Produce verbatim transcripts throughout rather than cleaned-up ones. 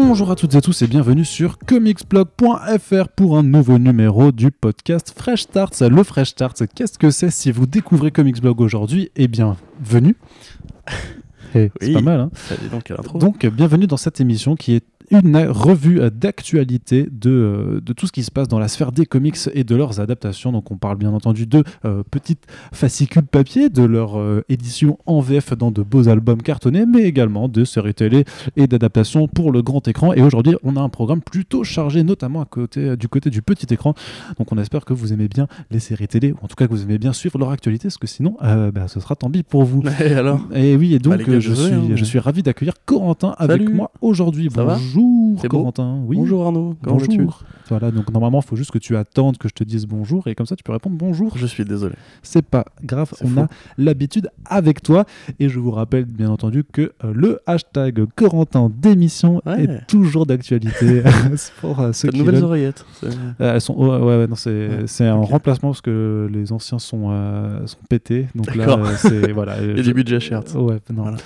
Bonjour à toutes et tous et bienvenue sur comicsblog point f r pour un nouveau numéro du podcast Fresh Starts. Le Fresh Starts, qu'est-ce que c'est? Si vous découvrez Comicsblog aujourd'hui, eh bien, bienvenue. Et oui, c'est pas mal, hein. donc, donc, bienvenue dans cette émission qui est une revue d'actualité de, de tout ce qui se passe dans la sphère des comics et de leurs adaptations. Donc on parle bien entendu de euh, petites fascicules papier, de leur euh, édition en V F dans de beaux albums cartonnés, mais également de séries télé et d'adaptations pour le grand écran. Et aujourd'hui, on a un programme plutôt chargé, notamment à côté, du côté du petit écran. Donc on espère que vous aimez bien les séries télé, ou en tout cas que vous aimez bien suivre leur actualité, parce que sinon, euh, bah, ce sera tant pis pour vous. Et alors Et oui, et donc bah, gars, je, suis, hein, je suis ravi d'accueillir Corentin avec Salut. moi aujourd'hui. Ça Bonjour. Bonjour Corentin. Oui. Bonjour Arnaud, comment vas-tu ? Voilà, donc normalement il faut juste que tu attendes que je te dise bonjour et comme ça tu peux répondre bonjour. Je suis désolé. C'est pas grave, C'est on faux. a l'habitude avec toi et je vous rappelle bien entendu que euh, le hashtag Corentin d'émission ouais. est toujours d'actualité. pour euh, ceux T'as de qui nouvelles veulent. oreillettes. Euh, elles sont, ouais, ouais, ouais, non, c'est, ouais. c'est un okay. remplacement parce que les anciens sont, euh, sont pétés. Donc D'accord. là, euh, c'est voilà. Il y a du budget cher. Ouais, non. Voilà.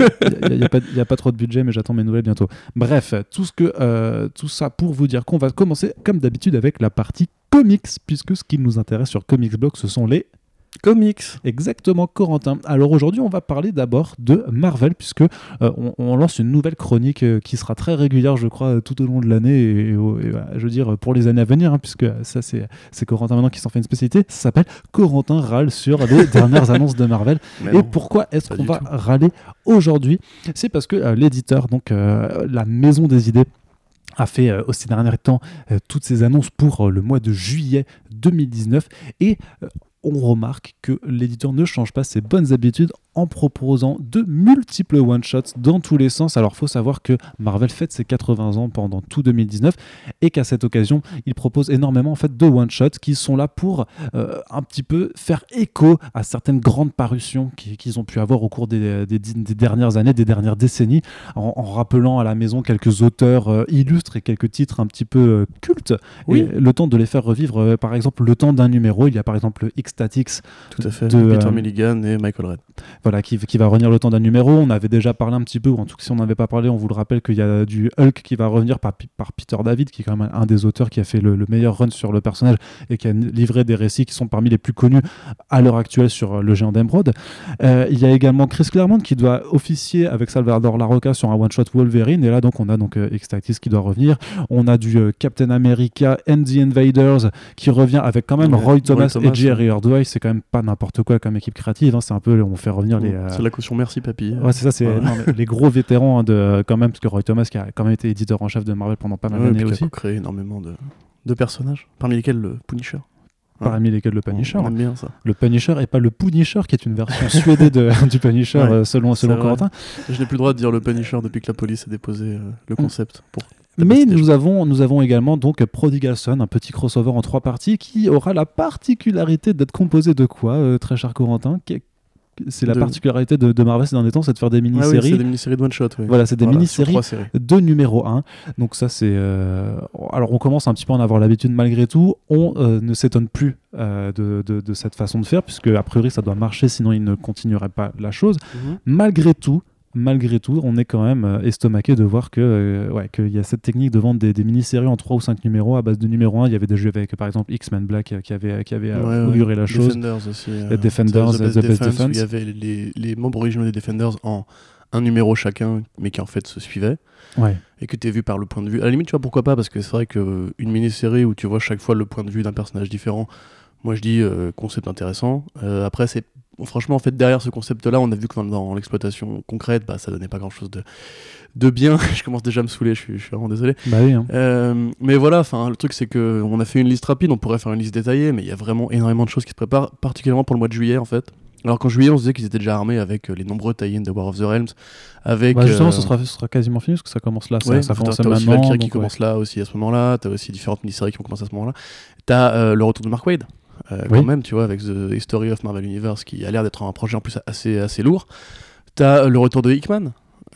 Il n'y a, a, a pas trop de budget, mais j'attends mes nouvelles bientôt. Bref, tout, ce que, euh, tout ça pour vous dire qu'on va commencer comme d'habitude avec la partie comics, puisque ce qui nous intéresse sur Comicsblog, ce sont les comics. Exactement, Corentin. Alors aujourd'hui, on va parler d'abord de Marvel, puisque euh, on, on lance une nouvelle chronique euh, qui sera très régulière, je crois, tout au long de l'année, et, et, et bah, je veux dire pour les années à venir, hein, puisque ça, c'est, c'est Corentin maintenant qui s'en fait une spécialité. Ça s'appelle Corentin râle sur les dernières annonces de Marvel. Mais et non, pourquoi est-ce qu'on va tout. râler aujourd'hui? C'est parce que euh, l'éditeur, donc euh, la Maison des Idées, a fait euh, aussi dernier temps euh, toutes ces annonces pour euh, le mois de juillet deux mille dix-neuf et euh, on remarque que l'éditeur ne change pas ses bonnes habitudes en proposant de multiples one-shots dans tous les sens. Alors, il faut savoir que Marvel fête ses quatre-vingts ans pendant tout deux mille dix-neuf et qu'à cette occasion, il propose énormément en fait, de one-shots qui sont là pour euh, un petit peu faire écho à certaines grandes parutions qui, qu'ils ont pu avoir au cours des, des, des dernières années, des dernières décennies, en, en rappelant à la maison quelques auteurs euh, illustres et quelques titres un petit peu euh, cultes. Oui. Et le temps de les faire revivre, euh, par exemple, le temps d'un numéro. Il y a par exemple X-Statix Tout à fait. de Peter euh, Milligan et Michael Red. Voilà, qui, qui va revenir le temps d'un numéro. On avait déjà parlé un petit peu, ou en tout cas si on n'avait pas parlé, on vous le rappelle qu'il y a du Hulk qui va revenir par, par Peter David, qui est quand même un des auteurs qui a fait le, le meilleur run sur le personnage et qui a livré des récits qui sont parmi les plus connus à l'heure actuelle sur le Géant d'Emeraude. Euh, il y a également Chris Claremont qui doit officier avec Salvador Larroca sur un one-shot Wolverine, et là donc on a donc euh, X-Tactics qui doit revenir. On a du euh, Captain America and the Invaders qui revient avec quand même ouais, Roy Thomas, Roy Thomas et Jerry Ordway. C'est quand même pas n'importe quoi comme équipe créative, hein. C'est un peu, on fait revenir les... Euh... C'est la caution merci papy. Ouais, c'est ça, c'est ouais. non, les gros vétérans hein, de, quand même, parce que Roy Thomas qui a quand même été éditeur en chef de Marvel pendant pas mal ouais, d'années aussi. Qui a créé énormément de, de personnages, parmi lesquels le Punisher. Parmi lesquels le Punisher. On aime bien ça. Le Punisher et pas le Punisher, qui est une version suédée de, du Punisher ouais, euh, selon, selon Corentin. Je n'ai plus le droit de dire le Punisher depuis que la police a déposé euh, le concept pour... Mais nous avons, nous avons également donc Prodigal Son, un petit crossover en trois parties qui aura la particularité d'être composé de quoi, euh, très cher Corentin? C'est la de... particularité de, de Marvel ces derniers temps, c'est de faire des mini-séries. Ah oui, c'est des mini-séries de one-shot. Oui. Voilà, c'est des voilà, mini-séries de numéro un. Donc ça, c'est... Euh... Alors, on commence un petit peu à en avoir l'habitude malgré tout. On euh, ne s'étonne plus euh, de, de, de cette façon de faire, puisque a priori, ça doit marcher, sinon il ne continuerait pas la chose. Mm-hmm. Malgré tout, Malgré tout, on est quand même euh, estomaqué de voir que, euh, ouais, qu'il y a cette technique de vendre des, des mini-séries en trois ou cinq numéros à base de numéro un. Il y avait des jeux avec, par exemple, X-Men Black euh, qui avait, qui avait ouais, euh, inauguré ouais. la chose. Defenders aussi. Euh, les Defenders, The Best, The Best Defense. Defense. Il y avait les, les membres originaux des Defenders en un numéro chacun, mais qui en fait se suivaient. Ouais. Et que tu es vu par le point de vue. À la limite, tu vois pourquoi pas, parce que c'est vrai qu'une mini-série où tu vois chaque fois le point de vue d'un personnage différent, moi je dis euh, concept intéressant. Euh, après, c'est Bon, franchement, en fait, derrière ce concept-là, on a vu que dans, dans l'exploitation concrète, bah, ça donnait pas grand-chose de, de bien. Je commence déjà à me saouler, je suis, je suis vraiment désolé. Bah oui, hein. euh, mais voilà, le truc, c'est qu'on a fait une liste rapide, on pourrait faire une liste détaillée, mais il y a vraiment énormément de choses qui se préparent, particulièrement pour le mois de juillet, en fait. Alors qu'en juillet, on se disait qu'ils étaient déjà armés avec euh, les nombreux tie-ins de War of the Realms. Avec, bah justement, euh... ce, sera, ce sera quasiment fini, parce que ça commence là. Ouais, ça, ça commence t'as, t'as maintenant. aussi Valkyrie qui ouais. commence là aussi à ce moment-là. T'as aussi différentes mini-séries qui vont commencer à ce moment-là. T'as euh, le retour de Mark Waid. Euh, oui. Quand même, tu vois, avec The History of Marvel Universe, qui a l'air d'être un projet en plus assez, assez lourd. T'as le retour de Hickman,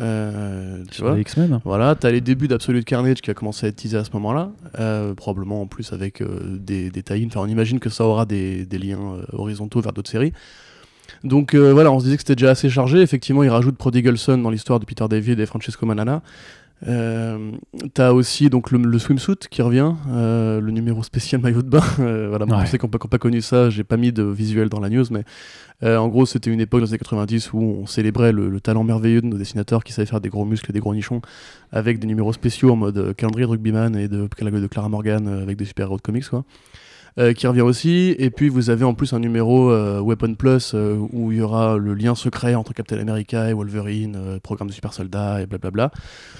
euh, tu vois. X-Men. Voilà, t'as les débuts d'Absolute Carnage qui a commencé à être teasé à ce moment-là, euh, probablement en plus avec euh, des, des tie-ins. Enfin, on imagine que ça aura des, des liens euh, horizontaux vers d'autres séries. Donc euh, voilà, on se disait que c'était déjà assez chargé. Effectivement, il rajoute Prodigal Son dans l'histoire de Peter David et Francesco Manana. Euh, t'as aussi donc le, le swimsuit qui revient, euh, le numéro spécial maillot de bain. Euh, voilà, pour Ouais. ceux qui n'ont pas, qui ont pas connu ça, j'ai pas mis de visuel dans la news, mais euh, en gros c'était une époque dans les années quatre-vingt-dix où on célébrait le, le talent merveilleux de nos dessinateurs qui savaient faire des gros muscles et des gros nichons avec des numéros spéciaux en mode euh, calendrier de rugbyman et de, de Clara Morgan euh, avec des super-héros de comics quoi. Euh, qui revient aussi, et puis vous avez en plus un numéro euh, Weapon Plus euh, où il y aura le lien secret entre Captain America et Wolverine, euh, programme de super soldats et blablabla.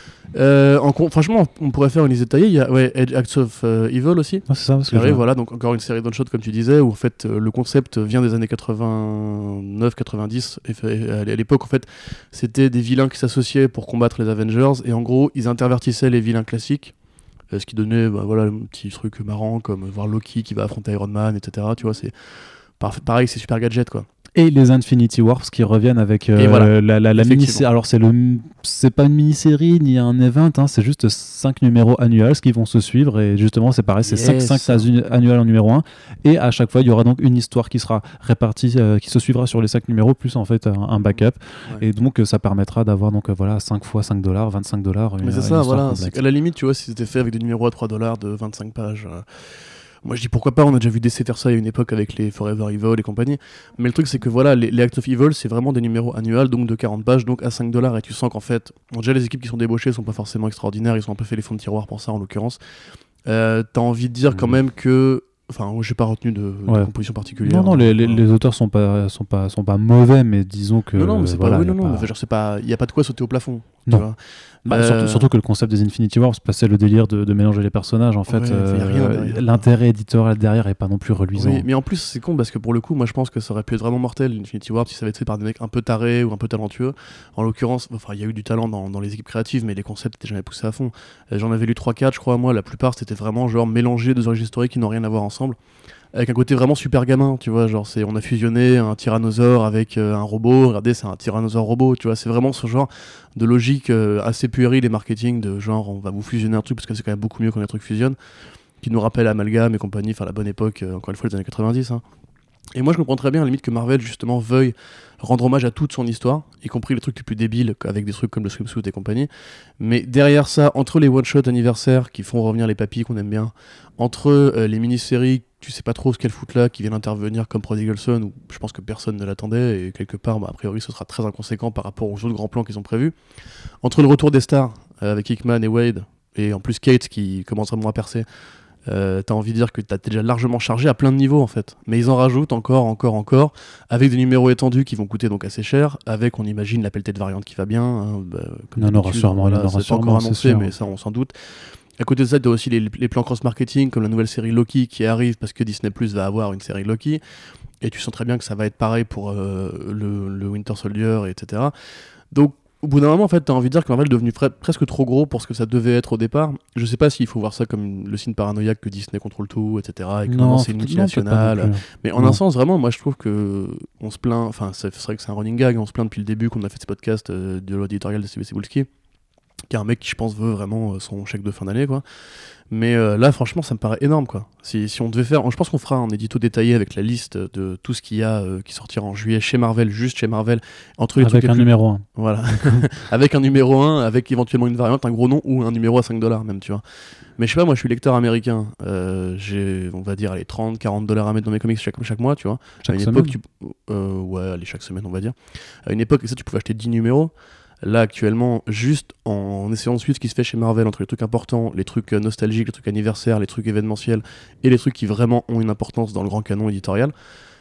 Euh, en con- franchement, on pourrait faire une liste détaillée. Il y a ouais, Edge Acts of euh, Evil aussi. Ah, c'est ça, parce Qui que arrive, je- voilà, donc encore une série d'on-shot comme tu disais, où en fait euh, le concept vient des années quatre-vingt-neuf quatre-vingt-dix. Et fait, à l'époque, en fait, c'était des vilains qui s'associaient pour combattre les Avengers, et en gros, ils intervertissaient les vilains classiques. Euh, ce qui donnait bah, voilà, un petit truc marrant comme voir Loki qui va affronter Iron Man, et cetera. Tu vois, c'est par- pareil, c'est super gadget quoi. Et les Infinity Wars qui reviennent avec euh, Et voilà, la, la, la mini effectivement. Alors c'est le, c'est pas une mini-série ni un event, hein, c'est juste cinq numéros annuels qui vont se suivre et justement c'est pareil, c'est Yes. cinq annuels en numéro un et à chaque fois il y aura donc une histoire qui sera répartie, euh, qui se suivra sur les cinq numéros plus en fait un, un backup Ouais. et donc euh, ça permettra d'avoir donc euh, voilà cinq fois cinq dollars, vingt-cinq dollars. Mais c'est ça, voilà. C'est qu'à la limite, tu vois, si c'était fait avec des numéros à trois dollars de vingt-cinq pages. euh, Moi je dis pourquoi pas, on a déjà vu D C faire ça il y a une époque avec les Forever Evil et compagnie. Mais le truc c'est que voilà, les, les Acts of Evil c'est vraiment des numéros annuels, donc de quarante pages, donc à cinq dollars. Et tu sens qu'en fait, bon, déjà les équipes qui sont débauchées sont pas forcément extraordinaires, ils sont un peu fait les fonds de tiroir pour ça en l'occurrence. Euh, T'as envie de dire quand Mmh. même que. Enfin, moi j'ai pas retenu de, de Ouais. composition particulière. Non non, les, les, hein. les auteurs sont pas sont pas sont pas mauvais, mais disons que Non, non, mais c'est voilà, pas. Oui, y a non, non, pas- mais genre, c'est pas. Il y a pas de quoi sauter au plafond. Tu Non. vois. Bah, Euh, surtout, surtout que le concept des Infinity Wars passait le délire de, de mélanger les personnages. En fait, Ouais, y a rien euh, derrière. l'intérêt éditorial derrière est pas non plus reluisant. Oui, mais en plus c'est con parce que pour le coup, moi je pense que ça aurait pu être vraiment mortel Infinity War si ça avait été fait par des mecs un peu tarés ou un peu talentueux. En l'occurrence, enfin il y a eu du talent dans, dans les équipes créatives, mais les concepts étaient jamais poussés à fond. Euh, J'en avais lu trois quatre, je crois, moi la plupart c'était vraiment genre mélanger deux origines historiques qui n'ont rien à voir ensemble. Avec un côté vraiment super gamin, tu vois, genre c'est on a fusionné un tyrannosaure avec euh, un robot, regardez c'est un tyrannosaure robot, tu vois, c'est vraiment ce genre de logique euh, assez puérile et marketing de genre on va vous fusionner un truc parce que c'est quand même beaucoup mieux quand les trucs fusionnent, qui nous rappelle Amalgame et compagnie, enfin la bonne époque, euh, encore une fois les années quatre-vingt-dix. Hein. Et moi je comprends très bien à la limite que Marvel justement veuille rendre hommage à toute son histoire, y compris les trucs les plus débiles avec des trucs comme le swimsuit et compagnie. Mais derrière ça, entre les one-shot anniversaires qui font revenir les papilles qu'on aime bien, entre euh, les mini-séries, tu sais pas trop ce qu'elles foutent là, qui viennent intervenir comme Prodigal Son, où je pense que personne ne l'attendait, et quelque part, bah, a priori ce sera très inconséquent par rapport aux autres grands plans qu'ils ont prévus. Entre le retour des stars, euh, avec Hickman et Wade, et en plus Kate qui commence vraiment à percer, Euh, t'as envie de dire que t'as déjà largement chargé à plein de niveaux en fait. Mais ils en rajoutent encore, encore, encore, avec des numéros étendus qui vont coûter donc assez cher, avec on imagine la pelletée de variantes qui va bien. Hein, bah, comme Il y en aura d'habitude, sûrement, voilà, il y en aura c'est pas encore sûrement, c'est annoncé, sûr. mais ça on s'en doute. À côté de ça, t'as aussi les, les plans cross-marketing, comme la nouvelle série Loki qui arrive parce que Disney Plus va avoir une série Loki. Et tu sens très bien que ça va être pareil pour euh, le, le Winter Soldier, et cetera. Donc au bout d'un moment, en fait, t'as envie de dire que Marvel est devenu frais- presque trop gros pour ce que ça devait être au départ. Je sais pas s'il faut voir ça comme le signe paranoïaque que Disney contrôle tout, et cetera. Et que maintenant c'est une non, multinationale. peut-être pas non plus. Mais en Non. un sens, vraiment, moi je trouve que on se plaint, enfin c'est c'est vrai que c'est un running gag, on se plaint depuis le début qu'on a fait ce podcast euh, de l'éditorial de C B Cebulski, qui est un mec qui je pense veut vraiment euh, son chèque de fin d'année quoi. Mais euh, là franchement ça me paraît énorme quoi. Si, si on devait faire, je pense qu'on fera un édito détaillé avec la liste de tout ce qu'il y a euh, qui sortira en juillet chez Marvel, juste chez Marvel, entre les Avec trucs les un plus- numéro un. voilà, avec un numéro un, avec éventuellement une variante, un gros nom ou un numéro à cinq dollars même, tu vois. Mais je sais pas, moi je suis lecteur américain, euh, j'ai, on va dire, les trente quarante dollars à mettre dans mes comics chaque, chaque mois, tu vois. Chaque à une semaine. époque, tu, euh, ouais, allez, chaque semaine, on va dire. À une époque, ça, tu pouvais acheter dix numéros. Là, actuellement, juste en essayant de suivre ce qui se fait chez Marvel, entre les trucs importants, les trucs euh, nostalgiques, les trucs anniversaires, les trucs événementiels, et les trucs qui vraiment ont une importance dans le grand canon éditorial,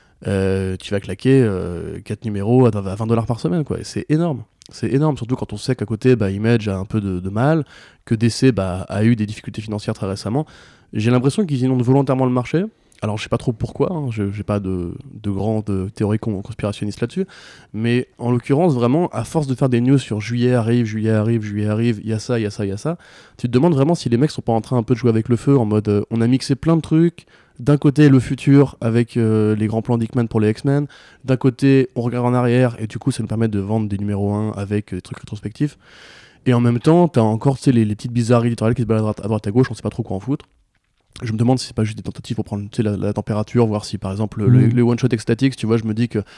euh, tu vas claquer euh, quatre numéros à vingt dollars par semaine, quoi. Et c'est énorme. C'est énorme, surtout quand on sait qu'à côté, bah, Image a un peu de, de mal, que D C bah, a eu des difficultés financières très récemment. J'ai l'impression qu'ils inondent volontairement le marché. Alors je sais pas trop pourquoi, hein, je j'ai pas de, de grandes théories con- conspirationnistes là-dessus, mais en l'occurrence vraiment, à force de faire des news sur juillet arrive, juillet arrive, juillet arrive, il y a ça, il y a ça, il y a ça, tu te demandes vraiment si les mecs sont pas en train un peu de jouer avec le feu, en mode euh, on a mixé plein de trucs, d'un côté le futur avec euh, les grands plans d'Hickman pour les X-Men, d'un côté on regarde en arrière et du coup ça nous permet de vendre des numéros un avec euh, des trucs rétrospectifs, et en même temps t'as encore les, les petites bizarreries éditoriales qui se baladent à droite à, droite, à gauche, on sait pas trop quoi en foutre. Je me demande si c'est pas juste des tentatives pour prendre la, la température, voir si par exemple le, Mmh. le one-shot Ecstatics, tu vois, je me dis que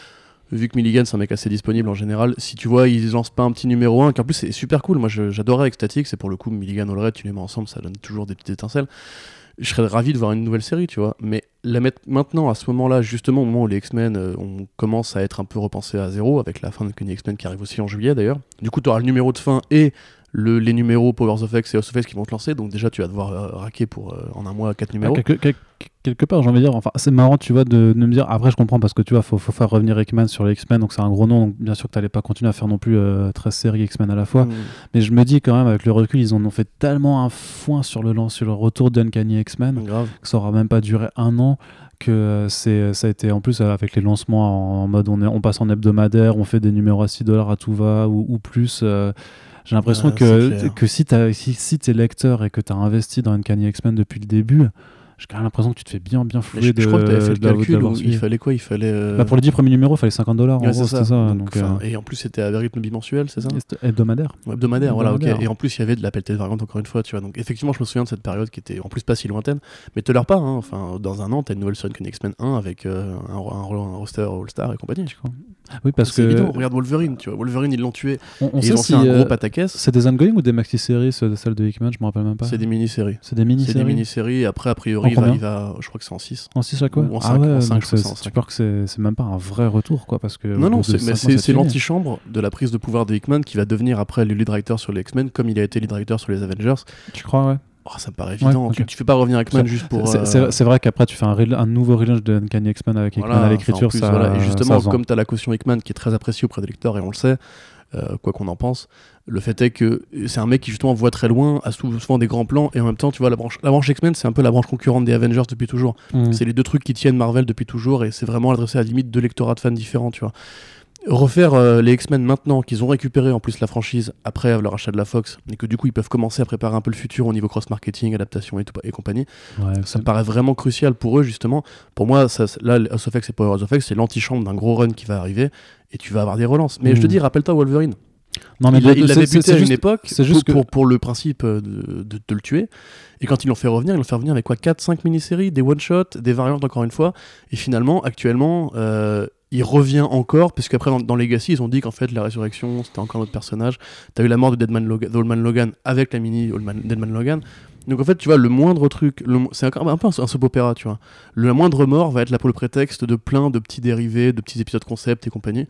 vu que Milligan c'est un mec assez disponible en général, si tu vois ils lancent pas un petit numéro un, qu'en plus c'est super cool, moi je, j'adorais avec Static, c'est pour le coup Milligan Allred, tu les mets ensemble, ça donne toujours des petites étincelles. Je serais ravi de voir une nouvelle série, tu vois, mais la mettre maintenant à ce moment-là, justement au moment où les X-Men euh, on commence à être un peu repensés à zéro, avec la fin de Uncanny X-Men qui arrive aussi en juillet d'ailleurs, du coup tu auras le numéro de fin et Le, les numéros Powers of X et House of X qui vont te lancer, donc déjà tu vas devoir euh, raquer pour euh, en un mois quatre numéros. Ah, quelque, quelque, quelque part, j'ai envie de dire, enfin, c'est marrant, tu vois, de, de me dire. Après, je comprends parce que tu vois, faut, faut faire revenir Hickman sur les X-Men, donc c'est un gros nom. Donc bien sûr que t'allais pas continuer à faire non plus euh, treize séries X-Men à la fois. Mmh. Mais je me dis quand même, avec le recul, ils en ont fait tellement un foin sur le, sur le retour d'Uncanny X-Men Grave. que ça aura même pas duré un an. Que c'est, ça a été en plus avec les lancements en, en mode on, est, on passe en hebdomadaire, on fait des numéros à six dollars à tout va ou, ou plus. Euh, J'ai l'impression ah, que, que si, si, si t'es lecteur et que t'as investi dans Uncanny X-Men depuis le début, j'ai quand même l'impression que tu te fais bien, bien flouer je, de. Je crois que t'avais fait le calcul où il fallait quoi il fallait euh... bah Pour les dix premiers numéros, il fallait cinquante dollars. Ouais, en gros, c'est ça. ça. ça donc, donc, euh... Et en plus, c'était à rythme bimensuel, c'est ça Hebdomadaire. Ouais, hebdomadaire, voilà, ok. Et en plus, il y avait de la pelletée de variante, encore une fois, tu vois. Donc, effectivement, je me souviens de cette période qui était en plus pas si lointaine. Mais te leurre pas, hein. Enfin, dans un an, t'as une nouvelle série Uncanny X-Men un avec euh, un, un, un roster All-Star et compagnie, tu vois. Oui, parce c'est que. évident, regarde Wolverine, tu vois. Wolverine, ils l'ont tué. On, on et sait ils ont si, fait un euh, gros pataquès. C'est des ongoing ou des maxi-séries, celle de Hickman, je me rappelle même pas. C'est des mini-séries. C'est des mini-séries. C'est des mini-séries. Après, a priori, il va, il va, je crois que c'est en six. En six chaque fois. En cinq, ah ouais, en cinq, c'est, c'est en cinq. Tu peur que c'est, c'est même pas un vrai retour, quoi, parce que. Non, non, c'est, mais c'est, c'est l'antichambre de la prise de pouvoir de Hickman qui va devenir après le lead writer sur les X-Men, comme il a été lead writer sur les Avengers. Tu crois, ouais. Oh, ça me paraît évident. Ouais, okay. tu, tu fais pas revenir Hickman juste pour. C'est, euh... c'est, c'est vrai qu'après, tu fais un, re- un nouveau relaunch de Uncanny X-Men avec Hickman voilà, à l'écriture. Plus, ça, voilà. Et justement, ça comme tu as la caution Hickman qui est très appréciée auprès des lecteurs, et on le sait, euh, quoi qu'on en pense, le fait est que c'est un mec qui justement voit très loin, a souvent des grands plans, et en même temps, tu vois, la branche, la branche X-Men, c'est un peu la branche concurrente des Avengers depuis toujours. Mmh. C'est les deux trucs qui tiennent Marvel depuis toujours, et c'est vraiment adressé à la limite deux lectorats de fans différents, tu vois. Refaire euh, les X-Men maintenant qu'ils ont récupéré en plus la franchise après leur achat de la Fox et que du coup ils peuvent commencer à préparer un peu le futur au niveau cross-marketing, adaptation et, tout, et compagnie, ouais, ça me paraît vraiment crucial pour eux justement. Pour moi, ça, là, House of X et Powers of X, c'est l'antichambre d'un gros run qui va arriver et tu vas avoir des relances. Mais mmh. je te dis, rappelle-toi Wolverine. Non, mais il, il l'avait buté à une juste, époque c'est juste pour, que... pour, pour le principe de, de, de le tuer. Et quand ils l'ont fait revenir, ils l'ont fait revenir avec quoi quatre cinq mini-séries, des one-shots, des variantes encore une fois. Et finalement, actuellement, euh, il revient encore, parce qu'après dans, dans Legacy, ils ont dit qu'en fait la résurrection, c'était encore notre personnage. T'as eu la mort de Deadman Logan, Old Man Logan avec la mini Old Man, Deadman Logan. Donc en fait, tu vois, le moindre truc, le, c'est un, un peu un, un soap opéra, tu vois. Le, la moindre mort va être là pour le prétexte de plein de petits dérivés, de petits épisodes concept et compagnie.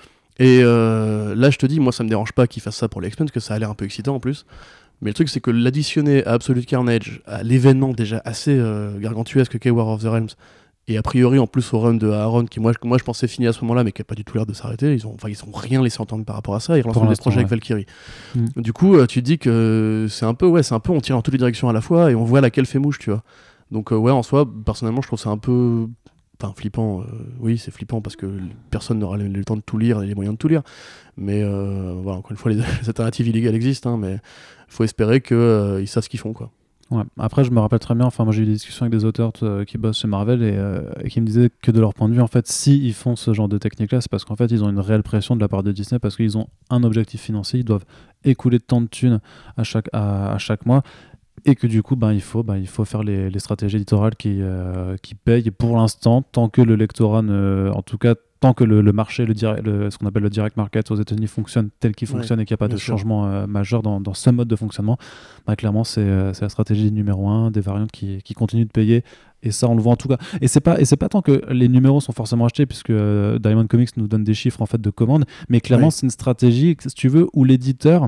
Et euh, là, je te dis, moi, ça me dérange pas qu'ils fassent ça pour les X-Men, parce que ça a l'air un peu excitant en plus. Mais le truc, c'est que l'additionner à Absolute Carnage, à l'événement déjà assez euh, gargantuesque qu'est War of the Realms, et a priori en plus au run de Aaron, qui moi, moi je pensais finir à ce moment-là, mais qui n'a pas du tout l'air de s'arrêter, ils ont, enfin, ils ont rien laissé entendre par rapport à ça, ils relancent des projets ouais. avec Valkyrie. Mm. Du coup, euh, tu te dis que c'est un peu, ouais, c'est un peu, on tire dans toutes les directions à la fois, et on voit laquelle fait mouche, tu vois. Donc euh, ouais, en soi, personnellement, je trouve ça un peu... Enfin, flippant, euh, oui, c'est flippant parce que personne n'aura le, le temps de tout lire et les moyens de tout lire. Mais euh, voilà, encore une fois, les, les alternatives illégales existent, hein, mais il faut espérer qu'ils euh, savent ce qu'ils font, quoi. Ouais. Après, je me rappelle très bien, enfin, moi j'ai eu des discussions avec des auteurs euh, qui bossent chez Marvel et, euh, et qui me disaient que de leur point de vue, en fait, si ils font ce genre de technique-là, c'est parce qu'en fait, ils ont une réelle pression de la part de Disney parce qu'ils ont un objectif financier, ils doivent écouler tant de thunes à chaque, à, à chaque mois. Et que du coup, ben, il, faut, ben, il faut faire les, les stratégies éditoriales qui, euh, qui payent pour l'instant, tant que le lectorat, ne, en tout cas, tant que le, le marché, le direct, le, ce qu'on appelle le direct market aux États-Unis fonctionne tel qu'il fonctionne ouais, et qu'il n'y a pas de sûr. changement euh, majeur dans, dans ce mode de fonctionnement, ben, clairement, c'est, euh, c'est la stratégie numéro un, des variantes qui, qui continuent de payer. Et ça, on le voit en tout cas. Et c'est pas, et c'est pas tant que les numéros sont forcément achetés, puisque euh, Diamond Comics nous donne des chiffres en fait, de commandes, mais clairement, ouais. c'est une stratégie, si tu veux, où l'éditeur,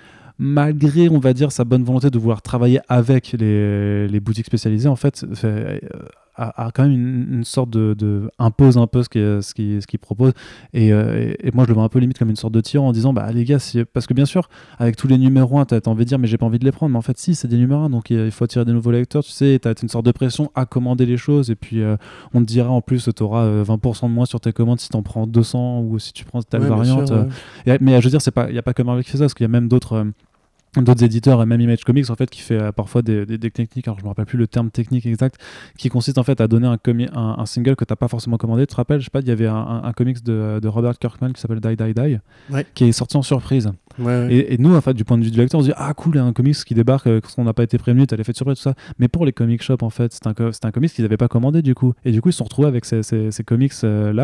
malgré, on va dire, sa bonne volonté de vouloir travailler avec les, les boutiques spécialisées, en fait, fait euh, a, a quand même une, une sorte de, de impose un peu ce qu'il ce qui, ce qui propose. Et, euh, et, et moi, je le vois un peu limite comme une sorte de tyran en disant, bah les gars, si, parce que bien sûr, avec tous les numéros un, t'as, t'as envie de dire, mais j'ai pas envie de les prendre. Mais en fait, si, c'est des numéros un, donc il faut attirer des nouveaux lecteurs, tu sais, t'as une sorte de pression à commander les choses. Et puis, euh, on te dira en plus, t'auras euh, vingt pour cent de moins sur tes commandes si t'en prends deux cents ou si tu prends telle ouais, variante. Sûr, ouais. euh, et, mais je veux dire, il n'y a pas que Marvel qui fait ça, parce qu'il y a même d'autres. Euh, d'autres éditeurs et même Image Comics en fait qui fait euh, parfois des, des, des techniques, alors je me rappelle plus le terme technique exact, qui consiste en fait à donner un, comi- un, un single que t'as pas forcément commandé. Tu te rappelles, je sais pas, il y avait un, un, un comics de, de Robert Kirkman qui s'appelle Die Die Die ouais. qui est sorti en surprise. Ouais, ouais. Et, et nous en fait du point de vue du lecteur on se dit ah cool, il y a un comics qui débarque euh, parce qu'on n'a pas été prévenu, t'as l'effet de surprise tout ça. Mais pour les comic shops en fait c'est un, c'est un comics qu'ils n'avaient pas commandé du coup, et du coup ils se sont retrouvés avec ces, ces, ces comics euh, là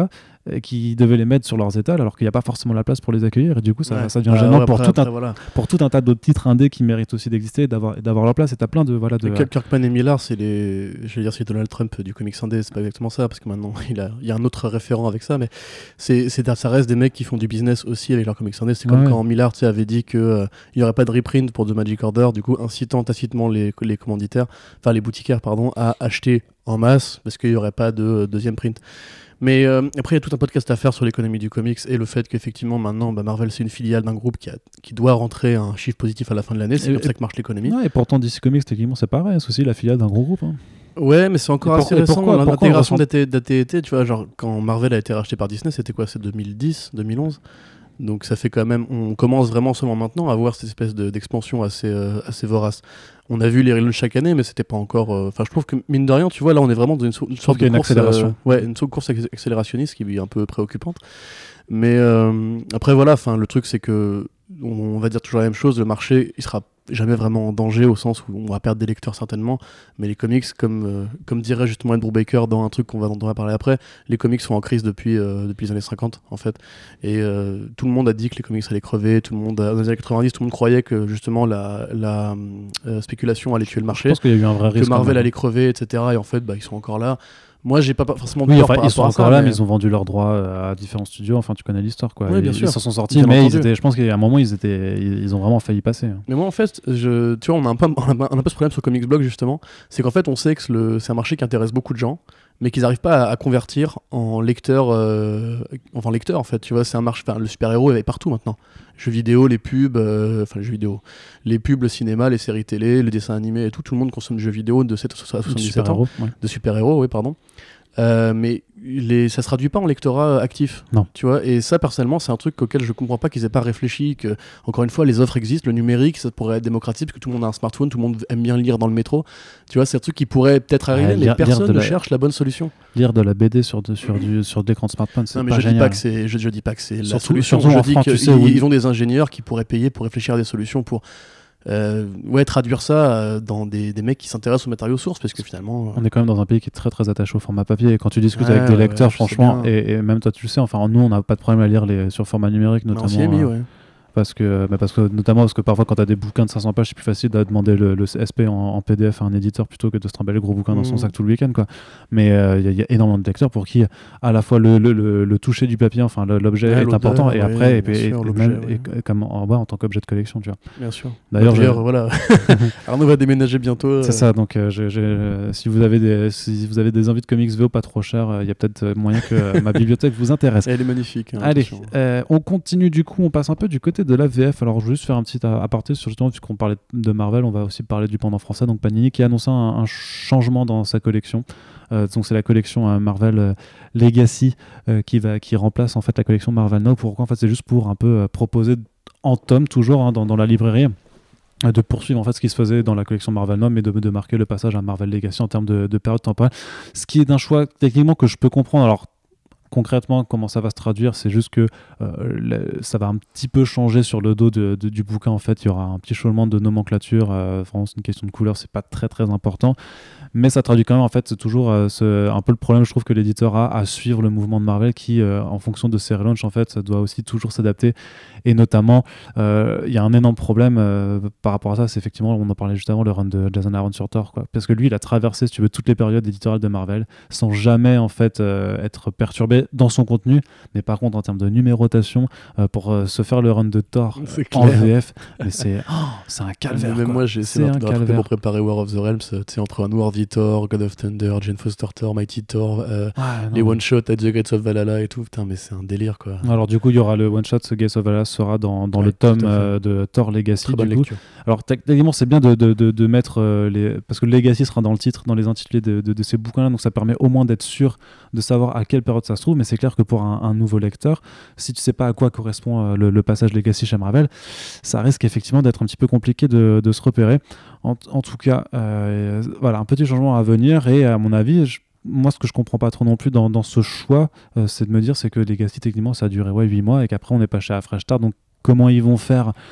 et qui devaient les mettre sur leurs étals alors qu'il n'y a pas forcément la place pour les accueillir et du coup ça, Ouais. ça devient Ah, gênant ouais, pour, après, tout un, après, voilà. pour tout un tas d'autres titres indés qui méritent aussi d'exister et d'avoir, et d'avoir leur place et t'as plein de... Voilà, de Kirk- Kirkman et Millar, c'est les, je vais dire, c'est Donald Trump du comics indé, c'est pas exactement ça, parce que maintenant il, a, il y a un autre référent avec ça, mais c'est, c'est, ça reste des mecs qui font du business aussi avec leurs comics indé. C'est comme Ouais. quand Millar, tu sais, avait dit qu'il euh, n'y aurait pas de reprint pour The Magic Order, du coup incitant tacitement les, les commanditaires, enfin les boutiquières, pardon, à acheter en masse parce qu'il n'y aurait pas de euh, deuxième print. Mais euh, après, il y a tout un podcast à faire sur l'économie du comics et le fait qu'effectivement, maintenant, bah, Marvel, c'est une filiale d'un groupe qui, a, qui doit rentrer un chiffre positif à la fin de l'année. C'est Et- comme ça que marche l'économie. Ouais, et pourtant D C Comics techniquement c'est pareil, c'est aussi la filiale d'un gros groupe. Hein. Ouais, mais c'est encore Et assez pour- et récent. pourquoi- pourquoi L'intégration on ressent- d'A T et T, tu vois, genre quand Marvel a été racheté par Disney, c'était quoi? C'est deux mille dix, deux mille onze. Donc ça fait quand même, on commence vraiment seulement maintenant à voir cette espèce de, d'expansion assez, euh, assez vorace. On a vu les relaunchs chaque année, mais c'était pas encore. Enfin, euh, je trouve que mine de rien, tu vois, là, on est vraiment dans une, so- une sorte qu'il y a de une course, accélération. euh, ouais, une sorte de course acc- accélérationniste qui est un peu préoccupante. Mais euh, après, voilà, enfin, le truc, c'est que on, on va dire toujours la même chose. Le marché, il sera jamais vraiment en danger au sens où on va perdre des lecteurs certainement, mais les comics, comme, euh, comme dirait justement Ed Brubaker dans un truc qu'on va, dont on va parler après, les comics sont en crise depuis, euh, depuis les années cinquante en fait, et euh, tout le monde a dit que les comics allaient crever, tout le monde, a, dans les années quatre-vingt-dix, tout le monde croyait que justement la, la euh, spéculation allait tuer le Je marché, pense qu'il y a eu un vrai risque. que Marvel quand même. allait crever, et cetera, et en fait, bah, ils sont encore là. Moi, j'ai pas forcément Oui, peur enfin, par ils sont rapport à encore ça, là, mais- mais ils ont vendu leurs droits euh, à différents studios. Enfin, tu connais l'histoire, quoi. Ouais, bien ils, sûr. ils s'en sont sortis, Bien mais ils entendu. étaient, je pense qu'à un moment, ils étaient, ils, ils ont vraiment failli passer. Mais moi, en fait, je, tu vois, on a, un peu, on, a, on a un peu ce problème sur Comics Blog, justement. C'est qu'en fait, on sait que le, c'est un marché qui intéresse beaucoup de gens, mais qu'ils n'arrivent pas à, à convertir en lecteur, euh, enfin, lecteur, en fait. Tu vois, c'est un marché. Enfin, le super-héros est partout maintenant. Jeux vidéo, les pubs, euh, enfin, les jeux vidéo. Les pubs, le cinéma, les séries télé, les dessins animés et tout. Tout le monde consomme des jeux vidéo de sept à soixante-dix-sept ans. Super-héros, ouais. De super-héros, oui, pardon. Euh, mais les, ça se traduit pas en lectorat actif, Non. tu vois, et ça personnellement c'est un truc auquel je comprends pas qu'ils aient pas réfléchi, que encore une fois les offres existent, le numérique ça pourrait être démocratique parce que tout le monde a un smartphone, tout le monde aime bien lire dans le métro, tu vois, c'est un truc qui pourrait peut-être arriver, Ouais, mais lire- lire personne de ne la- cherche la bonne solution. Lire de la B D sur, de, sur, du, sur de l'écran de smartphone, c'est Non mais pas je génial. dis pas que c'est, je, je dis pas que c'est la Surtout- solution, surtout je en dis France, qu'ils tu sais, où- ils ont des ingénieurs qui pourraient payer pour réfléchir à des solutions pour euh, ouais, traduire ça euh, dans des, des mecs qui s'intéressent aux matériaux sources, parce que finalement euh, On est quand même dans un pays qui est très très attaché au format papier. Et quand tu discutes Ouais, avec des ouais, lecteurs, je sais franchement, bien. et, et même toi tu le sais, enfin nous on n'a pas de problème à lire les, sur format numérique on notamment. s'y est mis, euh, ouais. Parce que, bah parce que, notamment parce que parfois quand tu as des bouquins de cinq cents pages, c'est plus facile de demander le, le S P en, en P D F à un éditeur plutôt que de se trimballer le gros bouquin dans son Mmh. sac tout le week-end, quoi. Mais il euh, y, y a énormément de lecteurs pour qui à la fois le, le, le, le toucher du papier, enfin le- l'objet Ouais, est l'odeur, important, et ouais, après, et, bien et- sûr, et l'objet, même ouais. et, et comme en, ouais, en tant qu'objet de collection, tu vois. Bien sûr. D'ailleurs, D'ailleurs, je- voilà. Arnaud va déménager bientôt. euh, C'est ça, donc euh, j'ai- j'ai, euh, si, vous avez des, si vous avez des envies de comics V O pas trop cher, il y a peut-être euh, moyen que euh, ma bibliothèque vous intéresse. Elle est magnifique. hein, Allez, attention. euh, on continue du coup, on passe un peu du côté de la V F. Alors je vais juste faire un petit a- aparté sur justement, puisqu'on parlait de Marvel, on va aussi parler du pendant français, donc Panini qui a annoncé un, un changement dans sa collection. Euh, donc c'est la collection euh, Marvel euh, Legacy euh, qui, va, qui remplace en fait la collection Marvel Now. Pourquoi? En fait c'est juste pour un peu euh, proposer en tome toujours hein, dans, dans la librairie euh, de poursuivre en fait ce qui se faisait dans la collection Marvel Now, mais de, de marquer le passage à Marvel Legacy en termes de, de période temporelle. Ce qui est d'un choix techniquement que je peux comprendre. Alors concrètement, comment ça va se traduire, c'est juste que euh, le- ça va un petit peu changer sur le dos de, de- du bouquin. En fait, il y aura un petit changement de nomenclature. Euh, vraiment, c'est une question de couleur, c'est pas très très important. Mais ça traduit quand même, en fait, c'est toujours euh, ce- un peu le problème, je trouve, que l'éditeur a à suivre le mouvement de Marvel qui, euh, en fonction de ses relaunchs, en fait, ça doit aussi toujours s'adapter. Et notamment, euh, il y a un énorme problème euh, par rapport à ça, c'est effectivement, on en parlait juste avant, le run de Jason Aaron sur Thor, quoi. Parce que lui, il a traversé, si tu veux, toutes les périodes éditoriales de Marvel sans jamais, en fait, euh, être perturbé dans son contenu. Mais par contre, en termes de numérotation, euh, pour euh, se faire le run de Thor C'est en clair. V F, mais c'est, oh, c'est un calvaire. Même quoi. moi, j'ai C'est essayé un de rattraper calvaire. pour préparer War of the Realms, euh, tu sais, entre un War Thor, God of Thunder, Jane Foster Thor, Mighty Thor, euh, Ouais, non, les mais- one-shots at the Gates of Valhalla et tout. Putain, mais c'est un délire, quoi. Alors du coup, il y aura le one-shot, ce Gates of Valhalla sera dans, dans Ouais, le tout à tome fait. euh, de Thor Legacy. Très bonne du coup. lecture. Alors techniquement, c'est bien de, de, de, de mettre euh, les... Parce que le Legacy sera dans le titre, dans les intitulés de, de, de ces bouquins-là, donc ça permet au moins d'être sûr de savoir à quelle période ça se trouve, mais c'est clair que pour un, un nouveau lecteur, si tu sais pas à quoi correspond euh, le, le passage Legacy chez Marvel, ça risque effectivement d'être un petit peu compliqué de, de se repérer. En, en tout cas, euh, voilà, un petit changement à venir, et à mon avis... Je, moi, ce que je comprends pas trop non plus dans, dans ce choix, euh, c'est de me dire c'est que Legacy, techniquement, ça a duré ouais, huit mois et qu'après, on est passé à Fresh Start. Donc, comment ils vont faire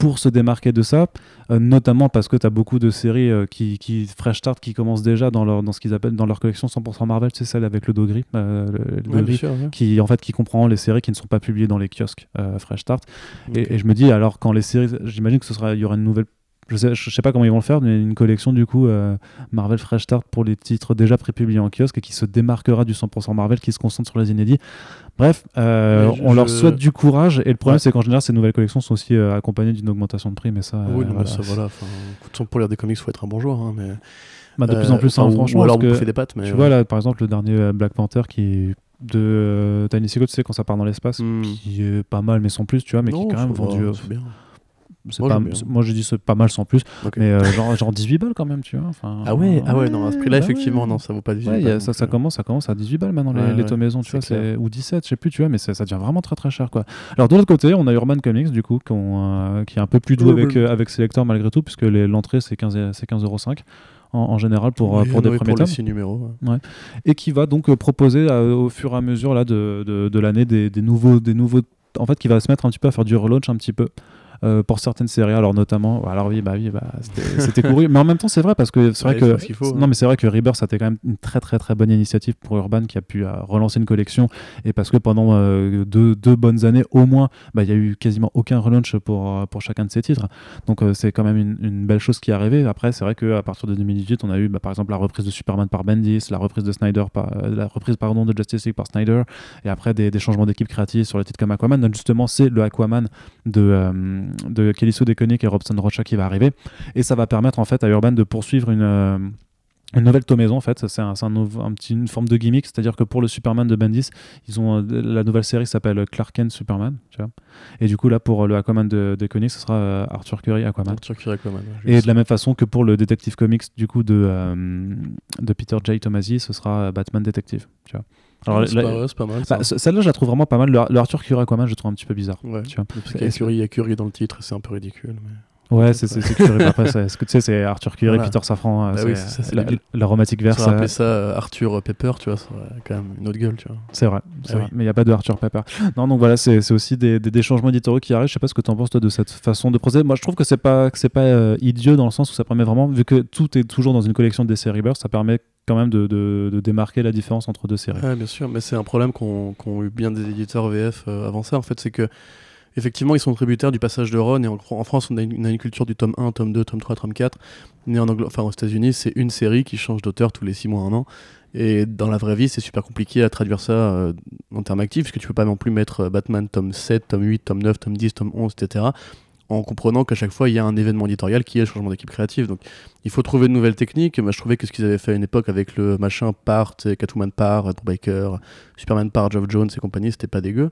pour se démarquer de ça, euh, notamment parce que tu as beaucoup de séries euh, qui, qui Fresh Start qui commencent déjà dans leur dans ce qu'ils appellent dans leur collection cent pour cent Marvel, c'est celle avec le dos gris, euh, le, le Ouais, dos gris sûr, ouais. qui en fait qui comprend les séries qui ne sont pas publiées dans les kiosques euh, Fresh Start. Okay. Et, et je me dis alors quand les séries, j'imagine que ce sera, il y aura une nouvelle. Je sais, je sais pas comment ils vont le faire, mais une collection du coup euh, Marvel Fresh Start pour les titres déjà prépubliés en kiosque et qui se démarquera du cent pour cent Marvel, qui se concentre sur les inédits. Bref, euh, je, on leur je... souhaite du courage et le problème ouais. c'est qu'en général ces nouvelles collections sont aussi euh, accompagnées d'une augmentation de prix, mais ça. Oui, euh, non, voilà. ça voilà. Pour lire des comics, faut être un bon joueur, hein, mais. Bah, de euh, plus en plus, hein, ou, franchement. Ou alors parce vous que, bouffez des pattes, mais. Tu ouais. vois là, par exemple, le dernier euh, Black Panther qui de euh, Tiny Seagull, tu sais quand ça part dans l'espace, mm. qui est pas mal mais sans plus, tu vois, mais non, qui est quand même va, vendu. Euh, c'est bien. C'est moi, pas, c'est moi j'ai dit c'est pas mal sans plus, okay. mais euh, genre, genre dix-huit balles quand même, tu vois. Enfin, ah ouais, ah ouais, non, à ce prix-là, bah effectivement, ouais. non, ça vaut pas dix-huit ouais, balles. A, ça, ça, commence, ça commence à dix-huit balles maintenant, ouais, les, les ouais, tomaisons, tu vois, c'est... ou dix-sept, je sais plus, tu vois, mais ça, ça devient vraiment très très cher, quoi. Alors de l'autre côté, on a Urban Comics, du coup, qui, ont, euh, qui est un peu plus doux avec, euh, avec ses lecteurs malgré tout, puisque les, l'entrée c'est quinze euros cinq en, en général pour, oui, pour des oui, premiers pour tomes. Les six numéros. Ouais. Ouais. Et qui va donc euh, proposer euh, au fur et à mesure là, de, de, de l'année des, des, nouveaux, des nouveaux. En fait, qui va se mettre un petit peu à faire du relaunch un petit peu. Euh, pour certaines séries, alors notamment, alors oui, bah oui, bah c'était, c'était couru, mais en même temps c'est vrai parce que c'est vrai ouais, que faut, non hein. mais c'est vrai que Rebirth c'était quand même une très très très bonne initiative pour Urban qui a pu euh, relancer une collection et parce que pendant euh, deux, deux bonnes années au moins, bah il y a eu quasiment aucun relaunch pour pour chacun de ces titres, donc euh, c'est quand même une, une belle chose qui est arrivée. Après c'est vrai que à partir de deux mille dix-huit on a eu bah, par exemple la reprise de Superman par Bendis, la reprise de Snyder par euh, la reprise pardon de Justice League par Snyder et après des, des changements d'équipe créative sur les titres comme Aquaman. Donc justement c'est le Aquaman de euh, de Kelly Sue DeConnick et Robson Rocha qui va arriver et ça va permettre en fait à Urban de poursuivre une, euh, une nouvelle tomaison en fait. C'est, un, c'est un, un petit, une forme de gimmick, c'est-à-dire que pour le Superman de Bendis ils ont euh, la nouvelle série s'appelle Clark Kent Superman, tu vois, et du coup là pour le Aquaman de DeConnick ce sera euh, Arthur Curry Aquaman, Arthur Curry Aquaman ouais, et de la même façon que pour le Detective Comics du coup de, euh, de Peter J. Tomasi ce sera Batman Detective, tu vois. Alors, c'est, là, pas, ouais, c'est pas mal. Bah, celle-là, je la trouve vraiment pas mal. Le, le Arthur Curry Aquaman, je le trouve un petit peu bizarre. Ouais. Tu vois. Parce qu'il y a Curry, il y a Curry dans le titre, et c'est un peu ridicule. Mais... Ouais, c'est, c'est, c'est Curry. Après, c'est, ce que tu sais, c'est Arthur Curry, voilà. Peter Safran. Bah c'est, oui, c'est ça, c'est la, l'aromatique verse. Ça rappelait ça euh, Arthur Pepper, tu vois, ça aurait quand même une autre gueule, tu vois. C'est vrai, c'est ah vrai. Oui. Mais il n'y a pas de Arthur Pepper. Non, donc voilà, c'est, c'est aussi des, des, des changements éditoriaux qui arrivent. Je sais pas ce que tu en penses, toi, de cette façon de procéder. Moi, je trouve que c'est pas, que c'est pas euh, idiot dans le sens où ça permet vraiment, vu que tout est toujours dans une collection d'essais Rebirth, ça permet quand même de, de, de démarquer la différence entre deux séries. Ouais, bien sûr, mais c'est un problème qu'ont, qu'ont eu bien des éditeurs V F euh, avant ça, en fait, c'est que effectivement, ils sont tributaires du passage de Ron, et en, en France, on a une, une culture du tome un, tome deux, tome trois, tome quatre, mais en Anglo- enfin, aux États-Unis, c'est une série qui change d'auteur tous les six mois, un an, et dans la vraie vie, c'est super compliqué à traduire ça euh, en termes actifs, parce que tu peux pas non plus mettre Batman tome sept, tome huit, tome neuf, tome dix, tome onze, et cetera, en comprenant qu'à chaque fois il y a un événement éditorial qui est le changement d'équipe créative. Donc il faut trouver de nouvelles techniques. Moi je trouvais que ce qu'ils avaient fait à une époque avec le machin part, Catwoman part, Baker, Superman part, Geoff Jones et compagnie, c'était pas dégueu.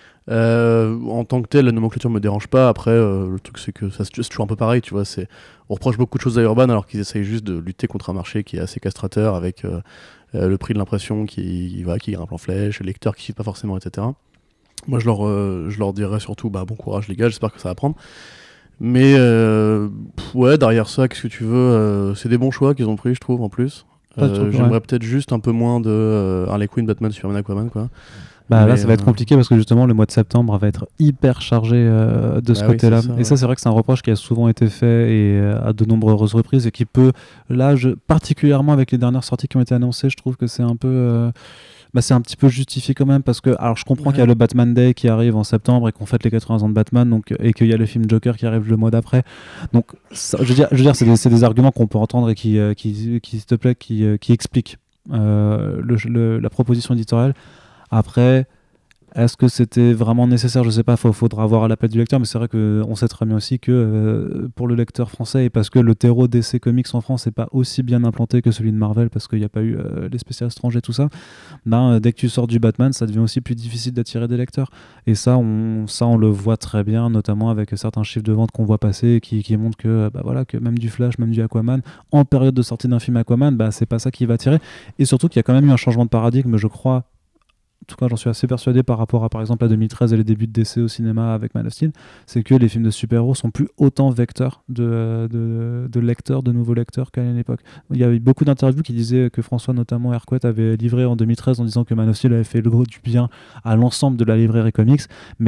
Euh, en tant que tel, la nomenclature me dérange pas. Après, euh, le truc c'est que ça, c'est toujours un peu pareil, tu vois. C'est, on reproche beaucoup de choses à Urban alors qu'ils essayent juste de lutter contre un marché qui est assez castrateur avec euh, euh, le prix de l'impression qui, qui, va, qui grimpe en flèche, les lecteurs qui suivent pas forcément, et cetera. Moi, je leur, euh, je leur dirais surtout bah, bon courage, les gars, j'espère que ça va prendre. Mais euh, pff, ouais, derrière ça, qu'est-ce que tu veux euh, c'est des bons choix qu'ils ont pris, je trouve, en plus. Euh, trouve, j'aimerais ouais. peut-être juste un peu moins de euh, Harley Quinn, Batman, Superman, Aquaman, quoi. Bah mais là, ça va être euh... compliqué parce que justement, le mois de septembre va être hyper chargé euh, de ce bah côté-là. Oui, ça, et ouais. ça, c'est vrai que c'est un reproche qui a souvent été fait et euh, à de nombreuses reprises et qui peut, là, je, particulièrement avec les dernières sorties qui ont été annoncées, je trouve que c'est un peu... Euh, bah, c'est un petit peu justifié quand même parce que alors je comprends ouais. qu'il y a le Batman Day qui arrive en septembre et qu'on fête les quatre-vingts ans de Batman donc, et qu'il y a le film Joker qui arrive le mois d'après donc ça, je veux dire, je veux dire c'est, des, c'est des arguments qu'on peut entendre et qui, euh, qui, qui s'il te plaît qui, euh, qui expliquent euh, le, le, la proposition éditoriale. Après est-ce que c'était vraiment nécessaire? Je sais pas, il faudra voir à l'appel du lecteur, mais c'est vrai qu'on sait très bien aussi que euh, pour le lecteur français, et parce que le terreau D C Comics en France n'est pas aussi bien implanté que celui de Marvel, parce qu'il n'y a pas eu euh, les spéciales étrangers, tout ça, ben, euh, dès que tu sors du Batman, ça devient aussi plus difficile d'attirer des lecteurs. Et ça on, ça, on le voit très bien, notamment avec certains chiffres de vente qu'on voit passer, qui, qui montrent que, bah, voilà, que même du Flash, même du Aquaman, en période de sortie d'un film Aquaman, bah, c'est pas ça qui va attirer. Et surtout qu'il y a quand même eu un changement de paradigme, je crois. En tout cas, j'en suis assez persuadé par rapport à, par exemple, à deux mille treize et les débuts de D C au cinéma avec Man of Steel, c'est que les films de super-héros sont plus autant vecteurs de, de, de lecteurs, de nouveaux lecteurs qu'à une époque. Il y a eu beaucoup d'interviews qui disaient que François, notamment Hercouet, avait livré en deux mille treize en disant que Man of Steel avait fait le gros du bien à l'ensemble de la librairie comics, mais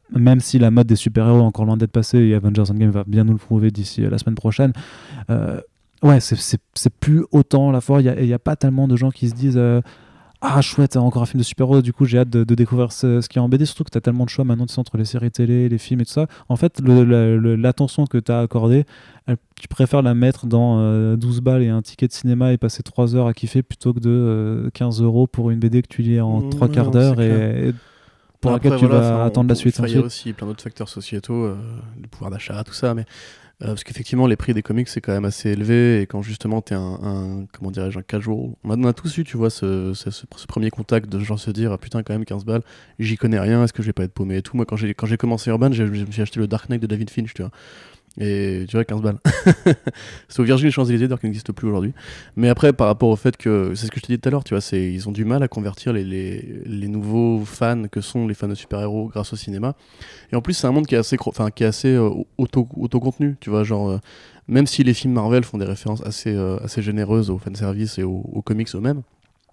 même si la mode des super-héros est encore loin d'être passée, et Avengers Endgame va bien nous le prouver d'ici euh, la semaine prochaine, euh, ouais, c'est, c'est, c'est plus autant la fois. Il n'y a, a pas tellement de gens qui se disent euh, ah chouette, encore un film de super-héros, du coup j'ai hâte de, de découvrir ce, ce qui est en B D, surtout que tu as tellement de choix maintenant, tu sais, entre les séries télé, les films et tout ça. En fait, le, le, le, l'attention que tu as accordée, elle, tu préfères la mettre dans euh, douze balles et un ticket de cinéma et passer trois heures à kiffer plutôt que de euh, quinze euros pour une B D que tu lis en trois mmh, quarts non, d'heure et, et pour laquelle tu voilà, vas attendre la suite. Il y a aussi plein d'autres facteurs sociétaux, euh, le pouvoir d'achat, tout ça, mais euh, parce qu'effectivement les prix des comics c'est quand même assez élevé, et quand justement t'es un, un comment dirais-je, un casual, on a tous eu, tu vois, ce, ce, ce, ce premier contact de genre se dire ah, putain quand même quinze balles, j'y connais rien, est-ce que je vais pas être paumé et tout. Moi quand j'ai, quand j'ai commencé Urban, j'ai, je me suis acheté le Dark Knight de David Finch, tu vois. Et tu vois, quinze balles. C'est au Virgin et Champs-Élysées, d'ailleurs, qui n'existe plus aujourd'hui. Mais après, par rapport au fait que, c'est ce que je te disais tout à l'heure, tu vois, c'est, ils ont du mal à convertir les, les, les nouveaux fans que sont les fans de super-héros grâce au cinéma. Et en plus, c'est un monde qui est assez, enfin, qui est assez euh, auto, auto-contenu, tu vois, genre, euh, même si les films Marvel font des références assez, euh, assez généreuses au fanservice et aux, aux comics eux-mêmes,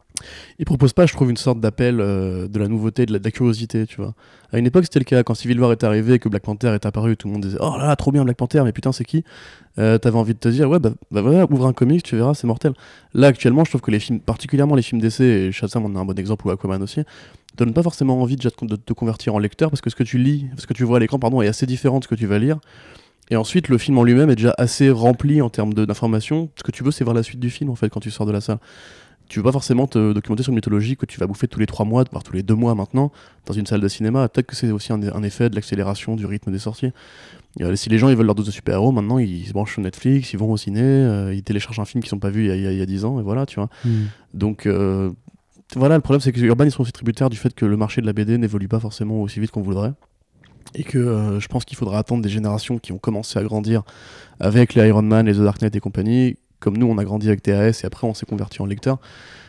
ils proposent pas, je trouve, une sorte d'appel euh, de la nouveauté, de la, de la curiosité, tu vois. À une époque, c'était le cas. Quand Civil War est arrivé et que Black Panther est apparu, tout le monde disait oh là là, trop bien Black Panther, mais putain, c'est qui euh, T'avais envie de te dire ouais, bah, bah voilà, ouvre un comics, tu verras, c'est mortel. Là, actuellement, je trouve que les films, particulièrement les films d'essai, et Shazam en a un bon exemple, ou Aquaman aussi, donnent pas forcément envie déjà de te convertir en lecteur, parce que ce que tu lis, ce que tu vois à l'écran, pardon, est assez différent de ce que tu vas lire. Et ensuite, le film en lui-même est déjà assez rempli en termes de, d'informations. Ce que tu veux, c'est voir la suite du film, en fait, quand tu sors de la salle. Tu veux pas forcément te documenter sur une mythologie que tu vas bouffer tous les trois mois, voire tous les deux mois maintenant, dans une salle de cinéma. Peut-être que c'est aussi un, un effet de l'accélération du rythme des sorties. Euh, si les gens ils veulent leur dose de super-héros, maintenant ils se branchent sur Netflix, ils vont au ciné, euh, ils téléchargent un film qu'ils n'ont pas vu il y, y, y a dix ans, et voilà, tu vois. Mm. Donc euh, voilà, le problème c'est que Urban ils sont aussi tributaires du fait que le marché de la B D n'évolue pas forcément aussi vite qu'on voudrait. Et que euh, je pense qu'il faudra attendre des générations qui ont commencé à grandir avec les Iron Man, les The Dark Knight et compagnie. Comme nous, on a grandi avec T A S et après on s'est converti en lecteur.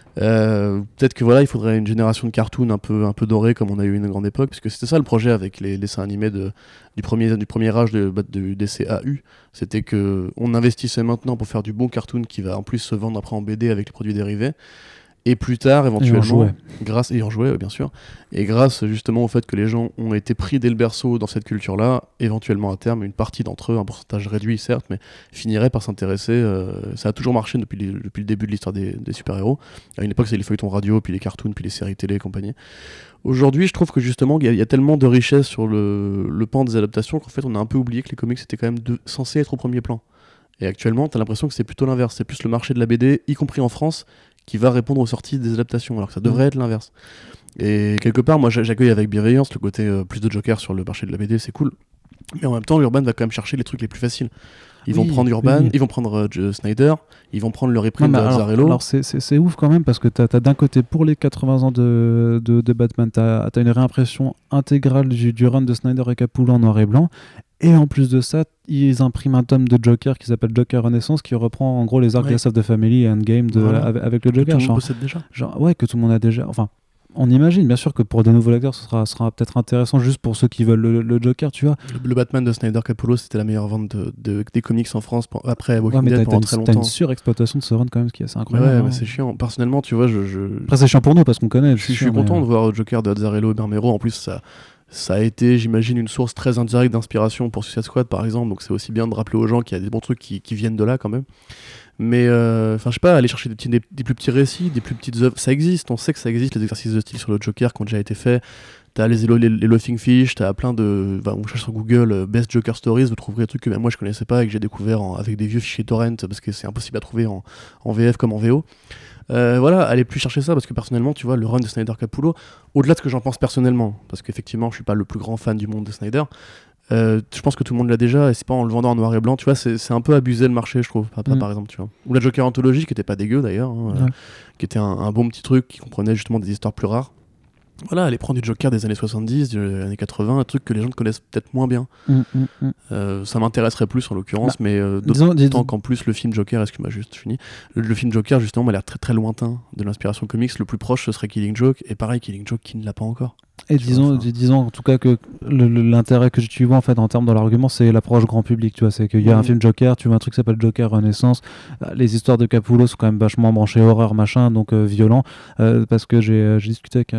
Euh, peut-être que voilà, il faudrait une génération de cartoons un peu, un peu dorés comme on a eu une grande époque, parce que c'était ça le projet avec les, les dessins animés de, du, premier, du premier âge de, de D C A U. C'était qu'on investissait maintenant pour faire du bon cartoon qui va en plus se vendre après en B D avec les produits dérivés. Et plus tard, éventuellement, et grâce et en jouet, bien sûr, et grâce justement au fait que les gens ont été pris dès le berceau dans cette culture-là, éventuellement à terme, une partie d'entre eux, un pourcentage réduit certes, mais finirait par s'intéresser. Euh, ça a toujours marché depuis, les, depuis le début de l'histoire des, des super-héros. À une époque, c'est les feuilletons radio, puis les cartoons, puis les séries télé et compagnie. Aujourd'hui, je trouve que justement, il y, y a tellement de richesse sur le, le pan des adaptations qu'en fait, on a un peu oublié que les comics étaient quand même de, censés être au premier plan. Et actuellement, t'as l'impression que c'est plutôt l'inverse. C'est plus le marché de la B D, y compris en France, qui va répondre aux sorties des adaptations, alors que ça devrait mmh. être l'inverse. Et quelque part, moi j'accueille avec bienveillance le côté euh, plus de Joker sur le marché de la B D, c'est cool. Mais en même temps, Urban va quand même chercher les trucs les plus faciles. Ils oui, vont prendre Urban, oui. ils vont prendre euh, Snyder, ils vont prendre le reprint de Azzarello. Alors c'est, c'est, c'est ouf quand même, parce que t'as, t'as d'un côté, pour les quatre-vingts ans de, de, de Batman, t'as, t'as une réimpression intégrale du, du run de Snyder et Capullo en noir et blanc. Et en plus de ça, ils impriment un tome de Joker qui s'appelle Joker Renaissance, qui reprend en gros les arcs ouais. Glass of the Family et Endgame de, voilà. avec, avec le Joker. Que tout le monde genre, possède déjà. Genre, ouais, que tout le monde a déjà. Enfin, on imagine bien sûr que pour des nouveaux lecteurs, ce sera, sera peut-être intéressant juste pour ceux qui veulent le, le Joker, tu vois. Le, le Batman de Snyder Capullo, c'était la meilleure vente de, de, des comics en France pour, après Walking ouais, Dead pendant une, très longtemps. T'as une surexploitation de ce run quand même, ce qui est assez incroyable. Ouais, hein. bah, c'est chiant. Personnellement, tu vois, je. je... Après, c'est chiant pour nous parce qu'on connaît. Je, je sûr, suis content mais... de voir Joker de Azzarello et Bermero. En plus, ça. Ça a été, j'imagine, une source très indirecte d'inspiration pour Suicide Squad, par exemple. Donc c'est aussi bien de rappeler aux gens qu'il y a des bons trucs qui, qui viennent de là, quand même. Mais, enfin, euh, je sais pas, aller chercher des, petits, des, des plus petits récits, des plus petites œuvres, ça existe. On sait que ça existe, les exercices de style sur le Joker qui ont déjà été faits. T'as les, les, les Laughing Fish, t'as plein de... Bah, on cherche sur Google euh, Best Joker Stories, vous trouverez des trucs que même moi je connaissais pas et que j'ai découvert en, avec des vieux fichiers torrent, parce que c'est impossible à trouver en, en V F comme en V O. Euh, voilà, allez plus chercher ça, parce que personnellement, tu vois, le run de Snyder Capullo, au-delà de ce que j'en pense personnellement, parce qu'effectivement, je suis pas le plus grand fan du monde de Snyder, euh, je pense que tout le monde l'a déjà, et c'est pas en le vendant en noir et blanc, tu vois, c'est, c'est un peu abusé le marché, je trouve, par, mm. par exemple, tu vois. Ou la Joker Anthology, qui était pas dégueu d'ailleurs, hein, ouais. euh, qui était un, un bon petit truc, qui comprenait justement des histoires plus rares. Voilà, aller prendre du Joker des années soixante-dix, des années quatre-vingts, un truc que les gens connaissent peut-être moins bien. Mm, mm, mm. Euh, ça m'intéresserait plus en l'occurrence, bah, mais euh, d'autant disons, qu'en plus le film Joker, excuse-moi juste fini, le, le film Joker justement m'a l'air très très lointain de l'inspiration comics. Le plus proche ce serait Killing Joke, et pareil Killing Joke qui ne l'a pas encore. Et disons, vois, disons en tout cas que le, le, l'intérêt que tu vois en fait en termes de l'argument, c'est l'approche grand public, tu vois, c'est qu'il y a mmh. un film Joker, tu vois un truc qui s'appelle Joker Renaissance, les histoires de Capullo sont quand même vachement branchées horreur machin, donc euh, violent, euh, parce que j'ai, j'ai discuté avec, j'ai, j'ai,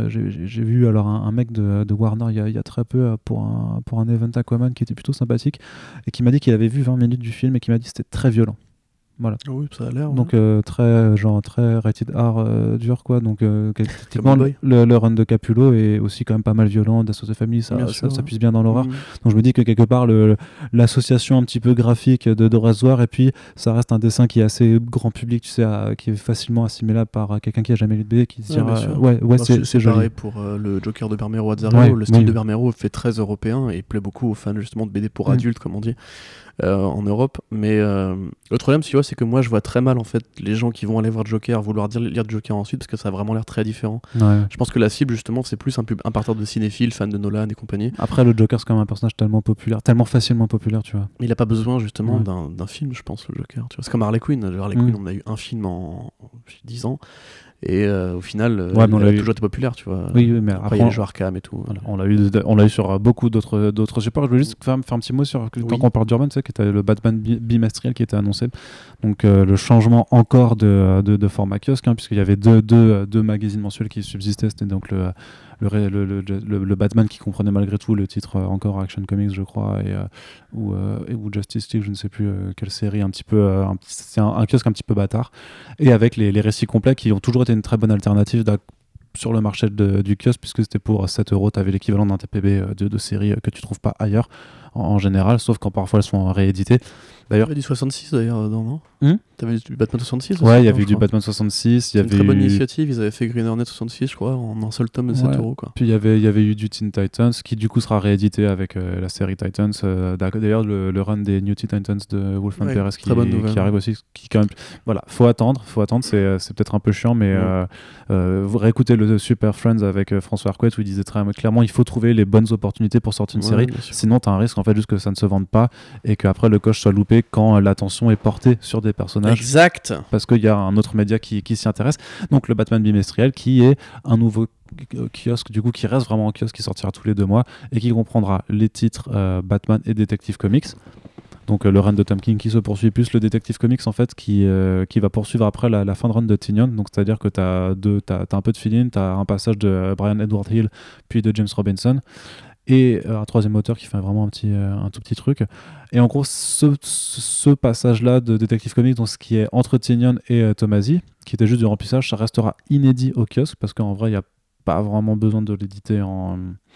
j'ai vu alors un, un mec de, de Warner il y, a, il y a très peu euh, pour un, pour un event Aquaman qui était plutôt sympathique et qui m'a dit qu'il avait vu vingt minutes du film et qui m'a dit que c'était très violent. Voilà. Oui, ça a l'air. Donc ouais. euh, très genre très rated R euh, dur quoi. Donc euh, typiquement Boy. le, le run de Capullo est aussi quand même pas mal violent. Death of the Family, ça, Bien ça, sûr, ça ouais. puise bien dans l'horreur. Mmh. Donc je me dis que quelque part le, l'association un petit peu graphique de Dorazoir et puis ça reste un dessin qui est assez grand public, tu sais, à, qui est facilement assimilable par quelqu'un qui a jamais lu de B D qui se Ouais, dira bien sûr. euh, ouais ouais Bah, c'est, c'est, c'est pareil joli. pour euh, le Joker de Bermero Azzarello. Ouais, le style oui. de Bermero fait très européen et plaît beaucoup aux fans justement de B D pour Mm. adultes, comme on dit, euh, en Europe. Mais euh, le problème, tu vois, c'est que moi, je vois très mal en fait les gens qui vont aller voir Joker, vouloir dire, lire Joker ensuite, parce que ça a vraiment l'air très différent. Ouais. Je pense que la cible, justement, c'est plus un, pub, un parterre de cinéphiles, fans de Nolan et compagnie. Après le Joker c'est quand même un personnage tellement populaire, tellement facilement populaire, tu vois. Mais il a pas besoin justement Ouais. d'un, d'un film, je pense, le Joker. Tu vois, c'est comme Harley Quinn. Harley Mm. Quinn, on a eu un film en dix ans. Et euh, au final, euh, Ouais, mais on elle l'a a eu- toujours été populaire, tu vois. Oui, oui, mais après, après, il y a on- les jeux Arkham et tout. Voilà, on l'a eu, on l'a eu sur euh, beaucoup d'autres, d'autres supports. Je voulais juste faire, faire un petit mot sur tant Oui. qu'on parle d'Urban, tu sais, qui était le Batman bi- bimestriel qui était annoncé. Donc euh, le changement encore de, de, de format kiosque, hein, puisqu'il y avait deux, deux, deux magazines mensuels qui subsistaient. C'était donc le, le, ré- le, le, le, le Batman qui comprenait malgré tout le titre euh, encore Action Comics, je crois, et, euh, ou, euh, et, ou Justice League, je ne sais plus euh, quelle série, un petit peu, euh, un, petit- c'est un, un kiosque un petit peu bâtard, et avec les, les récits complets qui ont toujours été une très bonne alternative d'ac- sur le marché de, du kiosque, puisque c'était pour sept euros, tu avais l'équivalent d'un T P B euh, de, de série euh, que tu trouves pas ailleurs en, en général, sauf quand parfois elles sont rééditées. D'ailleurs, Il y avait du soixante-six d'ailleurs, dedans, non Hmm T'avais du Batman soixante-six aussi, ouais, il y non, avait je du crois. Batman soixante-six, il y C'est une avait très bonne eu... initiative, ils avaient fait Green Hornet soixante-six, je crois, en un seul tome de Ouais. sept euros. Quoi. Puis il y avait, il y avait eu du Teen Titans qui du coup sera réédité avec euh, la série Titans. euh, D'ailleurs, le, le run des New Teen Titans de Wolfman Ouais, Perez qui, très bonne nouvelle. qui arrive aussi, qui quand même, voilà, faut attendre, faut attendre. C'est, euh, c'est peut-être un peu chiant, mais Ouais. euh, euh, vous réécoutez le Super Friends avec euh, François Arquette où il disait très clairement, il faut trouver les bonnes opportunités pour sortir une Ouais, série. bien sûr. Sinon, t'as un risque en fait juste que ça ne se vende pas et qu'après le coche soit loupé quand euh, l'attention est portée sur des personnages. Exact. Parce qu'il y a un autre média qui, qui s'y intéresse. Donc le Batman bimestriel qui est un nouveau kiosque du coup qui reste vraiment un kiosque qui sortira tous les deux mois et qui comprendra les titres euh, Batman et Detective Comics. Donc euh, le run de Tom King qui se poursuit plus le Detective Comics en fait qui, euh, qui va poursuivre après la, la fin de run de Tynion. Donc c'est à dire que tu as un peu de feeling, tu as un passage de Brian Edward Hill puis de James Robinson et euh, un troisième auteur qui fait vraiment un, petit, euh, un tout petit truc. Et en gros, ce, ce passage-là de Detective Comics, donc ce qui est entre Tynion et euh, Tomasi, qui était juste du remplissage, ça restera inédit au kiosque, parce qu'en vrai, il n'y a pas vraiment besoin de l'éditer en,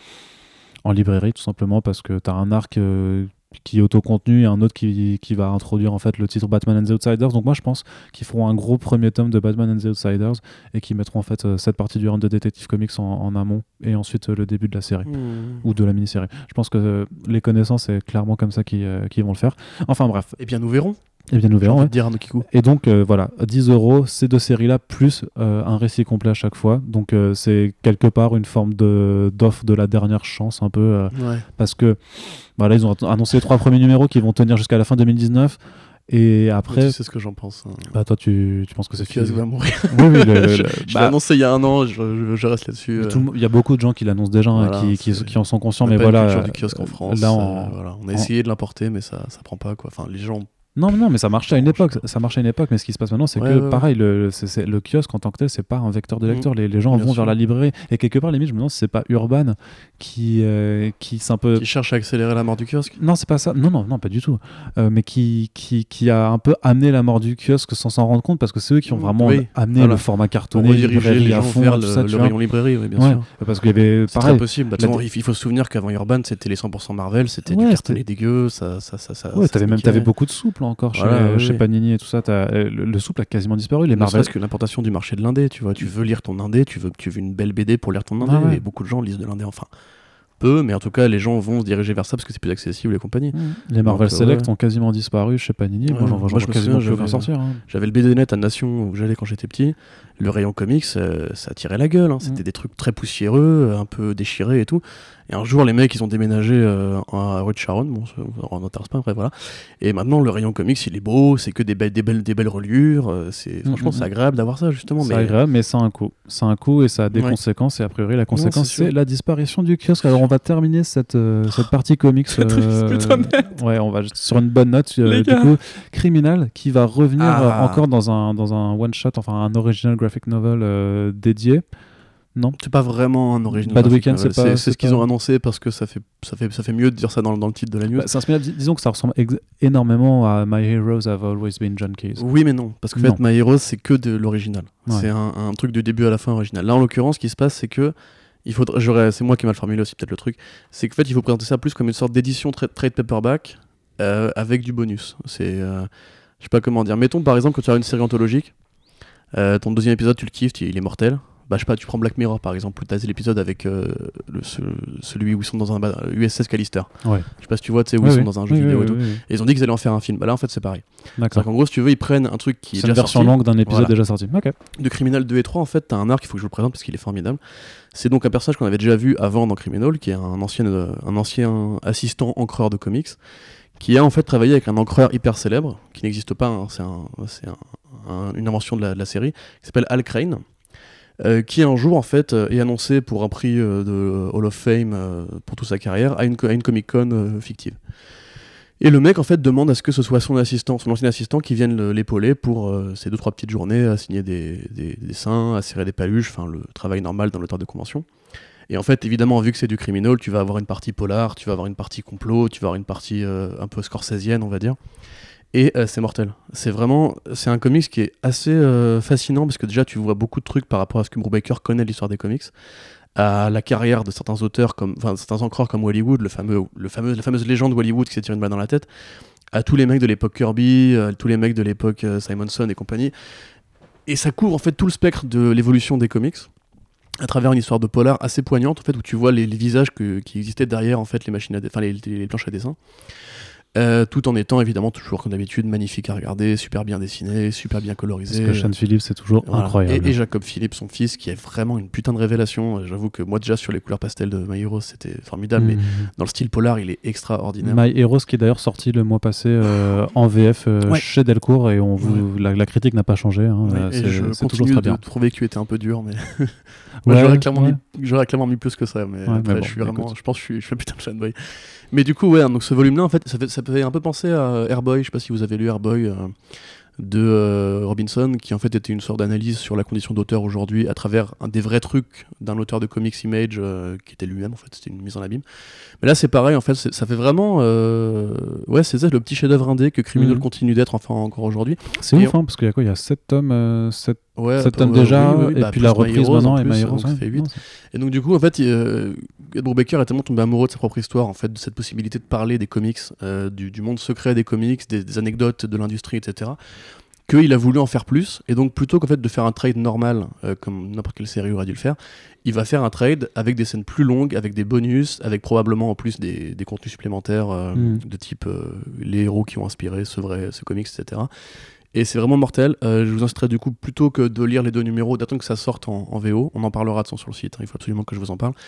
en librairie, tout simplement, parce que tu as un arc euh, qui est autocontenu et un autre qui, qui va introduire en fait le titre Batman and the Outsiders. Donc moi je pense qu'ils feront un gros premier tome de Batman and the Outsiders et qu'ils mettront en fait euh, cette partie du run de Detective Comics en, en amont et ensuite euh, le début de la série Mmh. ou de la mini-série. Je pense que euh, les connaissances c'est clairement comme ça qu'ils euh, qu'ils vont le faire. Enfin bref, Eh bien, nous verrons. et bien nous J'ai envie verrons. de Ouais. dire à Nokiku. Et donc euh, voilà, dix euros, ces deux séries-là, plus euh, un récit complet à chaque fois. Donc euh, c'est quelque part une forme de, d'offre de la dernière chance, un peu, euh, Ouais. parce que voilà, ils ont annoncé les trois premiers numéros qui vont tenir jusqu'à la fin deux mille dix-neuf. Et après, Tu sais ce que j'en pense. Hein. bah, toi tu, tu penses que c'est Le kiosque fini. va mourir. Oui, oui, le- le- je le- je bah, l'ai annoncé il y a un an, je, je, je reste là-dessus. mais euh. tout le mo- il y a beaucoup de gens qui l'annoncent déjà, hein, Voilà, qui, qui, c'est- qui en sont conscients, On a mais pas une voilà. culture du kiosque en France. Là, euh, on- voilà. On a en- essayé de l'importer, mais ça, ça prend pas. Quoi. Enfin, les gens. Non, non, mais ça marchait à une Bon, époque. je sais pas. Ça marchait à une époque, mais ce qui se passe maintenant, c'est Ouais, que ouais, ouais. pareil, le, c'est, c'est- le kiosque en tant que tel, c'est pas un vecteur de lecteur. Mmh. Les, les gens Bien vont sûr. vers la librairie. Et quelque part, limite, je me demande si c'est pas Urban qui, euh, qui c'est un peu. Qui cherchent à accélérer la mort du kiosque. Non, c'est pas ça. Non, non, non, pas du tout. Euh, mais qui, qui, qui a un peu amené la mort du kiosque sans s'en rendre compte, parce que c'est eux qui ont vraiment Oui, amené voilà. le format Pour cartonné, rediriger librairie les à gens fond, vers tout le, ça, le tu vois. rayon librairie, oui, bien Ouais, sûr. parce qu'il y avait C'est pareil. très possible. Bah, de toute la façon, il il faut se souvenir qu'avant Urban, c'était les cent pour cent Marvel, c'était Ouais, du cartonné c'était- dégueu, ça, ça, ça, ça. Ouais, ça t'avais se même niquait. t'avais beaucoup de souple encore chez, Voilà, oui, chez oui. Panini et tout ça. T'as- euh, le, le souple a quasiment disparu. Les Ne Marvel. serait-ce que l'importation du marché de l'indé, tu vois. Tu veux lire ton indé, tu veux, tu veux une belle B D pour lire ton indé, Ah ouais. et beaucoup de gens lisent de l'indé, enfin. Peu, mais en tout cas, les gens vont se diriger vers ça parce que c'est plus accessible et compagnie. Les Marvel Donc, euh, Select ouais. ont quasiment disparu chez Panini. Ouais, Moi, j'en vois, j'en moi, je vois me quasiment souviens, plus aucun j'avais- sortir. hein. J'avais le B D net à Nation où j'allais quand j'étais petit. Le rayon comics, euh, ça tirait la gueule. hein. C'était Mm. des trucs très poussiéreux, un peu déchirés et tout. Et un jour, les mecs, ils ont déménagé euh, à rue de Charonne. Bon, ça on n'intéresse pas, après, voilà. Et maintenant, le rayon comics, il est beau, c'est que des, be- des, belles, des belles reliures. euh, c'est, Mm, franchement, mm, c'est mm. agréable d'avoir ça, justement. C'est mais... agréable, mais ça a un coût. Ça a un coût et ça a des Ouais. conséquences. Et a priori, la conséquence, c'est sûr. c'est la disparition du kiosque. Alors, on va terminer cette, euh, cette partie comics. euh, Putain de ouais, on va sur une bonne note. euh, Les du gars. coup, Criminal, qui va revenir Ah. euh, encore dans un, dans un one-shot, enfin un original graphic novel euh, dédié. Non. C'est pas vraiment un original. Bad graphic Weekend, c'est novel. pas- C'est, c'est c'est ce qu'ils pas- ont annoncé parce que ça fait, ça fait, ça fait mieux de dire ça dans, dans le titre de la news. Bah, c'est un spin-off, dis- disons que ça ressemble ex- énormément à My Heroes Have Always Been Junkies. Oui, mais non, parce que en Non. fait, My Heroes, c'est que de l'original. Ouais. C'est un, un truc du début à la fin original. Là, en l'occurrence, ce qui se passe, c'est que il faudrait, j'aurais, c'est moi qui ai mal formulé aussi peut-être le truc, c'est qu'en fait, il faut présenter ça plus comme une sorte d'édition tra- trade paperback euh, avec du bonus. C'est, euh, je sais pas comment dire. Mettons par exemple que tu as une série anthologique, euh, ton deuxième épisode, tu le kiffes, tu- il est mortel. Bah, je sais pas, tu prends Black Mirror par exemple, où tu as l'épisode avec euh, le, ce- celui où ils sont dans un ba- U S S Callister. Ouais. Je sais pas si tu vois, tu sais, où Oui, ils sont oui. dans un jeu Oui, vidéo oui, et tout. oui, oui. Et ils ont dit qu'ils allaient en faire un film. Bah là, en fait, c'est pareil. D'accord. C'est-à-dire qu'en gros, si tu veux, ils prennent un truc qui est C'est déjà une version sorti. longue d'un épisode Voilà. déjà sorti. Ok. De Criminal deux et trois, en fait, t'as un arc, il faut que je vous le présente parce qu'il est formidable. C'est donc un personnage qu'on avait déjà vu avant dans Criminal, qui est un ancien, euh, un ancien assistant encreur de comics, qui a en fait travaillé avec un encreur hyper célèbre, qui n'existe pas, hein, c'est, un, c'est un, un, une invention de la, de la série, qui s'appelle Al Crane, euh, qui un jour en fait euh, est annoncé pour un prix euh, de Hall of Fame euh, pour toute sa carrière à une, à une Comic Con euh, fictive. Et le mec en fait demande à ce que ce soit son assistant, son ancien assistant qui vienne le- l'épauler pour euh, ces deux trois petites journées à signer des, des- des dessins, à serrer des paluches, enfin le travail normal d'un auteur de convention. Et en fait évidemment vu que c'est du criminal, tu vas avoir une partie polar, tu vas avoir une partie complot, tu vas avoir une partie euh, un peu scorsésienne on va dire. Et euh, c'est mortel. C'est vraiment, c'est un comics qui est assez euh, fascinant parce que déjà tu vois beaucoup de trucs par rapport à ce que Brubaker connaît de l'histoire des comics, à la carrière de certains auteurs comme, enfin certains encreurs comme Wally Wood, le fameux, le fameux, la fameuse légende Wally Wood qui s'est tiré une balle dans la tête, à tous les mecs de l'époque Kirby, à tous les mecs de l'époque euh, Simonson et compagnie. Et ça couvre en fait tout le spectre de l'évolution des comics à travers une histoire de polar assez poignante en fait où tu vois les, les visages que, qui existaient derrière en fait les machines à dé- enfin les, les, les planches à dessin. Euh, tout en étant évidemment toujours comme d'habitude magnifique à regarder, super bien dessiné, super bien colorisé. Parce que Sean Phillips, c'est toujours Voilà. incroyable. Et, et Jacob Phillips, son fils, qui est vraiment une putain de révélation. Euh, J'avoue que moi déjà sur les couleurs pastel de My Hero c'était formidable, mais Mhm. dans le style polar il est extraordinaire. My Heroes qui est d'ailleurs sorti le mois passé euh, en V F euh, Ouais. chez Delcourt et on vous, la, la critique n'a pas changé. Hein, Ouais, euh, et c'est je c'est toujours continue très de bien. trouver que tu étais un peu dur, mais Ouais, moi, j'aurais, clairement ouais. mis, j'aurais clairement mis plus que ça. Mais Ouais, après, mais bon, je suis vraiment, écoute. je pense que je suis, je suis un putain de fanboy. Mais du coup, ouais, donc ce volume-là, en fait, ça fait, ça fait un peu penser à Airboy. Je sais pas si vous avez lu Airboy euh, de euh, Robinson, qui en fait était une sorte d'analyse sur la condition d'auteur aujourd'hui à travers un des vrais trucs d'un auteur de comics Image euh, qui était lui-même. En fait, c'était une mise en abîme. Mais là, c'est pareil. En fait, c'est- ça fait vraiment, euh, ouais, c'est ça le petit chef-d'œuvre indé que Criminal Mhm. continue d'être enfin encore aujourd'hui. C'est Et ouf, hein, parce qu'il y a quoi Il y a sept tomes, euh, sept Ouais, sept bah, tomes ouais, déjà, oui, oui, et bah, puis plus la My reprise Heroes, maintenant en et plus, My Heroes. donc ça ouais. fait huit. Non, c'est- Et donc du coup, en fait, euh, Ed Brubaker est tellement tombé amoureux de sa propre histoire, en fait, de cette possibilité de parler des comics, euh, du, du monde secret des comics, des, des anecdotes de l'industrie, et cetera, qu'il a voulu en faire plus. Et donc plutôt qu'en fait de faire un trade normal, euh, comme n'importe quelle série aurait dû le faire, il va faire un trade avec des scènes plus longues, avec des bonus, avec probablement en plus des, des contenus supplémentaires euh, Mm. de type euh, les héros qui ont inspiré ce vrai ce comics, et cetera. Et c'est vraiment mortel. Euh, je vous inciterai du coup, plutôt que de lire les deux numéros, d'attendre que ça sorte en, en V O. On en parlera de son sur le site, hein, il faut absolument que je vous en parle.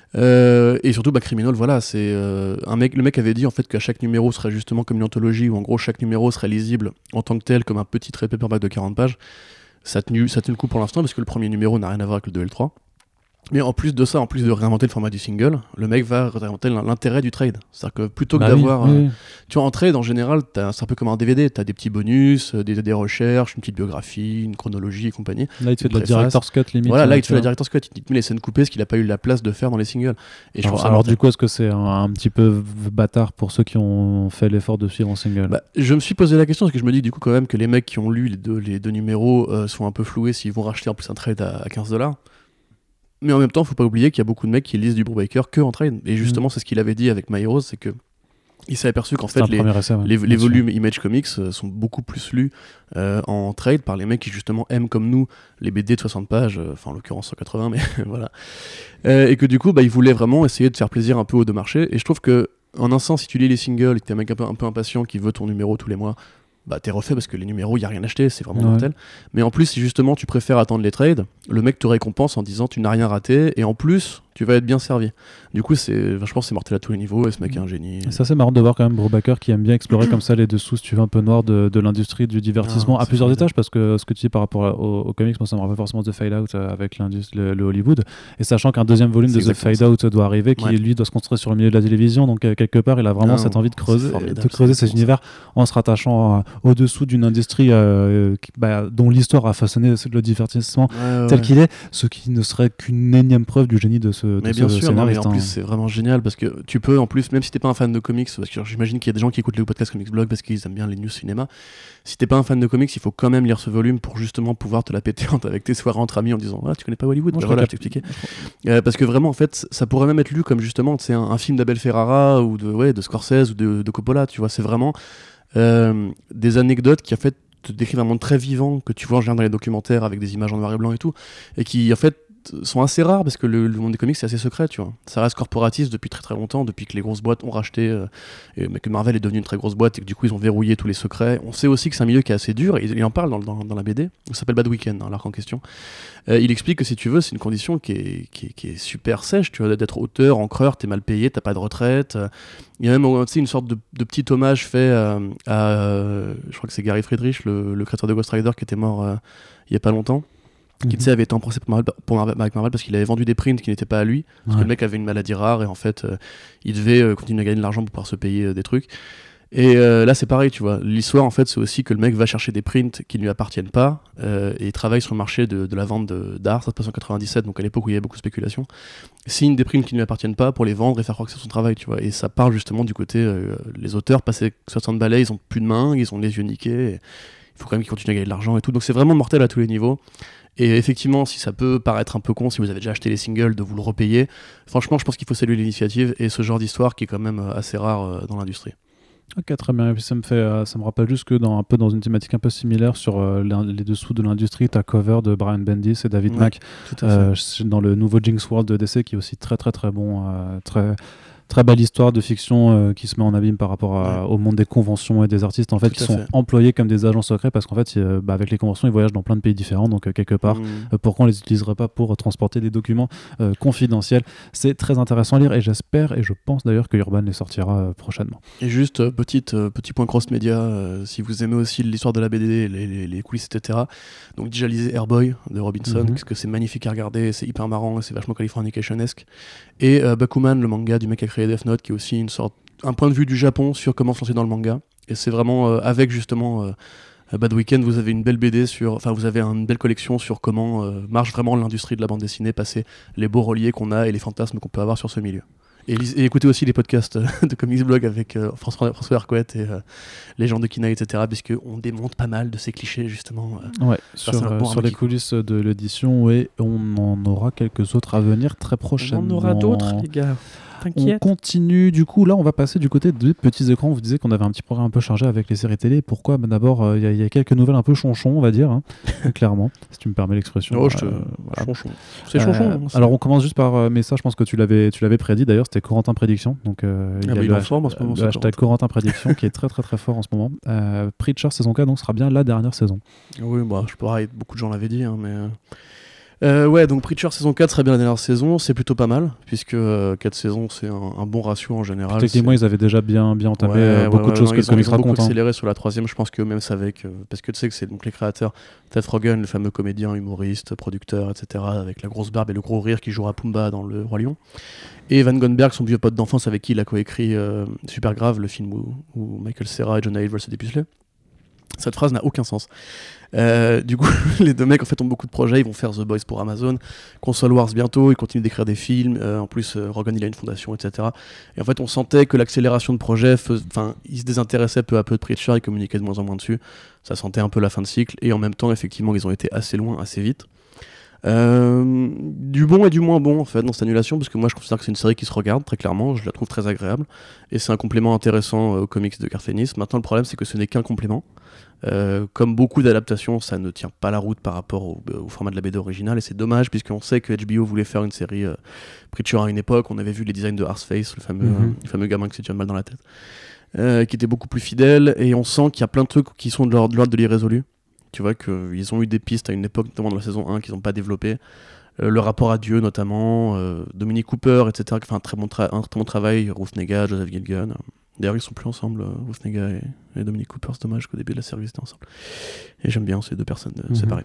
Euh, et surtout, bah, Criminal, voilà, c'est euh, un mec. Le mec avait dit en fait qu'à chaque numéro serait justement comme une anthologie, où en gros chaque numéro serait lisible en tant que tel, comme un petit trade paperback de quarante pages. Ça a tenu, ça a tenu le coup pour l'instant, parce que le premier numéro n'a rien à voir avec le deux et le trois. Mais en plus de ça, en plus de réinventer le format du single, le mec va réinventer l'intérêt du trade. C'est-à-dire que plutôt que Bah oui, d'avoir. oui, euh, oui. Tu vois, en trade, en général, t'as- c'est un peu comme un D V D. Tu as des petits bonus, euh, des, des recherches, une petite biographie, une chronologie et compagnie. Là, il te fait de la préface. director's cut limite. Voilà, là, hein, il te tu fait la vois. director's cut. Il te met les scènes coupées, ce qu'il n'a pas eu la place de faire dans les singles. Et je Alors, trouve ça alors mortel. du coup, est-ce que c'est un, un petit peu v- bâtard pour ceux qui ont fait l'effort de suivre en single Bah, je me suis posé la question parce que je me dis du coup quand même que les mecs qui ont lu les deux, les deux numéros euh, sont un peu floués s'ils vont racheter en plus un trade à, à quinze dollars. Mais en même temps, faut pas oublier qu'il y a beaucoup de mecs qui lisent du Brubaker que en trade. Et justement, c'est ce qu'il avait dit avec My Heroes, c'est que il s'est aperçu qu'en C'était fait un les, premier essai, ouais, les, bien les sûr. volumes Image Comics euh, sont beaucoup plus lus euh, en trade par les mecs qui justement aiment comme nous les B D de soixante pages, euh, enfin en l'occurrence cent quatre-vingts, mais voilà. Euh, et que du coup, bah, ils voulaient vraiment essayer de faire plaisir un peu aux deux marchés. Et je trouve que en un sens, si tu lis les singles et que t'es un mec un peu, un peu impatient qui veut ton numéro tous les mois, bah t'es refait parce que les numéros, il y a rien acheté, c'est vraiment Ouais. mortel. Mais en plus, si justement tu préfères attendre les trades, le mec te récompense en disant tu n'as rien raté et en plus tu vas être bien servi. Du coup, c'est, je pense que c'est mortel à tous les niveaux et ce mec est un génie. Et ça, c'est marrant de voir quand même Brubaker qui aime bien explorer comme ça les dessous, si tu veux, un peu noirs de, de l'industrie du divertissement Ah, à plusieurs formidable. étages, parce que ce que tu dis par rapport au, au comics, moi ça me rappelle forcément The Fade Out euh, avec le, le Hollywood, et sachant qu'un deuxième volume C'est de The exactement Fade Out doit arriver, qui Ouais. lui doit se construire sur le milieu de la télévision, donc euh, quelque part il a vraiment Ah, cette envie de c'est creuser, formidable, de creuser c'est cet univers en se rattachant euh, au-dessous d'une industrie euh, qui, bah, dont l'histoire a façonné le divertissement Ouais, tel ouais. qu'il est, ce qui ne serait qu'une énième preuve du génie de ce, de Mais ce bien sûr, non, mais scénariste. en hein. plus c'est vraiment génial parce que tu peux en plus, même si t'es pas un fan de comics, parce que genre, j'imagine qu'il y a des gens qui écoutent le podcast Comics Blog parce qu'ils aiment bien les news cinéma, si t'es pas un fan de comics, il faut quand même lire ce volume pour justement pouvoir te la péter avec tes soirées entre amis en disant ah tu connais pas Hollywood, Non, bah je voilà crois je t'expliquais. Euh, parce que vraiment en fait ça pourrait même être lu comme justement c'est un, un film d'Abel Ferrara ou de, ouais, de Scorsese ou de, de Coppola, tu vois, c'est vraiment euh, des anecdotes qui en fait te décrivent un monde très vivant que tu vois en général dans les documentaires avec des images en noir et blanc et tout, et qui en fait sont assez rares parce que le, le monde des comics c'est assez secret, tu vois. Ça reste corporatiste depuis très très longtemps, depuis que les grosses boîtes ont racheté, euh, et, mais que Marvel est devenu une très grosse boîte et que du coup ils ont verrouillé tous les secrets. On sait aussi que c'est un milieu qui est assez dur, et il en parle dans, dans, dans la B D, ça s'appelle Bad Weekend, hein, l'arc en question. Euh, il explique que si tu veux, c'est une condition qui est, qui est, qui est super sèche, tu vois, d'être auteur, encreur, t'es mal payé, t'as pas de retraite. Il y a même tu sais, une sorte de, de petit hommage fait euh, à, euh, je crois que c'est Gary Friedrich, le, le créateur de Ghost Rider, qui était mort euh, il y a pas longtemps. Qui tu sais, avait été en procès pour Marvel, pour Marvel, avec Marvel parce qu'il avait vendu des prints qui n'étaient pas à lui, parce Ouais. que le mec avait une maladie rare et en fait euh, il devait euh, continuer à gagner de l'argent pour pouvoir se payer euh, des trucs. Et euh, là c'est pareil, tu vois, l'histoire en fait c'est aussi que le mec va chercher des prints qui ne lui appartiennent pas euh, et il travaille sur le marché de, de la vente de, d'art, ça se passe en quatre-vingt-dix-sept, donc à l'époque où il y avait beaucoup de spéculation, signe des prints qui ne lui appartiennent pas pour les vendre et faire croire que c'est son travail, tu vois. Et ça parle justement du côté euh, les auteurs passés soixante balais, ils ont plus de mains, ils ont les yeux niqués, et il faut quand même qu'ils continuent à gagner de l'argent et tout, donc c'est vraiment mortel à tous les niveaux. Et effectivement, si ça peut paraître un peu con, si vous avez déjà acheté les singles, de vous le repayer, franchement, je pense qu'il faut saluer l'initiative et ce genre d'histoire qui est quand même euh, assez rare euh, dans l'industrie. Ok, très bien. Et puis ça me fait, euh, ça me rappelle juste que dans un peu dans une thématique un peu similaire sur euh, les, les dessous de l'industrie, t'as Cover de Brian Bendis et David Ouais, Mack Tout à fait. euh, c'est dans le nouveau Jinx World de D C qui est aussi très très très bon, euh, très très belle histoire de fiction euh, qui se met en abîme par rapport à, Ouais. au monde des conventions et des artistes en fait Tout qui à sont fait. employés comme des agents secrets parce qu'en fait euh, bah, avec les conventions ils voyagent dans plein de pays différents donc euh, quelque part Mmh. euh, pourquoi on les utiliserait pas pour euh, transporter des documents euh, confidentiels. C'est très intéressant à lire et j'espère et je pense d'ailleurs que Urban les sortira euh, prochainement. Et juste, euh, petite, euh, petit point cross-média, euh, si vous aimez aussi l'histoire de la B D, les, les, les coulisses, et cetera. Donc déjà lisez Airboy de Robinson, Mhm. parce que c'est magnifique à regarder, c'est hyper marrant, et c'est vachement Californication-esque. Et euh, Bakuman, le manga du mec qui a créé Death Note, qui est aussi une sorte, un point de vue du Japon sur comment se lancer dans le manga. Et c'est vraiment euh, avec justement euh, Bad Weekend, vous avez une belle B D sur, enfin vous avez une belle collection sur comment euh, marche vraiment l'industrie de la bande dessinée, passer les beaux reliés qu'on a et les fantasmes qu'on peut avoir sur ce milieu. Et, lis- et écoutez aussi les podcasts euh, de Comics Blog avec euh, François, François Arquette et euh, les gens de Kina, et cetera. Puisqu'on démonte pas mal de ces clichés justement. euh. Ouais, c'est sur, un euh, bon sur arme les qui court. coulisses de l'édition et on en aura quelques autres à venir très prochainement. On en aura d'autres, les gars. On T'inquiète. continue, du coup, là, on va passer du côté des petits écrans. Vous disiez qu'on avait un petit programme un peu chargé avec les séries télé. Pourquoi bah, D'abord, il euh, y, y a quelques nouvelles un peu chonchon, on va dire, hein, clairement, si tu me permets l'expression. Oh, je te... Euh, voilà. Chonchon. C'est Euh, chonchon. hein, c'est- alors, on commence juste par, euh, mais ça, je pense que tu l'avais, tu l'avais prédit. D'ailleurs, c'était Corentin Prédiction. Donc, euh, il Ah y bah, a il le, est en forme en ce moment, le ce hashtag Corentin Prédiction qui est très, très, très fort en ce moment. Euh, Preacher saison quatre, donc, sera bien la dernière saison. Oui, bah, je pareil, beaucoup de gens l'avaient dit, hein, mais. euh, Euh, ouais, donc Preacher saison quatre serait bien la dernière saison, c'est plutôt pas mal, puisque euh, quatre saisons c'est un, un bon ratio en général. Techniquement, c'est- ils avaient déjà bien, bien entamé Ouais, euh, ouais, beaucoup ouais, de choses non, que le ils ont, comics ils ont beaucoup raconte. hein. accéléré sur la troisième, je pense qu'eux-mêmes savaient que. Parce que tu sais que c'est donc les créateurs, Seth Rogen, le fameux comédien, humoriste, producteur, et cetera, avec la grosse barbe et le gros rire qui jouera Pumba dans Le Roi Lion. Et Evan Gonberg, son vieux pote d'enfance avec qui il a coécrit euh, Super Grave, le film où, où Michael Cera et John Hill veulent se dépuceler. Cette phrase n'a aucun sens. Euh, du coup, les deux mecs en fait ont beaucoup de projets. Ils vont faire The Boys pour Amazon, Console Wars bientôt. Ils continuent d'écrire des films. Euh, en plus, euh, Rogan il a une fondation, et cetera. Et en fait, on sentait que l'accélération de projet, enfin, ils se désintéressaient peu à peu de Preacher. Ils communiquaient de moins en moins dessus. Ça sentait un peu la fin de cycle. Et en même temps, effectivement, ils ont été assez loin, assez vite. Euh, du bon et du moins bon en fait dans cette annulation, parce que moi je considère que c'est une série qui se regarde très clairement, je la trouve très agréable et c'est un complément intéressant euh, aux comics de Garth Ennis. Maintenant le problème c'est que ce n'est qu'un complément. Euh, comme beaucoup d'adaptations, ça ne tient pas la route par rapport au, au format de la B D originale et c'est dommage puisqu'on sait que H B O voulait faire une série euh, Preacher à une époque. On avait vu les designs de Horseface, le fameux, Mhm. euh, le fameux gamin qui s'est déjà mal dans la tête, euh, qui était beaucoup plus fidèle et on sent qu'il y a plein de trucs qui sont de l'ordre de, l'ordre de l'irrésolu. Tu vois qu'ils ont eu des pistes à une époque, notamment dans la saison un, qu'ils n'ont pas développées. Euh, le rapport à Dieu notamment, euh, Dominic Cooper, et cetera. Enfin, un très bon, tra- un très bon travail, Ruth Negga, Joseph Gilgun. D'ailleurs, ils sont plus ensemble, euh, Ruth Negga et, et Dominic Cooper. C'est dommage qu'au début de la série, ils étaient ensemble. Et j'aime bien ces deux personnes euh, Mhm. séparées.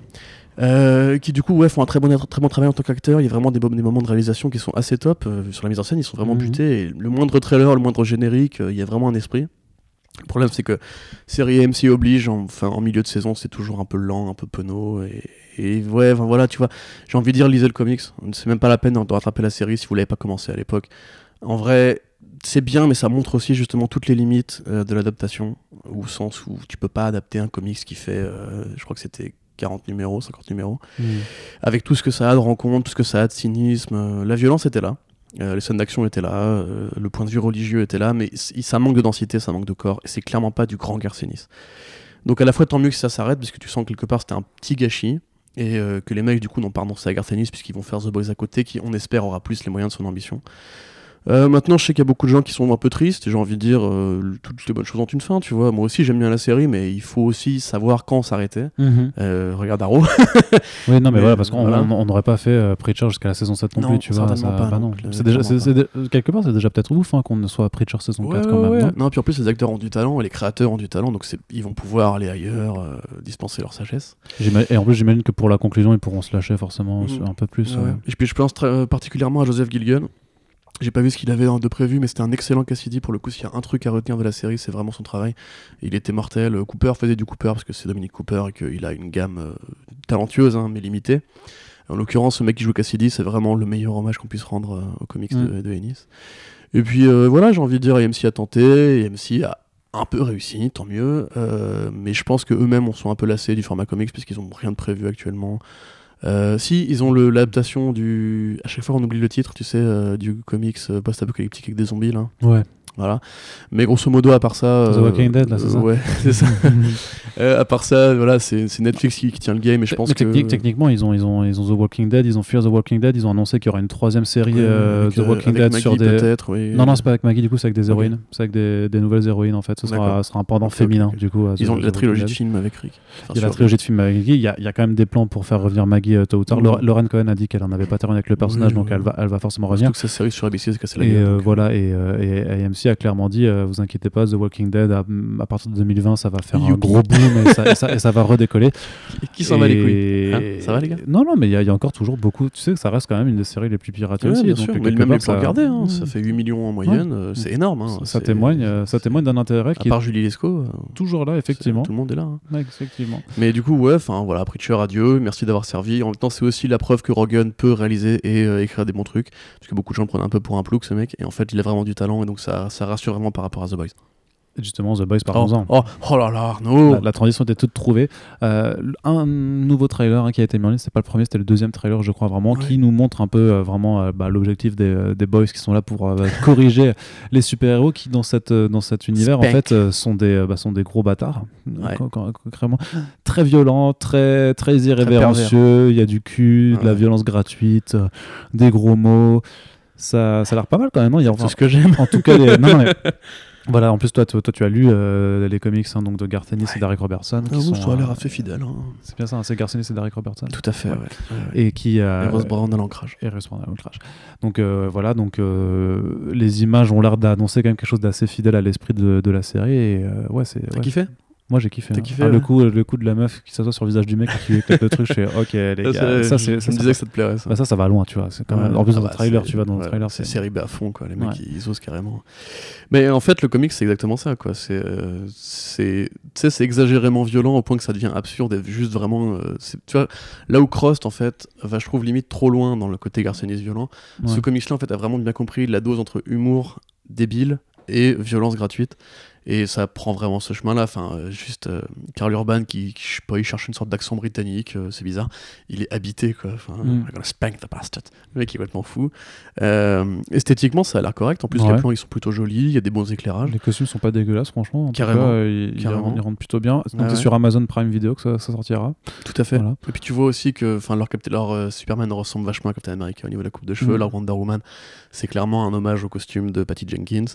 Euh, qui du coup ouais, font un très bon, très bon travail en tant qu'acteurs. Il y a vraiment des, des moments de réalisation qui sont assez top. Euh, sur la mise en scène, ils sont vraiment Mhm. butés. Et le moindre trailer, le moindre générique, euh, il y a vraiment un esprit. Le problème, c'est que série A M C oblige, en, enfin, en milieu de saison, c'est toujours un peu lent, un peu penaud. Et, et ouais, enfin, voilà, tu vois, j'ai envie de dire, lisez le comics. C'est même pas la peine de rattraper la série si vous l'avez pas commencé à l'époque. En vrai, c'est bien, mais ça montre aussi justement toutes les limites euh, de l'adaptation, au sens où tu peux pas adapter un comics qui fait, euh, je crois que c'était quarante numéros, cinquante numéros, Mmh. avec tout ce que ça a de rencontre, tout ce que ça a de cynisme. Euh, la violence était là. Euh, les scènes d'action étaient là, euh, le point de vue religieux était là, mais c- ça manque de densité, ça manque de corps, et c'est clairement pas du grand Garth Ennis. Donc à la fois tant mieux que ça s'arrête, parce que tu sens que quelque part c'était un petit gâchis, et euh, que les mecs du coup n'ont pas renoncé à Garth Ennis, puisqu'ils vont faire The Boys à côté, qui on espère aura plus les moyens de son ambition. Euh, maintenant, je sais qu'il y a beaucoup de gens qui sont un peu tristes, et j'ai envie de dire, euh, toutes les bonnes choses ont une fin, tu vois. Moi aussi, j'aime bien la série, mais il faut aussi savoir quand s'arrêter. Mhm. Euh, regarde Arrow. Oui, non, mais, Mais, voilà, parce qu'on voilà. on- on n'aurait pas fait euh, Preacher jusqu'à la saison sept non, Non, plus, tu vois. certainement Ça, pas, bah non. non. Clairement C'est déjà, c'est- pas. c'est dé- quelque part, c'est déjà peut-être ouf hein, qu'on soit Preacher saison Ouais, quatre ouais, quand même, ouais. non Non, puis en plus, les acteurs ont du talent et les créateurs ont du talent, donc c'est- ils vont pouvoir aller ailleurs, euh, dispenser leur sagesse. J'ima- Et en plus, j'imagine que pour la conclusion, ils pourront se lâcher forcément Mhm. sur un peu plus. Ouais. ouais. Et puis je pense très, euh, particulièrement à Joseph Gilgun. J'ai pas vu ce qu'il avait de prévu, mais c'était un excellent Cassidy. Pour le coup, s'il y a un truc à retenir de la série, c'est vraiment son travail. Il était mortel. Cooper faisait du Cooper parce que c'est Dominic Cooper et qu'il a une gamme euh, talentueuse, hein, mais limitée. En l'occurrence, ce mec qui joue Cassidy, c'est vraiment le meilleur hommage qu'on puisse rendre euh, aux comics Mm. de, de Ennis. Et puis euh, voilà, j'ai envie de dire, A M C a tenté, A M C a un peu réussi, tant mieux. Euh, mais je pense qu'eux-mêmes sont un peu lassés du format comics puisqu'ils ont rien de prévu actuellement. Euh, si, ils ont le- l'adaptation du. À chaque fois, on oublie le titre, tu sais, euh, du comics euh, post-apocalyptique avec des zombies, là. Ouais. Voilà. Mais grosso modo, à part ça. The euh, Walking Dead, là, c'est euh, ça Ouais, c'est ça. Euh, à part ça, voilà, c'est c'est Netflix qui, qui tient le game, et je pense Mais technique- que. Techniquement, ils ont, ils, ont, ils ont The Walking Dead, ils ont Fear the Walking Dead, ils ont annoncé qu'il y aura une troisième série Ouais, euh, avec, The euh, Walking avec Dead Maggie, sur des. peut-être, oui. Non, non, c'est pas avec Maggie, du coup, c'est avec des Ok. héroïnes. C'est avec des, des nouvelles héroïnes, en fait. Ce sera, D'accord. ce sera un pendant Ok, ok, féminin, ok. du coup. à Ils The- ont The la trilogie Walking de Dead. films avec Rick. Enfin, Il y a la sur- trilogie de films avec Maggie. Il y, a, il y a quand même des plans pour faire revenir Maggie euh, tôt ou tard. Mhm. Laura- Lauren Cohen a dit qu'elle en avait pas terminé avec le personnage, Oui, donc oui. elle, va, elle va forcément Surtout revenir. que sa série sur A B C s'est cassé la Et gueule. euh, donc, voilà, et, euh, et A M C a clairement dit euh, vous inquiétez pas, The Walking Dead, à, à partir de deux mille vingt, ça va faire un Youpi. gros boom et ça, et ça, et ça va redécoller. euh, Qui s'en bat les couilles Et- Hein, ça va, les gars Non, non, mais il y, a- il y a encore toujours beaucoup. Tu sais que ça reste quand même une des séries les plus piratées Ouais, aussi. bien donc sûr, mais quelque même part, les plans ça- regardés, hein, Mmh. ça fait huit millions en moyenne, euh, c'est énorme. Hein, Ça, ça c'est- témoigne, euh, ça témoigne d'un intérêt À qui part est Julie Lescaut, euh, toujours là, effectivement. c'est- tout le monde est là. hein. Ouais, effectivement. Mais du coup, ouais, enfin voilà, Preacher, adieu, merci d'avoir servi. En même temps, c'est aussi la preuve que Rogan peut réaliser et euh, écrire des bons trucs, parce que beaucoup de gens le prenaient un peu pour un plouc, ce mec, et en fait, il a vraiment du talent, et donc ça, ça rassure vraiment par rapport à The Boys. Et justement, The Boys, Oh, parlons-en. oh, oh là là, Arnaud La, la transition était toute trouvée. Euh, un nouveau trailer hein, qui a été mis en ligne, c'est pas le premier, c'était le deuxième trailer, je crois vraiment, Ouais. qui nous montre un peu euh, vraiment euh, bah, l'objectif des, euh, des boys qui sont là pour euh, corriger les super-héros qui, dans, cette, euh, dans cet univers, Spank. en fait, euh, sont, des, euh, bah, sont des gros bâtards. Ouais. Con- con- Concrètement, très violents, très, très irrévérencieux. Il y a du cul, de la Ouais. violence gratuite, euh, des gros mots. Ça, ça a l'air pas mal quand même. Non, il y a, C'est ce que j'aime. en tout cas, les... non, non, mais- Voilà, en plus, toi, toi, toi, tu as lu euh, les comics hein, donc de Garth Ennis et Derek Robertson. qui Ah, sont, ça a l'air euh, assez fidèle. Hein. C'est bien ça, hein, c'est Garth Ennis et Derek Robertson. Tout à fait, Ouais. ouais. ouais, ouais. Et qui. Euh, Et Ross Brown à l'ancrage. et Ross Brown à l'ancrage. Donc euh, voilà, donc euh, les images ont l'air d'annoncer quand même quelque chose d'assez fidèle à l'esprit de, de la série. Et euh, ouais, c'est. T'as ouais. kiffé Moi j'ai kiffé. T'as hein. kiffé, Ah, ouais. le, coup, le coup de la meuf qui s'assoit sur le visage du mec et qui lui éclate le truc, je fais ok, les gars, ça c'est. Je Ça, me ça, disais que ça te plairait, ça. bah, ça, ça va loin, tu vois. C'est quand même... Ouais. En plus, Ah dans bah, le trailer, c'est- tu vois, dans le ouais, trailer, c'est c'est. série B à fond, quoi. Les mecs, Ouais. ils, ils osent carrément. Mais en fait, le comics, c'est exactement ça, quoi. C'est, euh, c'est, tu sais, c'est exagérément violent au point que ça devient absurde et juste vraiment. euh, c'est- tu vois, là où Crost, en fait, va, je trouve limite trop loin dans le côté Garth Ennis violent. Ouais. Ce comics-là, en fait, a vraiment bien compris la dose entre humour débile et violence gratuite. Et ça prend vraiment ce chemin-là. Enfin, euh, juste euh, Karl Urban qui, qui, je sais pas, il cherche une sorte d'accent britannique, euh, c'est bizarre. Il est habité, quoi. Enfin, Mm. I'm gonna spank the bastard. Le mec, il est complètement fou. Euh, esthétiquement, ça a l'air correct. En plus, Ouais. les plans, ils sont plutôt jolis. Il y a des bons éclairages. Les costumes sont pas dégueulasses, franchement. En tout Carrément. cas, euh, ils, ils Carrément. rendent- ils rendent plutôt bien. Donc, Ouais, c'est ouais. sur Amazon Prime Video que ça, ça sortira. Tout à fait. Voilà. Et puis, tu vois aussi que enfin, leur, Captain- leur euh, Superman ressemble vachement à Captain America au niveau de la coupe de cheveux. Mm. Leur Wonder Woman, c'est clairement un hommage au costume de Patty Jenkins.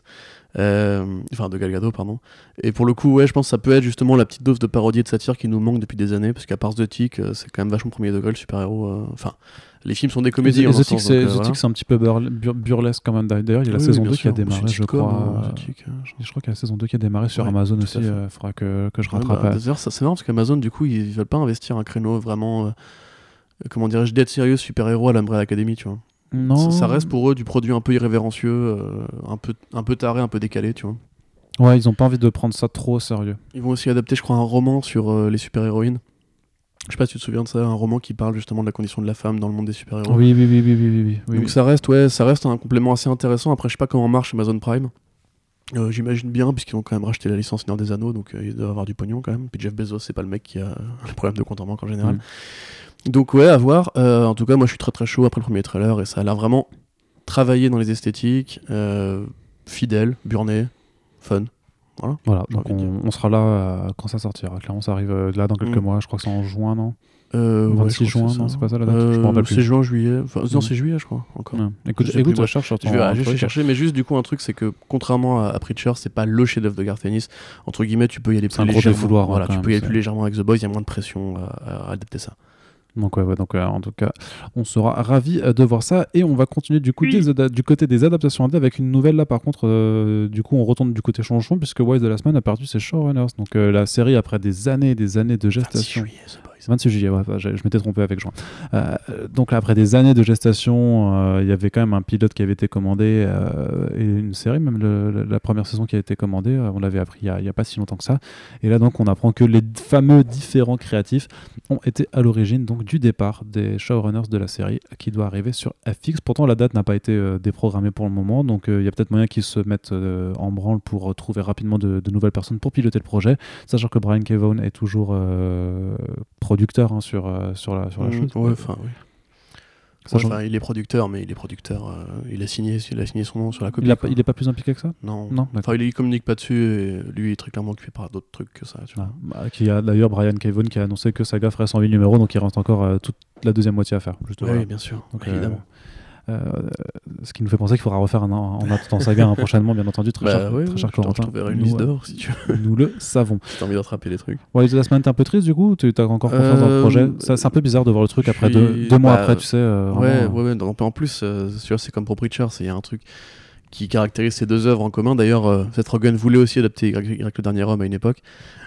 Euh, enfin, de Gal Gadot, pardon. Et pour le coup, ouais, je pense que ça peut être justement la petite dose de parodie et de satire qui nous manque depuis des années, parce qu'à part The Tick, euh, c'est quand même vachement premier degré le super-héros. euh, Enfin, les films sont des comédies. en un The Tick, sens, c'est donc, euh, The voilà. Tick, c'est un petit peu burle- bur- burlesque quand même. D'ailleurs, il y a la Oui, saison oui, bien deux qui a sûr. démarré, C'est je sitcom, crois. hein, The Tick, hein, je- Je crois qu'il y a la saison deux qui a démarré sur Ouais, Amazon tout à aussi. fait. Il faudra que, que je Ouais, rattrape. bah, d'ailleurs, ça, c'est marrant parce qu'Amazon, du coup, ils veulent pas investir un créneau vraiment, euh, comment dirais-je, dead serious super-héros à l'Umbrella Academy, tu vois. non. Ça, ça reste pour eux du produit un peu irrévérencieux, euh, un, peu, un peu taré, un peu décalé, tu vois. Ouais, ils ont pas envie de prendre ça trop au sérieux. Ils vont aussi adapter, je crois, un roman sur euh, les super-héroïnes. Je sais pas si tu te souviens de ça, un roman qui parle justement de la condition de la femme dans le monde des super-héros. Oui, oui, oui, oui, oui, oui, oui, oui, Donc oui. ça reste, ouais, ça reste un complément assez intéressant. Après, je sais pas comment marche Amazon Prime. Euh, J'imagine bien, puisqu'ils ont quand même racheté la licence Seigneur des Anneaux, donc euh, il doit avoir du pognon quand même. Puis Jeff Bezos, c'est pas le mec qui a le problème de compte en banque en général. Mm. Donc ouais, à voir. Euh, en tout cas, moi je suis très très chaud après le premier trailer et ça a l'air vraiment travaillé dans les esthétiques, euh, fidèle, burné, fun. Voilà. Voilà, J'ai donc envie de on, on sera là euh, quand ça sortira. Clairement, ça arrive euh, là dans quelques Mm. mois. Je crois que c'est en juin, non Euh, ouais, vingt-six je crois que juin, c'est non, ça. c'est pas ça la date Euh, Je me rappelle C'est plus. juin, juillet. Enfin, non, Mm. c'est juillet, je crois, encore. Ouais. Écoute, Je sais écoute plus, moi. je cherche sur ton Je vais, ah, je vais truc. chercher, mais juste du coup, un truc, c'est que contrairement à, à Preacher, c'est pas le chef-d'œuvre de Garth Ennis. Entre guillemets, tu peux y aller C'est plus un gros légèrement. défouloir, hein, Voilà, quand tu même, peux y aller c'est- plus légèrement avec The Boys, il y a moins de pression à, à adapter ça. Donc, ouais, ouais, donc euh, en tout cas, on sera ravis euh, de voir ça. Et on va continuer du, coup, Oui. des ada- du côté des adaptations indé avec une nouvelle là. Par contre, euh, du coup, on retourne du côté changeon puisque Wise de la semaine a perdu ses showrunners. Donc, euh, la série, après des années et des années de vingt-six gestation. juillet, The Boys. vingt-six juillet, ouais, enfin, je, je m'étais trompé avec juin. Euh, donc après des années de gestation, euh, il y avait quand même un pilote qui avait été commandé euh, et une série, même le- le- la première saison qui a été commandée, euh, on l'avait appris il n'y a, a pas si longtemps que ça. Et là donc on apprend que les fameux différents créatifs ont été à l'origine donc du départ des showrunners de la série qui doit arriver sur F X. Pourtant la date n'a pas été euh, déprogrammée pour le moment, donc il euh, y a peut-être moyen qu'ils se mettent euh, en branle pour trouver rapidement de, de nouvelles personnes pour piloter le projet, sachant que Brian K. Vaughan est toujours euh, producteur hein, sur, euh, sur la, sur la Mmh, chose. ouais, enfin, oui. Sachant- Ouais, enfin, il est producteur, mais il est producteur. euh, il, a signé, il a signé son nom sur la copie. il, a, quoi. pas- il est pas plus impliqué que ça Non. Non, Enfin, d'accord. il, il communique pas dessus et lui, il est très clairement occupé par d'autres trucs que ça. Tu vois. Ah, bah, qui a d'ailleurs Brian K. Vaughan qui a annoncé que Saga ferait cent huit numéros, donc il reste encore euh, toute la deuxième moitié à faire. Juste, Ouais, voilà. oui, bien sûr. Donc, Ouais, évidemment. euh, euh, ce qui nous fait penser qu'il faudra refaire un en attendant Saga hein, prochainement, bien entendu. Très Bah cher, ouais, très ouais, cher je t'en- Corentin. je t'enverrai une Nous, liste euh, d'or si tu veux. nous le savons. Si t'as envie d'attraper les trucs. Ouais, la semaine, t'es un peu triste du coup. Tu as encore confiance dans le Euh, projet. Ça, c'est un peu bizarre de voir le truc je après suis- deux, deux mois bah, après, tu sais. euh, Ouais, vraiment, ouais, ouais. non, en plus, euh, tu vois, c'est comme pour Preacher, il y a un truc qui caractérise ces deux œuvres en commun. D'ailleurs, euh, Seth Rogen voulait aussi adapter Y, Y le dernier homme à une époque.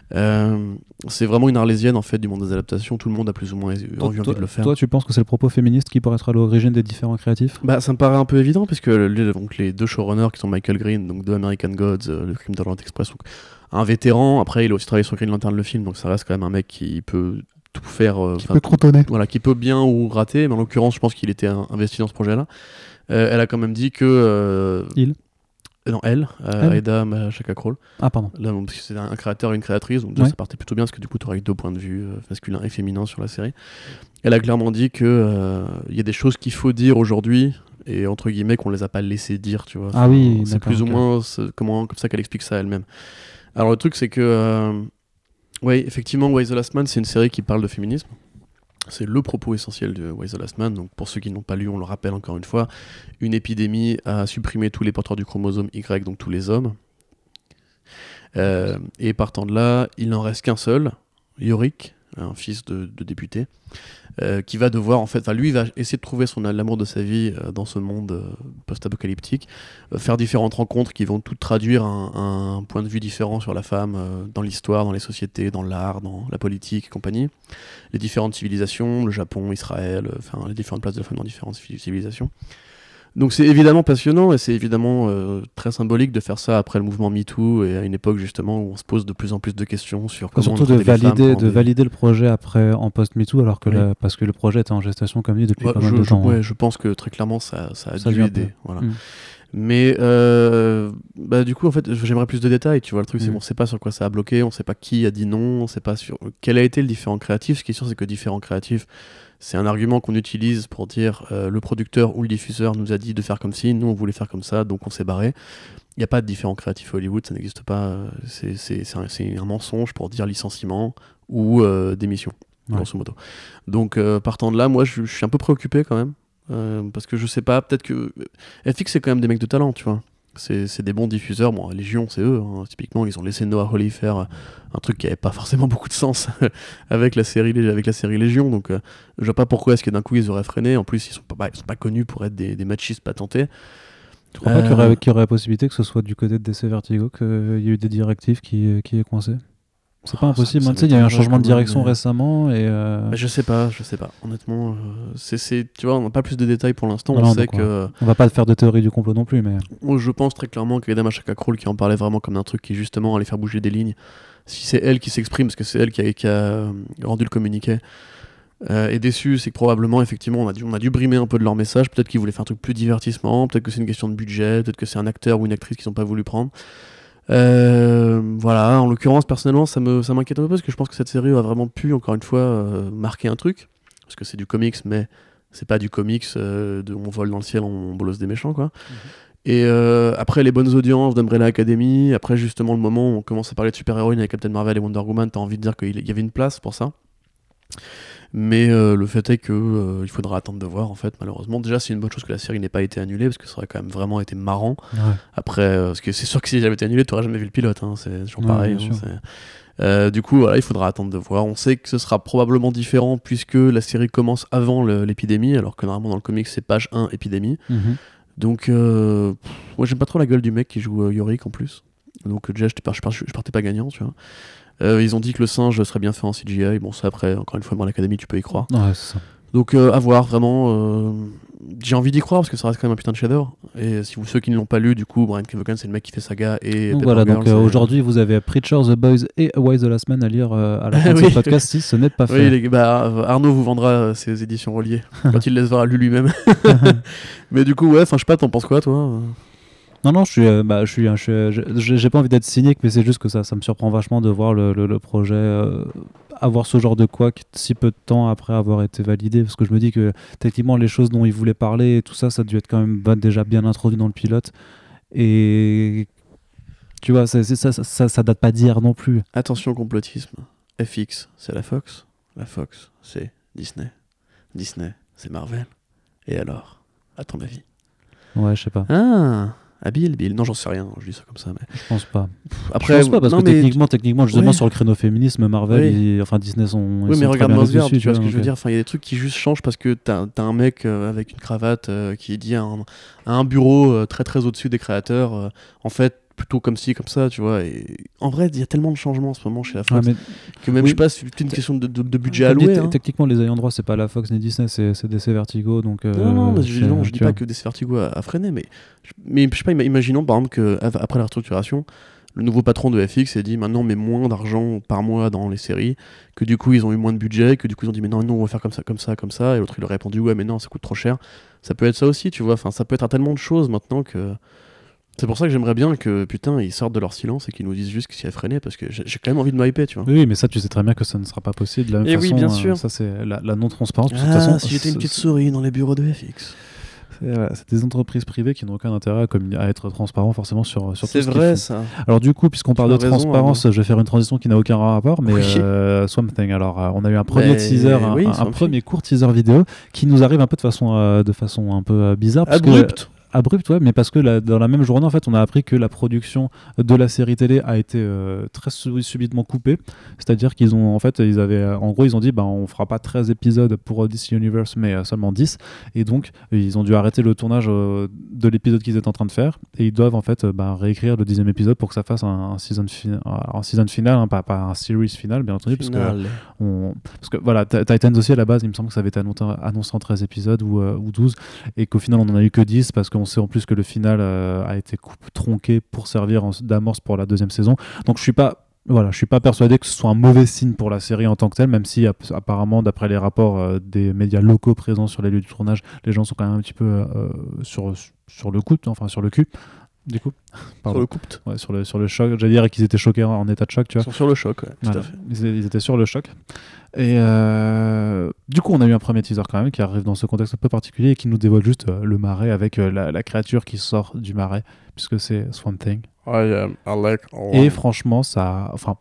Euh, c'est vraiment une arlésienne en fait du monde des adaptations. Tout le monde a plus ou moins eu Toi, envie, toi- envie de le faire. toi, tu penses que c'est le propos féministe qui pourrait être à l'origine des différents créatifs Bah, ça me paraît un peu évident puisque les, donc, les deux showrunners qui sont Michael Green, donc de American Gods, euh, le Crime d'Orient Express, donc, un vétéran. Après, il a aussi travaillé sur Green Lantern le film, donc ça reste quand même un mec qui peut tout faire. euh, Qui enfin, peut cantonner. voilà, qui peut bien ou rater, mais en l'occurrence, je pense qu'il était un- investi dans ce projet-là. Euh, elle a quand même dit que. euh, Il euh, Non, elle, euh, Elle Aida Machaka-Kroll. Ah, pardon. Là, bon, parce que c'est un, un créateur et une créatrice, donc déjà, Ouais. ça partait plutôt bien parce que du coup, tu aurais eu deux points de vue euh, masculin et féminin sur la série. Elle a clairement dit que euh, il y a des choses qu'il faut dire aujourd'hui et entre guillemets qu'on les a pas laissé dire, tu vois. Ah oui, c'est d'accord, plus ou ok. moins ce- comment comme ça qu'elle explique ça elle-même. Alors le truc c'est que euh, ouais, effectivement, Why the Last Man, c'est une série qui parle de féminisme. C'est le propos essentiel de Why the Last Man. Donc pour ceux qui n'ont pas lu, on le rappelle encore une fois, une épidémie a supprimé tous les porteurs du chromosome Y, donc tous les hommes. Euh, et partant de là, il n'en reste qu'un seul, Yorick, un fils de, de député, euh, qui va devoir en fait, enfin lui il va essayer de trouver son l'amour de sa vie euh, dans ce monde euh, post-apocalyptique, euh, faire différentes rencontres qui vont toutes traduire un, un point de vue différent sur la femme euh, dans l'histoire, dans les sociétés, dans l'art, dans la politique et compagnie, les différentes civilisations, le Japon, Israël, euh, enfin les différentes places de la femme dans différentes civilisations. Donc c'est évidemment passionnant et c'est évidemment euh, très symbolique de faire ça après le mouvement MeToo et à une époque justement où on se pose de plus en plus de questions sur comment Surtout on de traite les femmes valider, pendant de des- valider le projet après en post-MeToo, alors que Oui. la- parce que le projet était en gestation comme dit depuis Ouais, pas mal je, de je- temps. ouais, hein. je pense que très clairement ça, ça a Ça dû vient aider. peu. Voilà. Mm. Mais euh, bah, du coup, en fait, j'aimerais plus de détails. Tu vois, le truc, c'est Mm. qu'on sait pas sur quoi ça a bloqué, on sait pas qui a dit non, on sait pas sur quel a été le différent créatif. Ce qui est sûr, c'est que différent créatif, c'est un argument qu'on utilise pour dire euh, le producteur ou le diffuseur nous a dit de faire comme ci, nous on voulait faire comme ça, donc on s'est barré. Il n'y a pas de différent créatif à Hollywood, ça n'existe pas. euh, C'est, c'est, c'est, un, c'est un mensonge pour dire licenciement ou euh, démission, Ouais. grosso modo. Donc euh, partant de là, moi je, je suis un peu préoccupé quand même. euh, parce que je sais pas, peut-être que F X c'est quand même des mecs de talent, tu vois. C'est, c'est des bons diffuseurs. Bon, Légion, c'est eux. Hein. Typiquement, ils ont laissé Noah Hawley faire euh, un truc qui avait pas forcément beaucoup de sens avec la série, avec la série Légion. Donc, euh, je vois pas pourquoi est-ce que d'un coup ils auraient freiné. En plus, ils sont pas, ils sont pas connus pour être des, des machistes patentés. Tu crois euh... pas qu'il y aurait, qu'il y aurait la possibilité que ce soit du côté de D C Vertigo qu'il y ait eu des directives qui, qui est coincé? C'est pas oh, impossible. Tu sais, il y a eu un changement de direction mais... récemment et. Euh... Bah, je sais pas, je sais pas. Honnêtement, euh, c'est, c'est, tu vois, on n'a pas plus de détails pour l'instant. Non, on non, sait que. On va pas faire de théorie du complot non plus, mais. Je pense très clairement que Adam Achaka-Kroll qui en parlait vraiment comme d'un truc qui justement allait faire bouger des lignes. Si c'est elle qui s'exprime, parce que c'est elle qui a, qui a rendu le communiqué, euh, est déçue, c'est que probablement effectivement on a dû, on a dû brimer un peu de leur message. Peut-être qu'ils voulaient faire un truc plus divertissement. Peut-être que c'est une question de budget. Peut-être que c'est un acteur ou une actrice qu'ils n'ont pas voulu prendre. Euh, voilà, en l'occurrence, personnellement, ça, me, ça m'inquiète un peu parce que je pense que cette série a vraiment pu, encore une fois, euh, marquer un truc. Parce que c'est du comics, mais c'est pas du comics euh, de on vole dans le ciel, on bolosse des méchants, quoi. Mm-hmm. Et euh, après les bonnes audiences d'Umbrella Academy, après justement le moment où on commence à parler de super-héroïnes avec Captain Marvel et Wonder Woman, t'as envie de dire qu'il y avait une place pour ça. Mais euh, le fait est que euh, il faudra attendre de voir en fait, malheureusement. Déjà c'est une bonne chose que la série n'ait pas été annulée parce que ça aurait quand même vraiment été marrant. Ouais. Après, euh, parce que c'est sûr que si j'avais été annulée, t'aurais jamais vu le pilote, hein. C'est toujours ouais, pareil. Hein, c'est... Euh, du coup, voilà, il faudra attendre de voir. On sait que ce sera probablement différent puisque la série commence avant le, l'épidémie, alors que normalement dans le comics c'est page un épidémie. Mm-hmm. Donc, euh, pff, moi j'aime pas trop la gueule du mec qui joue euh, Yorick en plus. Donc déjà je, par, je, par, je partais pas gagnant, tu vois. Euh, ils ont dit que le singe serait bien fait en C G I. Bon, ça après, encore une fois, dans l'académie, tu peux y croire. Ouais, c'est ça. Donc, euh, à voir, vraiment. Euh, j'ai envie d'y croire parce que ça reste quand même un putain de chef-d'œuvre. Et si vous, ceux qui ne l'ont pas lu, du coup, Brian Kevogan, c'est le mec qui fait Saga et. Donc voilà, Girls, donc euh, aujourd'hui, vous avez Preacher, The Boys et Why the Last Man à lire euh, à la fin de oui. ce podcast si ce n'est pas fait. Oui, les, bah, Arnaud vous vendra ses éditions reliées quand il les aura lues lui-même. Mais du coup, ouais, enfin, je sais pas, t'en penses quoi, toi? Non, non, je suis, euh, bah, je suis, je suis, je, j'ai pas envie d'être cynique, mais c'est juste que ça, ça me surprend vachement de voir le, le, le projet euh, avoir ce genre de couac si peu de temps après avoir été validé, parce que je me dis que techniquement les choses dont il voulait parler et tout ça, ça a dû être quand même déjà bien introduit dans le pilote, et tu vois, c'est, c'est, ça, ça, ça date pas d'hier non plus. Attention complotisme. F X, c'est la Fox. La Fox, c'est Disney. Disney, c'est Marvel. Et alors, à ton avis? Ouais, je sais pas. Ah. Ah, Bill, Bill. Non, j'en sais rien, je dis ça comme ça. Mais... Je pense pas. Pff, après, je pense pas, parce non, que mais... techniquement, techniquement, justement, ouais. sur le créneau féminisme, Marvel, oui. et, enfin Disney sont. Oui, mais sont regarde Mosgard, tu vois ce que okay. je veux dire. Enfin, il y a des trucs qui juste changent parce que t'as, t'as un mec euh, avec une cravate euh, qui dit à un, à un bureau euh, très très au-dessus des créateurs, euh, en fait, plutôt comme ci, comme ça, tu vois. Et en vrai, il y a tellement de changements en ce moment chez la Fox ouais, mais... que même, oui. je sais pas, c'est une question de, de, de budget alloué. Hein. Techniquement, les ayants droit, c'est pas la Fox ni Disney, c'est, c'est D C Vertigo. Donc, euh, non, non, mais je, non, je dis pas que D C Vertigo a, a freiné, mais, mais je sais pas, imaginons par exemple qu'après la restructuration, le nouveau patron de F X a dit maintenant on met moins d'argent par mois dans les séries, que du coup ils ont eu moins de budget, que du coup ils ont dit mais non, non on va faire comme ça, comme ça, comme ça, et l'autre il a répondu ouais mais non ça coûte trop cher. Ça peut être ça aussi, tu vois, enfin ça peut être à tellement de choses maintenant que... C'est pour ça que j'aimerais bien que, putain, ils sortent de leur silence et qu'ils nous disent juste qu'il y a freiné, parce que j'ai, j'ai quand même envie de m'hyper, tu vois. Oui, mais ça, tu sais très bien que ça ne sera pas possible. De la même et façon, oui, bien sûr. Euh, ça, c'est la, la non-transparence. Ah, de toute façon, si j'étais une petite souris dans les bureaux de F X. C'est, euh, c'est des entreprises privées qui n'ont aucun intérêt à, communi- à être transparents forcément sur, sur c'est tout ce vrai, qu'ils ça. font. Alors du coup, puisqu'on parle de raison, transparence, hein, je vais faire une transition qui n'a aucun rapport, mais oui. euh, Swamp Thing. Alors, euh, on a eu un premier mais... teaser, un, oui, un, un premier court teaser vidéo qui nous arrive un peu de façon, euh, de façon un peu euh, bizarre. Abrupte. Abrupt, ouais, mais parce que la, dans la même journée, en fait, on a appris que la production de la série télé a été euh, très subitement coupée. C'est-à-dire qu'ils ont, en fait, ils avaient, en gros, ils ont dit, ben, on fera pas treize épisodes pour D C Universe, mais euh, seulement dix. Et donc, ils ont dû arrêter le tournage euh, de l'épisode qu'ils étaient en train de faire. Et ils doivent, en fait, euh, ben, réécrire le dixième épisode pour que ça fasse un, un season, fi- un season final, hein, pas, pas un series final, bien entendu, parce que, on, parce que voilà, t- Titans aussi à la base, il me semble que ça avait été annoncé, annoncé en treize épisodes ou, euh, ou douze, et qu'au final, on en a eu que dix parce qu'on On sait en plus que le final euh, a été coupe, tronqué pour servir en, d'amorce pour la deuxième saison. Donc je suis pas, voilà, je suis pas persuadé que ce soit un mauvais signe pour la série en tant que telle, même si apparemment, d'après les rapports euh, des médias locaux présents sur les lieux du tournage, les gens sont quand même un petit peu euh, sur sur le coup, enfin sur le cul. Du coup, Pardon. Sur le coup, ouais, sur le sur le choc. J'allais dire qu'ils étaient choqués en état de choc, tu vois. Ils sont sur le choc, ouais, tout voilà. à fait. Ils, ils étaient sur le choc. Et euh, du coup, on a eu un premier teaser quand même qui arrive dans ce contexte un peu particulier et qui nous dévoile juste euh, le marais avec euh, la, la créature qui sort du marais, puisque c'est Swamp Thing. I am Alec. Et franchement, ça, enfin,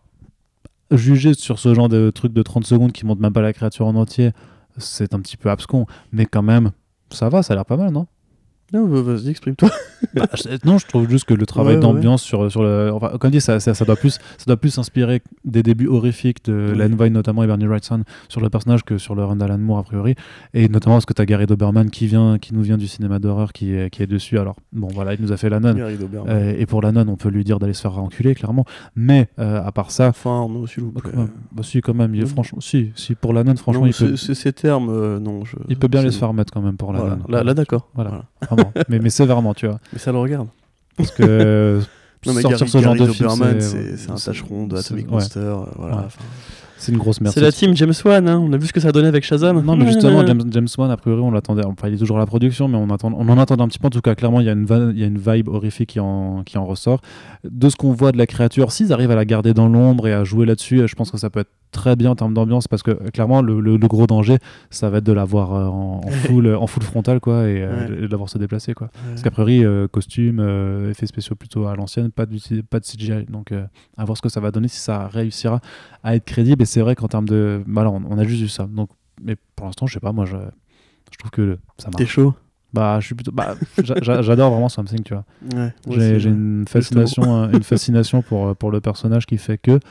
juger sur ce genre de truc de trente secondes qui montre même pas la créature en entier, c'est un petit peu abscon, mais quand même, ça va, ça a l'air pas mal, non? Non, vas-y, exprime-toi. Bah, je, non, je trouve juste que le travail Ouais, d'ambiance ouais. sur, sur le. Enfin, comme dit, ça, ça, ça doit plus, ça doit plus s'inspirer des débuts horrifiques de oui. Len Wein notamment et Bernie Wrightson sur le personnage que sur le run d'Alan Moore a priori. Et notamment parce que tu as Gary Doberman qui, vient, qui nous vient du cinéma d'horreur qui est, qui est dessus. Alors, bon, voilà, il nous a fait La Nonne. Euh, et pour La Nonne, on peut lui dire d'aller se faire enculer, clairement. Mais euh, à part ça. Enfin, non, s'il vous plaît. Bah, bah, si, quand même. Il est, franchement, si, si, pour La Nonne, franchement, non, il peut. C'est ces termes, euh, non. Je... Il peut bien les se faire mettre quand même pour La voilà. Nonne. Là, là d'accord. Voilà. voilà. Vraiment. mais, mais sévèrement, tu vois. Mais ça le regarde. Parce que non, mais sortir Gary, ce genre Gary de film, c'est, c'est, c'est un tâcheron de Atomic ouais. Monster. Euh, voilà, ouais. C'est une grosse merde. C'est la team James Wan, hein. On a vu ce que ça donnait avec Shazam. Non, mais justement, James, James Wan, a priori, on l'attendait. Enfin, il est toujours à la production, mais on, attend, on en attendait un petit peu. En tout cas, clairement, il y a une, va- il y a une vibe horrifique qui en, qui en ressort. De ce qu'on voit de la créature, s'ils arrivent à la garder dans l'ombre et à jouer là-dessus, je pense que ça peut être très bien en termes d'ambiance, parce que clairement, le, le, le gros danger, ça va être de l'avoir euh, en, en, full, en full frontal, quoi, et, euh, ouais. et de l'avoir se déplacer, quoi. Ouais. Parce qu'a priori, euh, costume, euh, effets spéciaux plutôt à l'ancienne, pas de, pas de C G I. Donc, euh, à voir ce que ça va donner, si ça réussira à être crédible. Et c'est vrai qu'en termes de. Bah là, on, on a juste vu ça. Donc, mais pour l'instant, je sais pas, moi, je, je trouve que ça marche. T'es chaud? Bah, je suis plutôt. Bah, j'a, j'adore vraiment Something, tu vois. Ouais, j'ai, j'ai une fascination, une fascination pour, pour le personnage qui fait que.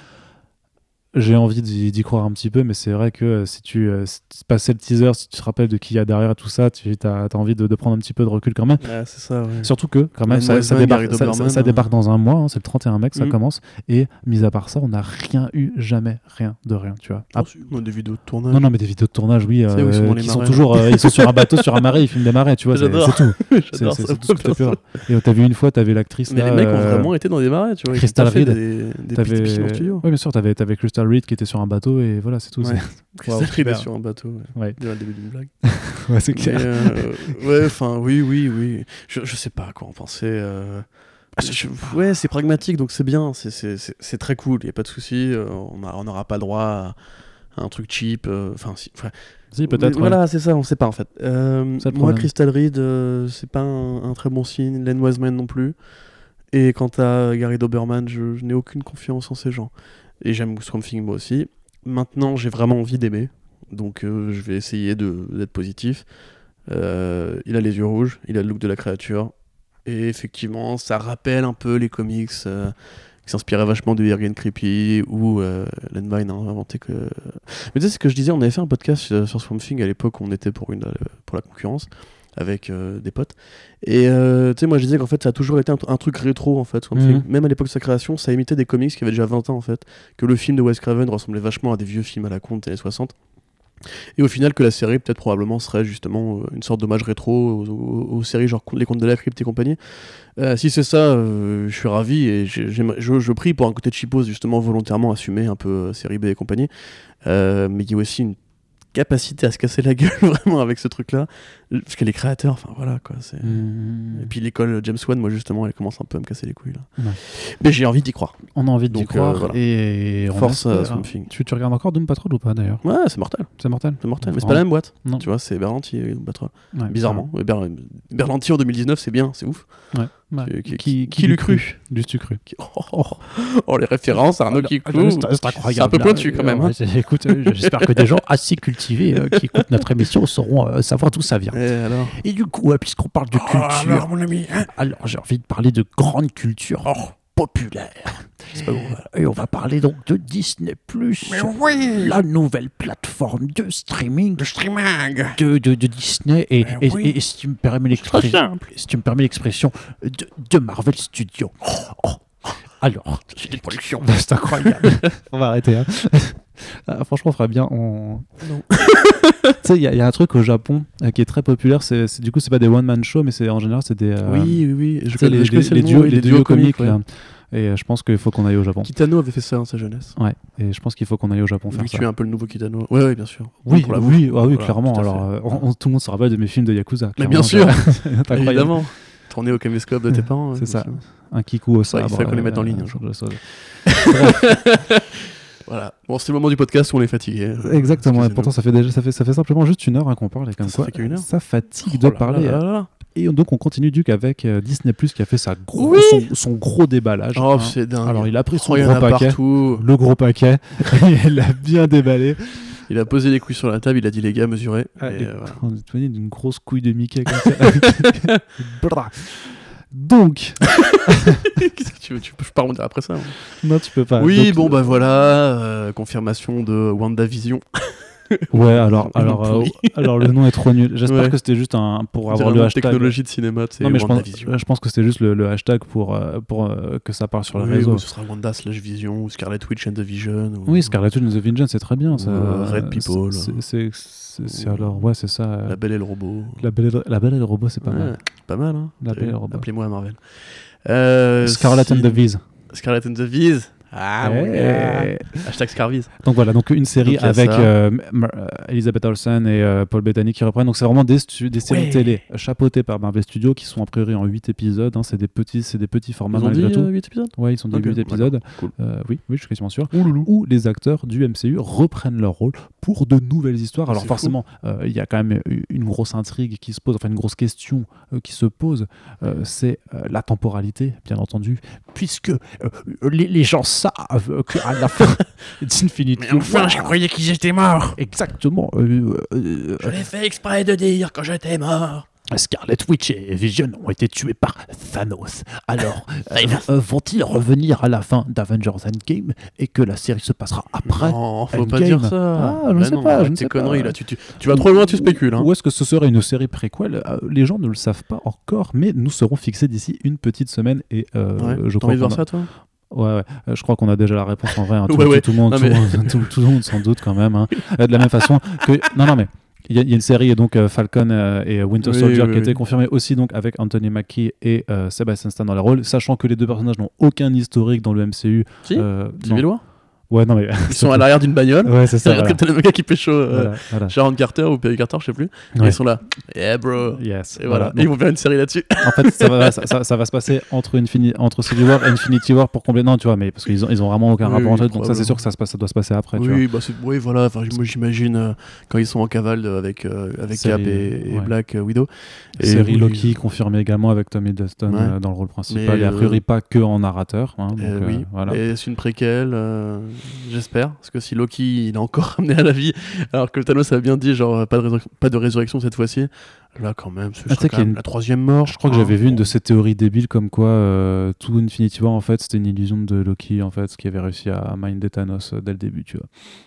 J'ai envie d'y, d'y croire un petit peu, mais c'est vrai que euh, si tu euh, si passais le teaser, si tu te rappelles de qui il y a derrière tout ça, tu as envie de, de prendre un petit peu de recul quand même. Ouais, c'est ça, ouais. Surtout que, quand même, ça, ça, débarque, ça, ça, ça débarque dans un mois, hein, c'est le trente et un mai que ça mmh. commence, et mis à part ça, on n'a rien eu, jamais, rien de rien, tu vois. Ah, ah, des vidéos de tournage. Non, non, mais des vidéos de tournage, oui, euh, ils sont, qui sont toujours euh, ils sont sur un bateau, sur un marais, ils filment des marais, tu vois, c'est, c'est tout. c'est, c'est, c'est tout ce que tu peux. Et t'as vu une fois, t'avais l'actrice mais là. Mais les mecs ont vraiment été dans des marais, tu vois. Crystal Reed. Des piscines en studio. Oui, bien sûr, t'avais Crystal Reed qui était sur un bateau. Et voilà, c'est tout. Ouais. C'est... Wow, c'est sur un bateau. Ouais. Ouais. Dès le début d'une blague. Ouais, c'est clair. Mais, euh, ouais, enfin, oui, oui, oui. Je, je sais pas à quoi en penser. Euh... Ah, je, ouais, c'est pragmatique, donc c'est bien. C'est, c'est, c'est, c'est très cool. Il y a pas de souci. Euh, on n'aura pas le droit à, à un truc cheap. Enfin, euh, si, si, peut-être. Voilà, ouais. c'est ça. On sait pas en fait. Euh, moi, Crystal Reed, euh, c'est pas un, un très bon signe. Len Wiseman non plus. Et quant à Gary Doberman, je, je n'ai aucune confiance en ces gens. Et j'aime Swamp Thing moi aussi. Maintenant, j'ai vraiment envie d'aimer, donc euh, je vais essayer de, d'être positif. Euh, il a les yeux rouges, il a le look de la créature, et effectivement, ça rappelle un peu les comics euh, qui s'inspiraient vachement de Weird and Creepy, où euh, Len Wein a inventé que... Mais tu sais, c'est ce que je disais, on avait fait un podcast sur, sur Swamp Thing à l'époque où on était pour, une, pour la concurrence, avec euh, des potes, et euh, tu sais, moi je disais qu'en fait ça a toujours été un, un truc rétro en fait, mm-hmm. même à l'époque de sa création ça imitait des comics qui avaient déjà vingt ans en fait, que le film de Wes Craven ressemblait vachement à des vieux films à la con des années soixante, et au final que la série peut-être probablement serait justement euh, une sorte d'hommage rétro aux, aux, aux séries genre Les Contes de la Crypte et compagnie. Euh, si c'est ça, euh, je suis ravi, et j'ai, je, je prie pour un côté cheapos justement volontairement assumer un peu euh, série B et compagnie, euh, mais il y a aussi une capacité à se casser la gueule vraiment avec ce truc là, parce que les créateurs, enfin voilà quoi, c'est... Mmh. Et puis l'école James Wan, moi justement elle commence un peu à me casser les couilles là, ouais. Mais j'ai envie d'y croire, on a envie d'y donc, croire, euh, voilà. Et force on à Swamp Thing. tu, tu regardes encore Doom Patrol ou pas d'ailleurs? Ouais, c'est mortel, c'est mortel, c'est mortel. Mais c'est pas la même boîte, non. Tu vois, c'est Berlanti et Doom Patrol, ouais, bizarrement ouais. Ber... Berlanti en deux mille dix-neuf c'est bien, c'est ouf, ouais. Ouais. Qui, qui, qui, qui l'eût cru, cru Juste cru. Oh, oh, oh, les références, Arnaud qui clou, c'est, c'est incroyable. C'est un peu pointu quand même. Hein. Ouais, écoute, j'espère que des gens assez cultivés euh, qui écoutent notre émission sauront euh, savoir d'où ça vient. Et, alors et du coup, euh, puisqu'on parle de culture, oh, alors, mon ami, hein alors j'ai envie de parler de grande culture oh. populaire. C'est pas bon, voilà. Et on va parler donc de Disney plus, mais oui, la nouvelle plateforme de streaming, de streaming de, de, de Disney et, et, oui. et, et si tu me permets l'expression, si tu me permets l'expression de, de Marvel Studios. Oh, oh. Alors, c'est une production. C'est incroyable. On va arrêter. Hein. Ah, franchement, on ferait bien. On... Non. Tu sais, il y, y a un truc au Japon euh, qui est très populaire. C'est, c'est, du coup, c'est pas des one-man shows, mais c'est, en général, c'est des. Euh, oui, oui, oui. Je connais, les, je les, les, duos, nom, les duos comiques. Là. Et euh, je pense qu'il faut qu'on aille au Japon. Kitano avait fait ça dans sa jeunesse. Ouais, et je pense qu'il faut qu'on aille au Japon Vu faire que ça. tu es un peu le nouveau Kitano. Ouais, ouais, bien sûr. Oui, oui, oui, ah, oui voilà, clairement. Alors, euh, on, on, tout le monde se rappelle de mes films de Yakuza. Mais bien sûr, évidemment. Tourné au caméscope de tes parents. C'est ça. Un kikou au sabre. Il fallait qu'on les mette en ligne. Voilà. Bon, c'est le moment du podcast où on est fatigué. Exactement. Et pourtant, ça fait déjà, ça fait, ça fait simplement juste une heure hein, qu'on parle. Et comme ça quoi, fait qu'une heure. Ça fatigue de parler. Et donc on continue Duc avec euh, Disney plus, qui a fait sa gros, oui son, son gros déballage. Oh, hein. c'est dingue. Alors il a pris son oh, gros paquet, partout. le gros paquet, et il l'a bien déballé. Il a posé les couilles sur la table, il a dit les gars, mesurez. Ah, et, et euh, voilà. on est devenu d'une grosse couille de Mickey comme ça. Bra. Donc, Qu'est-ce que tu veux, tu peux pas remonter après ça. Hein. non, tu peux pas. Oui, Donc, bon bah voilà, euh, confirmation de WandaVision. Ouais, alors, Le nom alors, euh, pourri. alors le nom est trop nul. J'espère Ouais. que c'était juste un pour On dirait avoir le vraiment hashtag. technologie de cinéma, c'est Non, mais je pense, WandaVision. je pense que c'était juste le, le hashtag pour, euh, pour euh, que ça parle sur le Oui, réseau. ou ce sera Wanda slash Vision ou Scarlet Witch and the Vision. Ou... Oui, Scarlet Witch and the Vision, c'est très bien. Ça, euh, Red People. C'est, c'est, c'est, c'est Ou- alors, ouais, c'est ça. euh, La Belle et le Robot. La Belle et le, la Belle et le Robot, c'est pas Ouais, mal. Pas mal, hein. La Belle et le Robot. Appelez-moi Marvel. Euh, Scarlet si- and the Viz. Scarlet and the Viz. Ah, mon Eh. gars. Hashtag Scarviz. Donc voilà, donc une série Donc, il y a avec ça. euh, Mar- euh, Elizabeth Olsen et euh, Paul Bettany qui reprennent. Donc c'est vraiment des, stu- des séries Ouais. télé chapeautées par Marvel Studios qui sont a priori en huit épisodes. hein. C'est des petits, c'est des petits formats Ils ont dit malgré tout. huit épisodes. Ouais, ils sont des Ok, huit épisodes. Cool. Euh, oui, oui, je suis quasiment sûr. Ouh loulou. Où les acteurs du M C U reprennent leur rôle pour de nouvelles histoires. Alors C'est forcément, euh, il y a quand même une grosse intrigue qui se pose, enfin une grosse question euh, qui se pose. Euh, c'est euh, la temporalité, bien entendu, puisque euh, les, les gens savent qu'à la fin d'Infinity War, croyais qu'ils étaient morts. exactement, euh, euh, Je l'ai fait exprès de dire quand j'étais mort. Scarlet Witch et Vision ont été tués par Thanos. Alors, euh, euh, vont-ils revenir à la fin d'Avengers Endgame et que la série se passera après? Non, faut pas Endgame. dire ça. Ah, je ne Bah sais non, pas, je arrête ne tes sais pas. conneries là. Tu, tu, tu vas trop loin, tu spécules. Hein. Ou est-ce que ce serait une série préquelle? Euh, Les gens ne le savent pas encore, mais nous serons fixés d'ici une petite semaine et euh, Ouais. je T'as crois envie de qu'on voir a- ça, toi Ouais, ouais. Euh, je crois qu'on a déjà la réponse en vrai. hein. Tout, Ouais, tout- ouais. tout le monde, Non, tout, mais- le monde- tout- tout le monde s'en doute quand même. hein. Euh, de la même façon que non, non, mais il y, a- il y a une série donc euh, Falcon euh, et Winter Oui, Soldier oui, qui a oui. été confirmée aussi donc avec Anthony Mackie et euh, Sebastian Stan dans les rôles, sachant que les deux personnages n'ont aucun historique dans le M C U. Si Euh, non. Civil War. Ouais, non mais Ils sont à l'arrière d'une bagnole. ouais, c'est ça. Regarde Voilà. Captain America qui pécho euh, Voilà, voilà. Sharon Carter ou Peggy Carter, je sais plus. Et Ouais. ils sont là. Yeah, bro. Yes. Et voilà. voilà. Et ils vont faire une série là-dessus. En fait, ça va, ça, ça- ça va se passer entre, Infini- entre Civil War et Infinity War pour combler. Non, tu vois, mais parce qu'ils ont, ils ont vraiment aucun Oui, rapport oui, entre eux. Donc, ça, c'est probablement. sûr que ça, se passe, ça doit se passer après. tu vois. Oui, bah c'est- oui, voilà. Enfin, moi, j'imagine euh, quand ils sont en cavale euh, avec, euh, avec Série, Cap et, et ouais. Black euh, Widow. Et Série oui, Loki confirmée également avec Tom Hiddleston Ouais. euh, dans le rôle principal Mais, et a priori euh, pas que en narrateur. hein, donc, Euh, euh, oui, voilà. et c'est une préquelle, euh, j'espère, parce que si Loki il est encore ramené à la vie, alors que Thanos a bien dit genre pas de, résur- pas de résurrection cette fois-ci, là quand même, ce Ah, tu sais sera qu'il y a quand même une- la troisième mort. Je crois que hein. j'avais vu une de ces théories débiles comme quoi euh, tout Infinity War en fait c'était une illusion de Loki en fait, ce qui avait réussi à minder Thanos euh, dès le début, tu vois.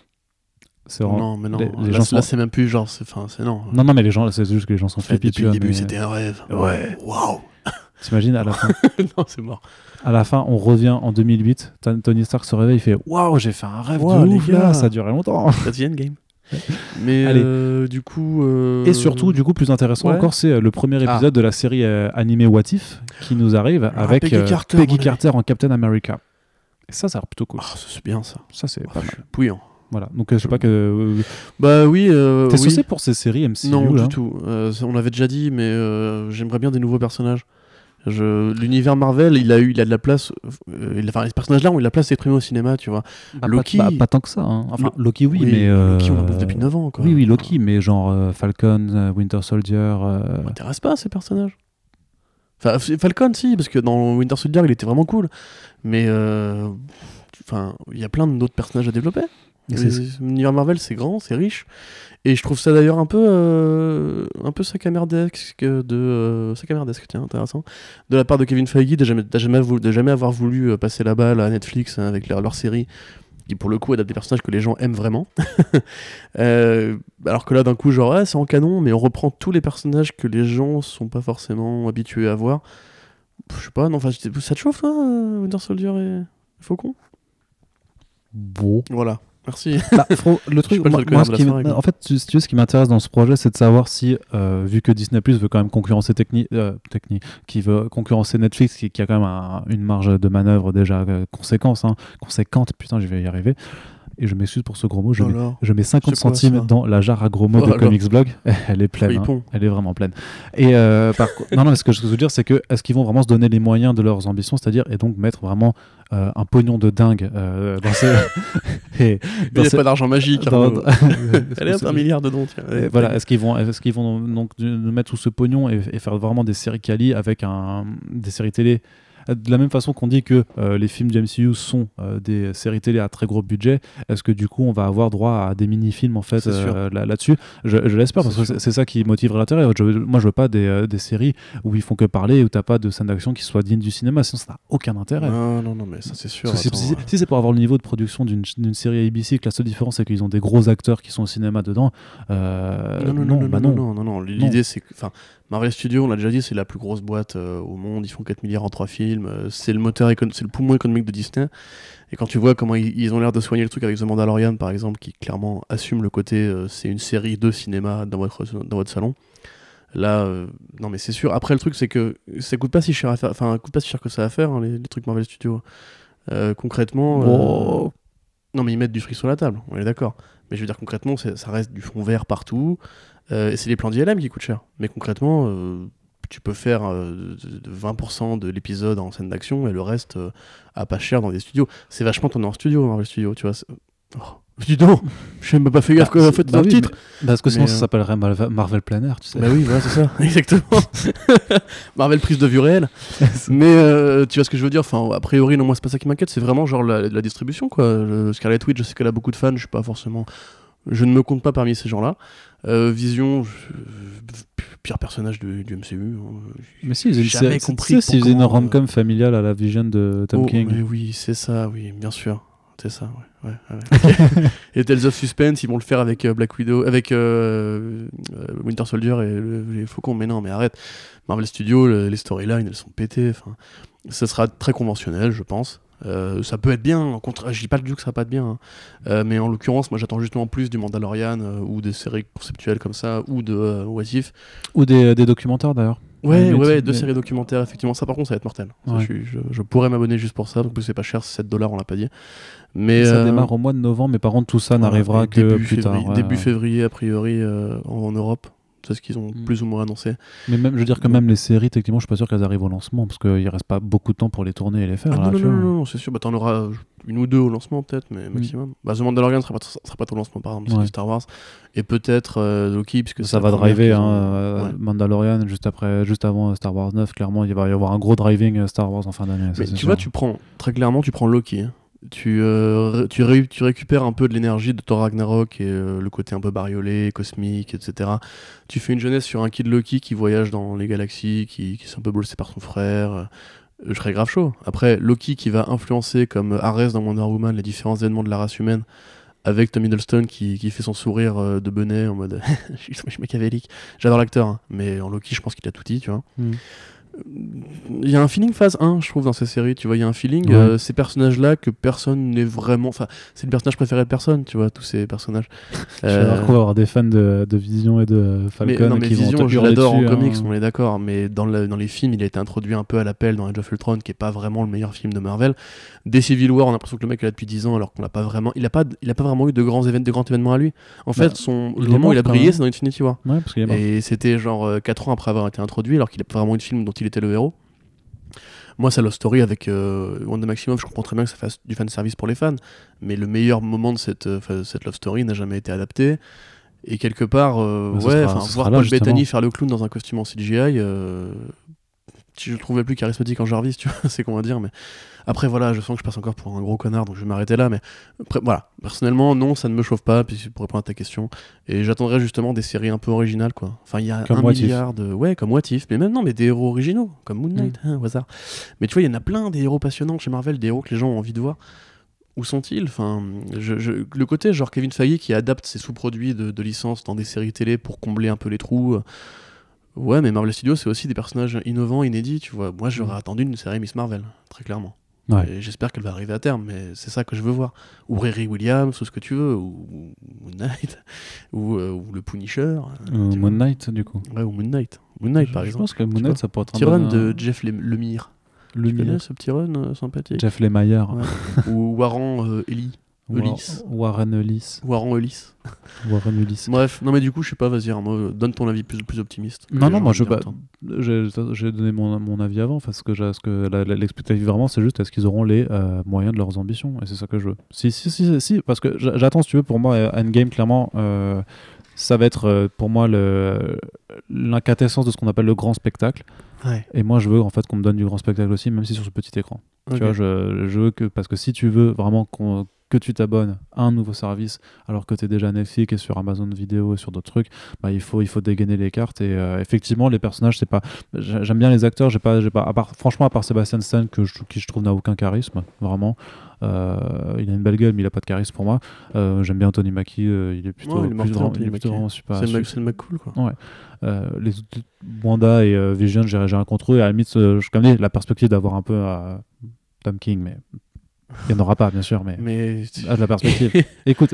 C'est vraiment- Non, mais non, les- les là, gens c'est- là, sont- c'est même plus genre, c'est, enfin, c'est non. Non, non, mais les gens, c'est juste que les gens sont En fait, flippés, depuis tu le vois. début, mais- c'était un rêve. Ouais. Waouh. T'imagines à la fin, Non, c'est mort. à la fin, on revient en deux mille huit. Ton- Tony Stark se réveille, il fait waouh, j'ai fait un rêve Wow, de les ouf gars. là, ça a duré longtemps. That's the endgame. Mais Allez. euh, du coup. euh, Et surtout, du coup, plus intéressant ouais. encore, c'est euh, le premier Ah. épisode de la série euh, animée What If qui nous arrive avec Peggy euh, Carter, Peggy mon ami. Carter en Captain America. Et ça, ça a l'air plutôt cool. Ah, ça, c'est bien ça. Ça, c'est Ah, pas je mal. suis Pouillant. Voilà. Donc, euh, je sais pas que. euh, Bah oui. Euh, T'es oui. saucé pour ces séries M C U Non, là du tout. Euh, ça, on l'avait déjà dit, mais euh, j'aimerais bien des nouveaux personnages. Je... L'univers Marvel, il a eu, il a de la place. euh, il... Enfin, les personnages-là ont eu de la place exprimée au cinéma, tu vois. Bah, Loki- Pas, bah, pas tant que ça. hein. Enfin, Lo- Loki, oui, mais. euh, Loki, on en bouffe depuis neuf ans, quoi. Oui, oui, Loki, mais genre euh, Falcon, euh, Winter Soldier. euh, Ça m'intéresse pas, ces personnages. Enfin, F- Falcon, si, parce que dans Winter Soldier, il était vraiment cool. Mais. euh, Enfin, il y a plein d'autres personnages à développer. Et c'est- Les- L'univers Marvel, c'est grand, c'est riche. Et je trouve ça d'ailleurs un peu, euh, un peu sacamerdesque de, euh, sacamerdesque, tiens, intéressant, de la part de Kevin Feige de jamais, de jamais, voulu- de jamais avoir voulu euh, passer la balle à Netflix hein, avec leur, leur série, qui pour le coup adapte des personnages que les gens aiment vraiment. Euh, alors que là, d'un coup, genre, ah, c'est en canon, mais on reprend tous les personnages que les gens sont pas forcément habitués à voir. Je sais pas, non, enfin, ça te chauffe, toi, euh, Winter Soldier et Faucon? Bon. Voilà. Merci. Bah, Fro- le truc, suis pas le moi, seul moi, connard ce de la qui m- soirée, quoi. en fait, tu- si tu veux, ce qui m'intéresse dans ce projet, c'est de savoir si, euh, vu que Disney Plus veut quand même concurrencer Techni, euh, Techni, qui veut concurrencer Netflix, qui, qui a quand même un- une marge de manœuvre déjà euh, conséquence, hein, conséquente, putain, je vais y arriver. Et je m'excuse pour ce gros mot, je, mets, Alors, je mets cinquante c'est quoi, centimes ça dans la jarre à gros mots Oh, de alors. Comics Blog. Elle est pleine, Oui, hein. bon. Elle est vraiment pleine. Et euh, par co- non, non, mais ce que je veux dire, c'est que est-ce qu'ils vont vraiment se donner les moyens de leurs ambitions, c'est-à-dire et donc mettre vraiment euh, un pognon de dingue euh, dans ces et Mais dans il n'y a ces- pas d'argent magique. dans- Arnaud. Allez, hop, c'est- un milliard dedans, tiens. et Allez, voilà, allez. est-ce qu'ils vont, est-ce qu'ils vont donc nous mettre tout ce pognon et, et faire vraiment des séries quali avec un, des séries télé de la même façon qu'on dit que euh, les films du M C U sont euh, des séries télé à très gros budget, est-ce que du coup on va avoir droit à des mini-films en fait euh, là, là-dessus je, je l'espère parce c'est que c'est, c'est ça qui motiverait l'intérêt. Je, moi je veux pas des, euh, des séries où ils font que parler, où t'as pas de scène d'action qui soit digne du cinéma, sinon ça n'a aucun intérêt. Non, non, non, mais ça c'est sûr. Si, si, si c'est pour avoir le niveau de production d'une, d'une série A B C, que la seule différence c'est qu'ils ont des gros acteurs qui sont au cinéma dedans, euh, non, non, non, non, bah non, non, non, non, non, l'idée non. c'est que, enfin, Marvel Studios, on l'a déjà dit, c'est la plus grosse boîte euh, au monde, ils font quatre milliards en trois films, euh, c'est le moteur, écon- c'est le poumon économique de Disney, et quand tu vois comment ils, ils ont l'air de soigner le truc avec The Mandalorian par exemple, qui clairement assume le côté, euh, c'est une série de cinéma dans votre, dans votre salon, là, euh, non mais c'est sûr, après le truc c'est que ça coûte pas si cher à faire, enfin, coûte pas si cher que ça à faire, hein, les, les trucs Marvel Studios, euh, concrètement... Oh. Euh, non mais ils mettent du fric sur la table, on est d'accord, mais je veux dire concrètement, c'est, ça reste du fond vert partout, euh, et c'est les plans d'I L M qui coûtent cher, mais concrètement... Euh, tu peux faire euh, de vingt pour cent de l'épisode en scène d'action et le reste euh, à pas cher dans des studios. C'est vachement tourné en studio, Marvel Studio, tu vois. Oh, dis donc, je n'ai pas fait gaffe bah, en fait bah dans oui, le titre. Mais... Parce que sinon mais, ça euh... s'appellerait Marvel, Marvel Planner, tu sais. Bah oui, voilà, c'est ça, exactement. Marvel prise de vue réelle. Mais euh, tu vois ce que je veux dire. Enfin, a priori, non, moi c'est pas ça qui m'inquiète, c'est vraiment genre la, la distribution, quoi. Le Scarlet Witch, je sais qu'elle a beaucoup de fans, je suis pas forcément. Je ne me compte pas parmi ces gens-là. Euh, Vision, je... pire personnage de, du M C U. Mais si, j'ai jamais c'est, compris. C'est une rom-com euh... familiale à la Vision de Tom oh, King. Mais oui, c'est ça, oui, bien sûr. C'est ça, ouais. ouais, ouais. Et Tales of Suspense, ils vont le faire avec euh, Black Widow, avec euh, euh, Winter Soldier et le, les Faucons. Mais non, mais arrête. Marvel Studios, le, les storylines, elles sont pétées. Enfin, ça sera très conventionnel, je pense. Euh, ça peut être bien, en contre... je dis pas du tout que ça va pas être bien, hein. euh, mais en l'occurrence, moi j'attends justement plus du Mandalorian euh, ou des séries conceptuelles comme ça, ou de euh, What If. Ou des, des documentaires d'ailleurs. Ouais, ouais, ouais, ouais, deux mais... séries documentaires, effectivement. Ça, par contre, ça va être mortel. Ouais. Ça, je, je, je pourrais m'abonner juste pour ça. En plus, c'est pas cher, c'est sept dollars, on l'a pas dit. Mais ça euh... démarre au mois de novembre, mais par contre, tout ça ouais, n'arrivera que début plus février, tard. Ouais, début ouais. février, a priori, euh, en, en Europe. C'est ce qu'ils ont mm. plus ou moins annoncé. Mais même, je veux dire que même les séries, techniquement, je suis pas sûr qu'elles arrivent au lancement, parce qu'il reste pas beaucoup de temps pour les tourner et les faire. Ah, là, non, tu non, vois. non, non, c'est sûr. Bah, t'en auras une ou deux au lancement, peut-être, mais maximum. Mm. Bah, The Mandalorian sera pas, sera pas au lancement, par exemple, c'est ouais. du Star Wars. Et peut-être euh, Loki, puisque ça va driver, hein, ont... ouais. Mandalorian, juste, après, juste avant Star Wars neuf, clairement, il va y avoir un gros driving Star Wars en fin d'année. Mais ça, tu sûr. vois, tu prends, très clairement, tu prends Loki. Hein. Tu, euh, tu, ré- tu récupères un peu de l'énergie de Thor Ragnarok et euh, le côté un peu bariolé, cosmique, et cetera. Tu fais une jeunesse sur un Kid Loki qui voyage dans les galaxies, qui, qui s'est un peu blessé par son frère. Euh, je serais grave chaud. Après, Loki qui va influencer comme Ares dans Wonder Woman les différents événements de la race humaine, avec Tom Hiddleston qui, qui fait son sourire euh, de Benet en mode je suis machiavélique. J'adore l'acteur, hein, mais en Loki, je pense qu'il a tout dit, tu vois. Mm. Il y a un feeling phase un, je trouve, dans cette série, tu vois, il y a un feeling, ouais. euh, ces personnages-là que personne n'est vraiment... Enfin, c'est le personnage préféré de personne, tu vois, tous ces personnages. Je vais euh... avoir des fans de, de Vision et de Falcon mais, non, mais qui Vision, vont je l'adore dessus, en hein. comics, on est d'accord, mais dans, le, dans les films, il a été introduit un peu à l'appel dans Age of Ultron, qui est pas vraiment le meilleur film de Marvel. Dès Civil War, on a l'impression que le mec est là depuis dix ans, alors qu'on l'a pas vraiment... Il a pas, il a pas vraiment eu de grands, évén- de grands événements à lui. En fait, bah, son, le moment où il a brillé, c'est dans Infinity War. Ouais, parce qu'il est mort. Et c'était genre euh, quatre ans après avoir été introduit, alors qu'il a pas vraiment eu de film dont il était le héros. Moi, sa love story avec euh, Wanda Maximoff, je comprends très bien que ça fasse du fanservice pour les fans, mais le meilleur moment de cette, euh, cette love story n'a jamais été adapté. Et quelque part, euh, ouais, sera, voir Paul Bettany faire le clown dans un costume en C G I, euh, je le trouvais plus charismatique en Jarvis, tu vois, c'est comment dire, mais après voilà, je sens que je passe encore pour un gros connard, donc je vais m'arrêter là, mais après, voilà, personnellement, non, ça ne me chauffe pas, puis pour répondre à ta question, et j'attendrai justement des séries un peu originales, quoi. Enfin, il y a comme un What milliard If. de... Ouais, comme What If, mais même non, mais des héros originaux, comme Moon Knight, mm. hein, au hasard. Mais tu vois, il y en a plein des héros passionnants chez Marvel, des héros que les gens ont envie de voir. Où sont-ils ? Enfin, je, je, le côté genre Kevin Feige qui adapte ses sous-produits de, de licence dans des séries télé pour combler un peu les trous... Ouais, mais Marvel Studios, c'est aussi des personnages innovants, inédits, tu vois. Moi, j'aurais mmh. attendu une série Miss Marvel, très clairement. Ouais. Et j'espère qu'elle va arriver à terme, mais c'est ça que je veux voir. Ou Riri Williams, ou ce que tu veux, ou, ou Moon Knight, ou, euh, ou le Punisher. Ou Moon Knight, du coup. Ouais, ou Moon Knight. Moon Knight, je, par je exemple. Je pense que Moon Knight, ça pourrait être un petit run bon... de Jeff Le- Lemire. Le tu connais ce petit run euh, sympathique Jeff Lemire. Ouais. Ou Warren euh, Ellis. Ulysse. Warren Ulysse. Warren Ulysse. Warren Ulysse. Bref, non mais du coup, je sais pas, vas-y, Arnaud, donne ton avis plus, plus optimiste. Non, non, moi je bah, j'ai, j'ai donné mon, mon avis avant, parce que, j'ai, ce que la, la, l'expectative vraiment, c'est juste est-ce qu'ils auront les euh, moyens de leurs ambitions, et c'est ça que je veux. Si, si, si, si parce que j'attends, si tu veux, pour moi, Endgame, clairement, euh, ça va être euh, pour moi le, l'inquintessence de ce qu'on appelle le grand spectacle. Ouais. Et moi, je veux en fait qu'on me donne du grand spectacle aussi, même si sur ce petit écran. Okay. Tu vois, je, je veux que parce que si tu veux vraiment qu'on, que tu t'abonnes à un nouveau service, alors que tu es déjà Netflix et sur Amazon Vidéo et sur d'autres trucs, bah, il faut il faut dégainer les cartes. Et euh, effectivement, les personnages, c'est pas. J'aime bien les acteurs. J'ai pas j'ai pas. À part, franchement, à part Sébastien Stan, que je, qui je trouve n'a aucun charisme, vraiment. Euh, il a une belle gueule, mais il a pas de charisme pour moi. Euh, j'aime bien Anthony Mackie. Euh, il est plutôt, ouais, il est mortel, plus grand, Anthony il est plutôt Mackie. vraiment super. C'est le mec, c'est le mec cool, quoi. Ouais. Euh, les autres, Wanda et euh, Vision, j'ai, j'ai rien contre eux. Et à la limite, euh, je connais la perspective d'avoir un peu euh, Tom King, mais il n'y en aura pas, bien sûr. Mais, mais... à de la perspective. Écoute,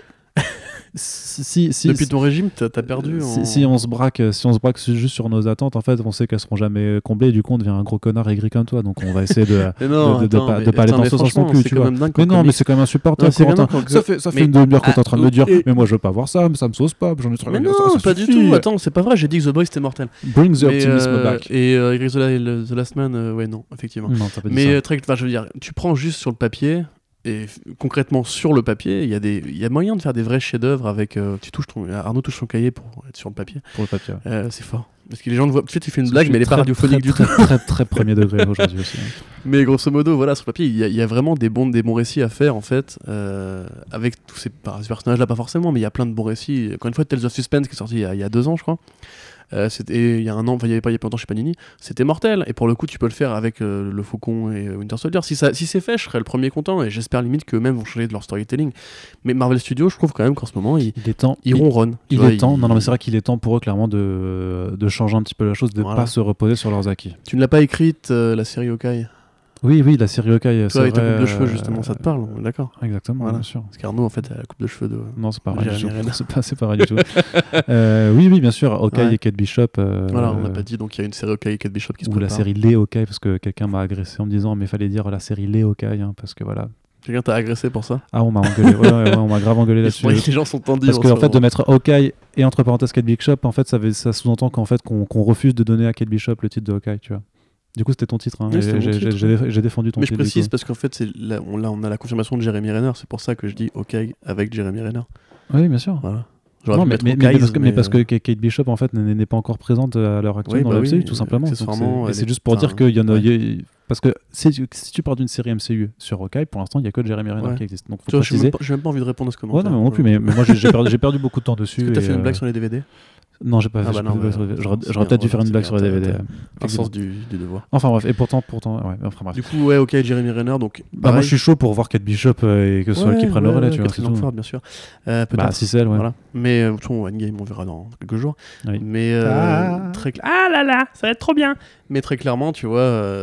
si, si, depuis si, ton régime, t'as, t'as perdu. Si, en... si on se braque, si on se braque juste sur nos attentes, en fait, on sait qu'elles seront jamais comblées. Et du coup, on devient un gros connard aigri comme toi. Donc, on va essayer de non, de, de, attends, de, mais, de pas aller attends, dans ce sens non plus. Tu vois. Mais non, comics... mais c'est quand même insupportable. Non, Corentin. quand... Ça fait ça fait mais... une demi-heure que t'es en train de ah, me dire. et... Mais moi, je veux pas voir ça. Mais ça me sauce pas. J'en ai trop. Mais non, ça, ça pas suffit. du tout. Attends, c'est pas vrai. J'ai dit que The Boys c'était mortel. Bring the mais, optimism euh, back. Et euh, The Last Man, euh, ouais, non, effectivement. Non, t'as pas dit mais ça. euh, très, enfin, je veux dire, tu prends juste sur le papier. Et f- concrètement sur le papier, il y a des, il y a moyen de faire des vrais chefs-d'œuvre avec. Euh, tu touches ton, Arnaud touche son cahier pour être sur le papier. Pour le papier. Ouais. Euh, c'est fort. Parce que les gens ne voient. Tu sais, tu fais une Parce blague, mais elle est pas très, radiophonique très, du très, tout. Très, très, très premier degré aujourd'hui aussi. Hein. Mais grosso modo, voilà, sur le papier, il y, a, il y a vraiment des bons, des bons récits à faire en fait, euh, avec tous ces, ces personnages-là, pas forcément, mais il y a plein de bons récits. Encore une fois, Tales of Suspense qui est sorti il y a, il y a deux ans, je crois. Euh, c'était il y a un an, enfin il y avait pas il y a pas longtemps chez Panini, c'était mortel. Et pour le coup, tu peux le faire avec euh, le Faucon et euh, Winter Soldier. Si ça, si c'est fait, je serais le premier content. Et j'espère limite qu'eux-mêmes vont changer de leur storytelling. Mais Marvel Studios, je trouve quand même qu'en ce moment, ils, il est temps. ils ronronnent. Il, vois, il est temps. ils... Non, non, mais c'est vrai qu'il est temps pour eux clairement de de changer un petit peu la chose, de voilà. pas se reposer sur leurs acquis. Tu ne l'as pas écrite euh, la série Hawkeye? Oui, oui, la série Hawkeye. Toi, avec ta coupe de euh, cheveux, justement, ça te parle, d'accord? Exactement, voilà. Bien sûr. Parce qu'Arnaud, en fait, a la coupe de cheveux de. Non, c'est pas vrai du tout. Renner. C'est pas, c'est pas vrai du tout. euh, oui, oui, bien sûr. Hawkeye ouais. et Kate Bishop. Euh, voilà, on n'a pas dit, donc il y a une série Hawkeye et Kate Bishop qui se ou prépare. la série Les Hawkeye, parce que quelqu'un m'a agressé en me disant, mais fallait dire la série Les Hawkeye, hein, parce que voilà. Quelqu'un t'a agressé pour ça? Ah, on m'a engueulé. ouais, ouais, ouais, on m'a grave engueulé là-dessus. Les gens sont tendus. Parce en qu'en en fait, moment. de mettre Hawkeye et entre parenthèses Kate Bishop, en fait, ça, veut, ça sous-entend qu'en fait, qu'on, qu'on refuse de donner à Kate Bishop le titre de Hawkeye, tu vois. Du coup, c'était ton titre. Hein, oui, j'ai, j'ai, titre. j'ai, j'ai défendu ton mais titre. Mais je précise parce qu'en fait, c'est là, on, là, on a la confirmation de Jeremy Renner. C'est pour ça que je dis Hawkeye avec Jeremy Renner. Oui, bien sûr. Voilà. Non, mais, mais, mais, parce que, mais... mais parce que Kate Bishop en fait n'est, n'est pas encore présente à l'heure actuelle oui, dans bah le M C U oui, tout simplement. Donc c'est, et c'est juste pour dire qu'il y en a. Ouais. Parce que si, si tu pars d'une série M C U sur Hawkeye, pour l'instant il n'y a que Jeremy Renner ouais. qui existe. Donc faut tu vois, préciser. Je n'ai même pas envie de répondre à ce commentaire. Ouais, non, mais non plus. Mais, mais moi j'ai, j'ai, perdu, j'ai perdu beaucoup de temps dessus. Est-ce que tu as fait euh... une blague sur les D V D? Non, j'ai pas ah fait. Bah non, bah, bah, j'aurais, j'aurais peut-être dû faire une blague sur les D V D. Un sens du, du devoir. Enfin bref, et pourtant, pourtant, ouais, enfin bref. Du coup, ouais, ok, Jeremy Renner, donc. Bah moi, je suis chaud pour voir Kate Bishop euh, et que ce soit ouais, elle qui prenne ouais, le relais, ouais, tu vois. Catherine Langford, bien sûr. Euh, bah si c'est elle, ouais. Voilà. Mais euh, ton Endgame, on verra dans quelques jours. Oui. Mais euh, ah. très cl- ah là là, ça va être trop bien. Mais très clairement, tu vois,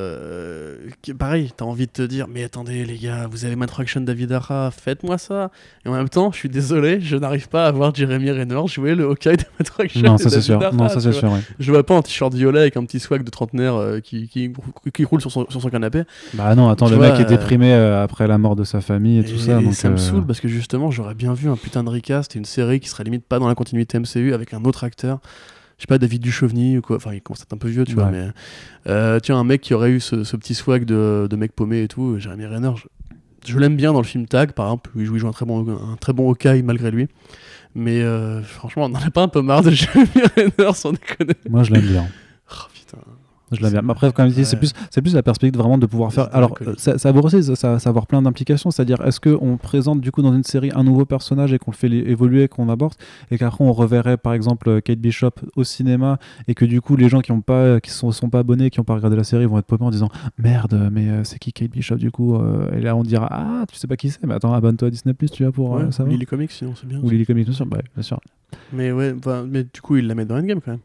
euh, pareil, t'as envie de te dire, mais attendez les gars, vous avez Matt Fraction, David Ara, faites-moi ça. Et en même temps, je suis désolé, je n'arrive pas à voir Jeremy Renner jouer le Hawkeye de Matt Fraction. Non, ça c'est sûr. Ara, non, ça c'est sûr. Ouais. Je vois pas un t-shirt violet avec un petit swag de trentenaire euh, qui, qui, qui roule sur son, sur son canapé. Bah non, attends, tu le vois, mec est déprimé euh, après la mort de sa famille et, et tout ça. Et donc ça euh... me saoule parce que justement, j'aurais bien vu un putain de recast et une série qui serait limite pas dans la continuité M C U avec un autre acteur. Je sais pas, David Duchovny ou quoi, enfin il commence à être un peu vieux, tu ouais. vois, mais euh, tiens, un mec qui aurait eu ce, ce petit swag de, de mec paumé et tout, Jeremy Renner, je, je l'aime bien dans le film Tag, par exemple, où il joue, il joue un, très bon, un très bon Hawkeye malgré lui, mais euh, franchement, on n'en a pas un peu marre de Jeremy Renner, sans déconner. Moi je l'aime bien. Oh putain. Je l'aime bien. Mais après, comme je dis, ouais. c'est, plus, c'est plus la perspective vraiment de pouvoir faire. Alors, ça, ça va aussi, ça, ça, ça va avoir plein d'implications. C'est-à-dire, est-ce qu'on présente du coup dans une série un nouveau personnage et qu'on le fait évoluer, qu'on aborde, et qu'après on reverrait par exemple Kate Bishop au cinéma, et que du coup les gens qui ont pas, qui sont, sont pas abonnés, qui ont pas regardé la série, vont être paumés en disant merde, mais euh, c'est qui Kate Bishop du coup euh, Et là on dira ah, tu sais pas qui c'est, mais attends, abonne-toi à Disney Plus, tu vois pour ouais, euh, savoir. Ou Lily Comics, sinon c'est bien. Ou Lily Comics, bien sûr. Bah, bien sûr. Mais ouais, mais du coup ils la mettent dans Endgame quand même.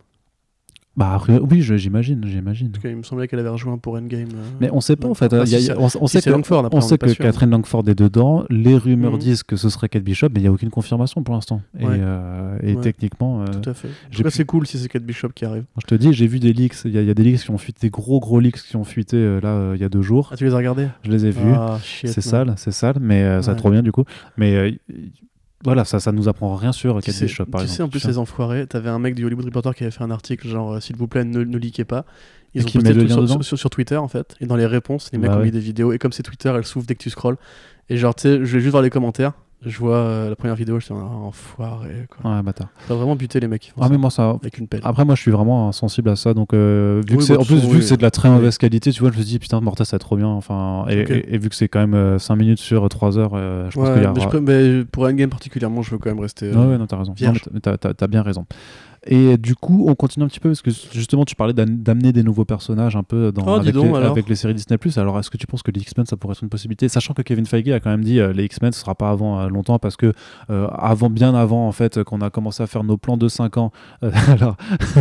Bah après, oui, je, j'imagine, j'imagine. En tout cas, il me semblait qu'elle avait rejoint pour Endgame. Euh... Mais on sait pas en fait. Ah, y a, si, y a, on, on si sait que, Langford, après, on sait on que Catherine Langford est dedans. Les rumeurs mm-hmm. disent que ce serait Kate Bishop, mais il n'y a aucune confirmation pour l'instant. Et, ouais. euh, et ouais. techniquement. Euh, Tout à fait. En tout cas, c'est cool si c'est Kate Bishop qui arrive. Je te dis, j'ai vu des leaks. Il y, y a des leaks qui ont fuité, des gros gros leaks qui ont fuité euh, là il euh, y a deux jours. Ah, tu les as regardés? Je les ai vus. Ah, shit, c'est man. sale, c'est sale, mais euh, ouais. ça va trop bien du coup. Mais euh, voilà, ça, ça nous apprend rien sur Kate Bishop, par tu exemple. Tu sais, en plus, ces enfoirés, t'avais un mec du Hollywood Reporter qui avait fait un article genre, euh, s'il vous plaît, ne, ne leakez pas. Ils et ont qui posté met le sur, lien sur, dedans sur, sur Twitter, en fait. Et dans les réponses, les mecs bah ont ouais. mis des vidéos. Et comme c'est Twitter, elles s'ouvrent dès que tu scrolls. Et genre, tu sais, je vais juste voir les commentaires. Je vois euh, la première vidéo, je suis un enfoiré. Quoi. Ouais, bâtard. T'as vraiment buté les mecs qui font Ah, ça mais moi, ça. avec une pelle. Après, moi, je suis vraiment sensible à ça. Donc, euh, vu Oui, que c'est, bah, en de plus, toute façon, vu que oui. c'est de la très Oui. mauvaise qualité, tu vois, je me dis, putain, Mortal, ça va trop bien. Enfin, et, Ok. et- et vu que c'est quand même euh, cinq minutes sur trois heures, euh, je pense Ouais, qu'il y aura. mais, je pré- mais pour Endgame particulièrement, je veux quand même rester. Ouais, euh, ouais, non, t'as raison. Non, vierge. mais t'as- mais t'as, t'as- t'as bien raison. Et du coup, on continue un petit peu parce que justement, tu parlais d'am- d'amener des nouveaux personnages un peu dans, Oh, dis avec, donc, les, alors. avec les séries Disney+. Alors, est-ce que tu penses que les X-Men, ça pourrait être une possibilité, sachant que Kevin Feige a quand même dit euh, les X-Men, ce sera pas avant euh, longtemps parce que euh, avant, bien avant en fait, qu'on a commencé à faire nos plans de cinq ans. euh, alors,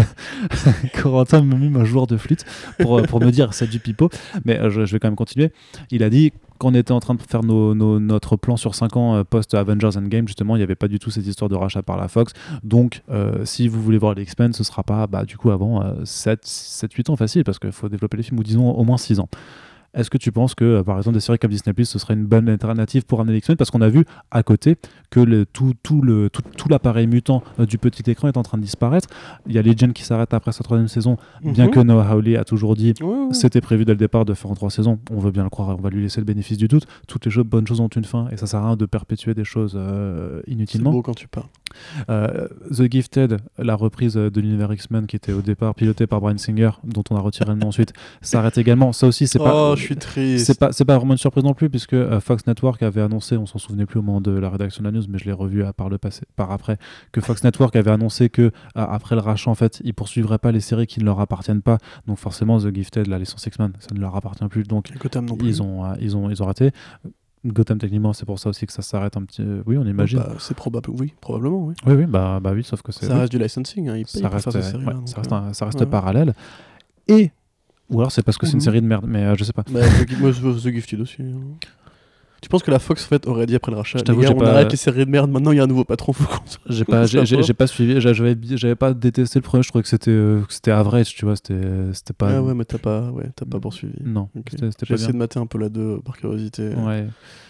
Corentin me mime un joueur de flûte pour, euh, pour me dire c'est du pipeau, mais euh, je, je vais quand même continuer. Il a dit qu'on était en train de faire nos, nos- notre plan sur cinq ans euh, post-Avengers Endgame, justement, il n'y avait pas du tout cette histoire de rachat par la Fox. Donc, euh, si vous voulez voir les X-Men, ce sera pas bah, du coup avant euh, sept huit ans facile, parce qu'il faut développer les films, ou disons au moins six ans. Est-ce que tu penses que, euh, par exemple, des séries comme Disney+, ce serait une bonne alternative pour amener les X-Men? Parce qu'on a vu à côté que le, tout, tout, le, tout, tout l'appareil mutant euh, du petit écran est en train de disparaître. Il y a Legend qui s'arrête après sa troisième saison, bien Mhm. que Noah Hawley a toujours dit Ouais, ouais. c'était prévu dès le départ de faire en trois saisons. On veut bien le croire, on va lui laisser le bénéfice du doute. Toutes les choses, bonnes choses ont une fin, et ça sert à rien de perpétuer des choses euh, C'est inutilement. beau quand tu parles. Euh, The Gifted, la reprise de l'univers X-Men qui était au départ pilotée par Bryan Singer, dont on a retiré le nom ensuite, s'arrête également. Ça aussi, c'est Oh, pas. je suis triste. C'est pas, c'est pas vraiment une surprise non plus, puisque euh, Fox Network avait annoncé, on s'en souvenait plus au moment de la rédaction de la news, mais je l'ai revu à, par le passé, par après, que Fox Network avait annoncé que à- après le rachat, en fait, ils poursuivraient pas les séries qui ne leur appartiennent pas. Donc forcément, The Gifted, la licence X-Men, ça ne leur appartient plus. Donc Gotham non plus. ils ont, euh, ils ont, ils ont raté. Gotham, techniquement, c'est pour ça aussi que ça s'arrête un petit. Oui, on imagine. Bah, c'est probable, oui, probablement, oui. Oui, oui, bah, bah oui, sauf que c'est. Ça oui. reste du licensing, hein. Ils payent ça pour reste, faire ces euh, séries ouais, ça reste, un- ça reste ouais. parallèle. Et. Ou alors c'est parce que c'est une Mhm. série de merde, mais euh, je sais pas. Bah, The, Gi- moi, The Gifted aussi. hein. Tu penses que la Fox en fait aurait dit après le rachat, Je les t'avoue, gars, j'ai on pas- arrête les séries de merde, maintenant il y a un nouveau patron, faut qu'on se- J'ai pas, j'ai, j'ai, j'ai pas suivi, j'a- j'avais, j'avais pas détesté le premier, je trouvais que c'était, euh, que c'était average, tu vois, c'était, c'était pas. Ah ouais, mais t'as pas, ouais, t'as pas poursuivi. Non, Ok. c'était, c'était J'ai pas essayé bien. de mater un peu la deux par curiosité. Ouais.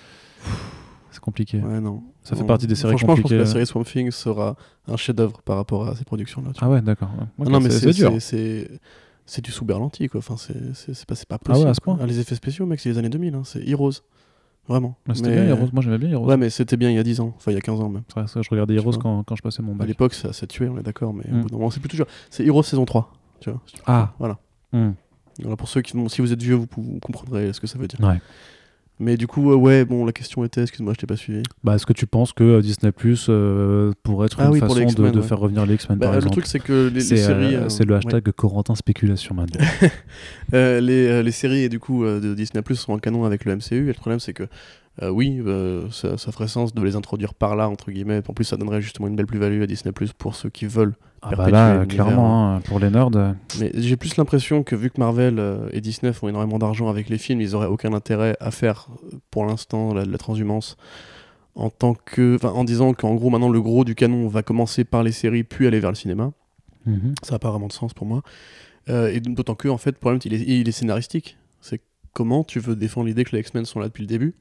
C'est compliqué. Ouais, non. Ça fait Non. partie des séries Franchement, compliquées. je pense que la série Swamp Thing sera un chef-d'œuvre par rapport à ces productions-là. tu Ah ouais, d'accord. Ouais. vois. Ok, non, mais c'est, c'est, c'est dur. c'est, c'est, c'est du sous-berlanti, quoi. Enfin, c'est, c'est, c'est pas, c'est pas Ah ouais, possible. à ce point. quoi. Ah, les effets spéciaux, mec, c'est les années deux mille, hein. C'est Heroes. Vraiment. Ouais, c'était Mais- bien Heroes, moi j'aimais bien Heroes. Ouais, mais c'était bien il y a dix ans, enfin il y a quinze ans même. C'est vrai, ça, je regardais Tu Heroes vois. quand, quand je passais mon À bac. l'époque, ça, ça tuait, on est d'accord, mais Mm. au bout d'un moment, c'est plus toujours. C'est Heroes saison trois, tu vois. Ah. Voilà. Hmm. Voilà, pour ceux qui, bon, si vous êtes vieux, vous, vous comprendrez ce que ça veut dire. Ouais. Mais du coup, euh, ouais, bon, la question était, excuse-moi, je t'ai pas suivi. Bah, est-ce que tu penses que euh, Disney Plus euh, pourrait être Ah une oui, pour les façon de, X-Men, de ouais. faire revenir les X-Men Bah, par le exemple truc, c'est que les, les c'est, séries. euh, euh, c'est le ouais. hashtag Corentin Spéculation maintenant. Euh, les, euh, les séries et du coup euh, de Disney Plus sont en canon avec le M C U, et le problème c'est que euh, oui, euh, ça, ça ferait sens de les introduire par là, entre guillemets. En plus, ça donnerait justement une belle plus-value à Disney Plus pour ceux qui veulent. Ah bah perpétuer là, l'univers, clairement, hein, pour les nerds. euh, Mais j'ai plus l'impression que vu que Marvel euh, et Disney font énormément d'argent avec les films, ils auraient aucun intérêt à faire euh, pour l'instant la, la transhumance en tant que, enfin, en disant qu'en gros maintenant le gros du canon va commencer par les séries puis aller vers le cinéma. mhm. Ça n'a pas vraiment de sens pour moi. Euh, et d'autant que en fait, le problème il est, il est scénaristique. C'est comment tu veux défendre l'idée que les X-Men sont là depuis le début,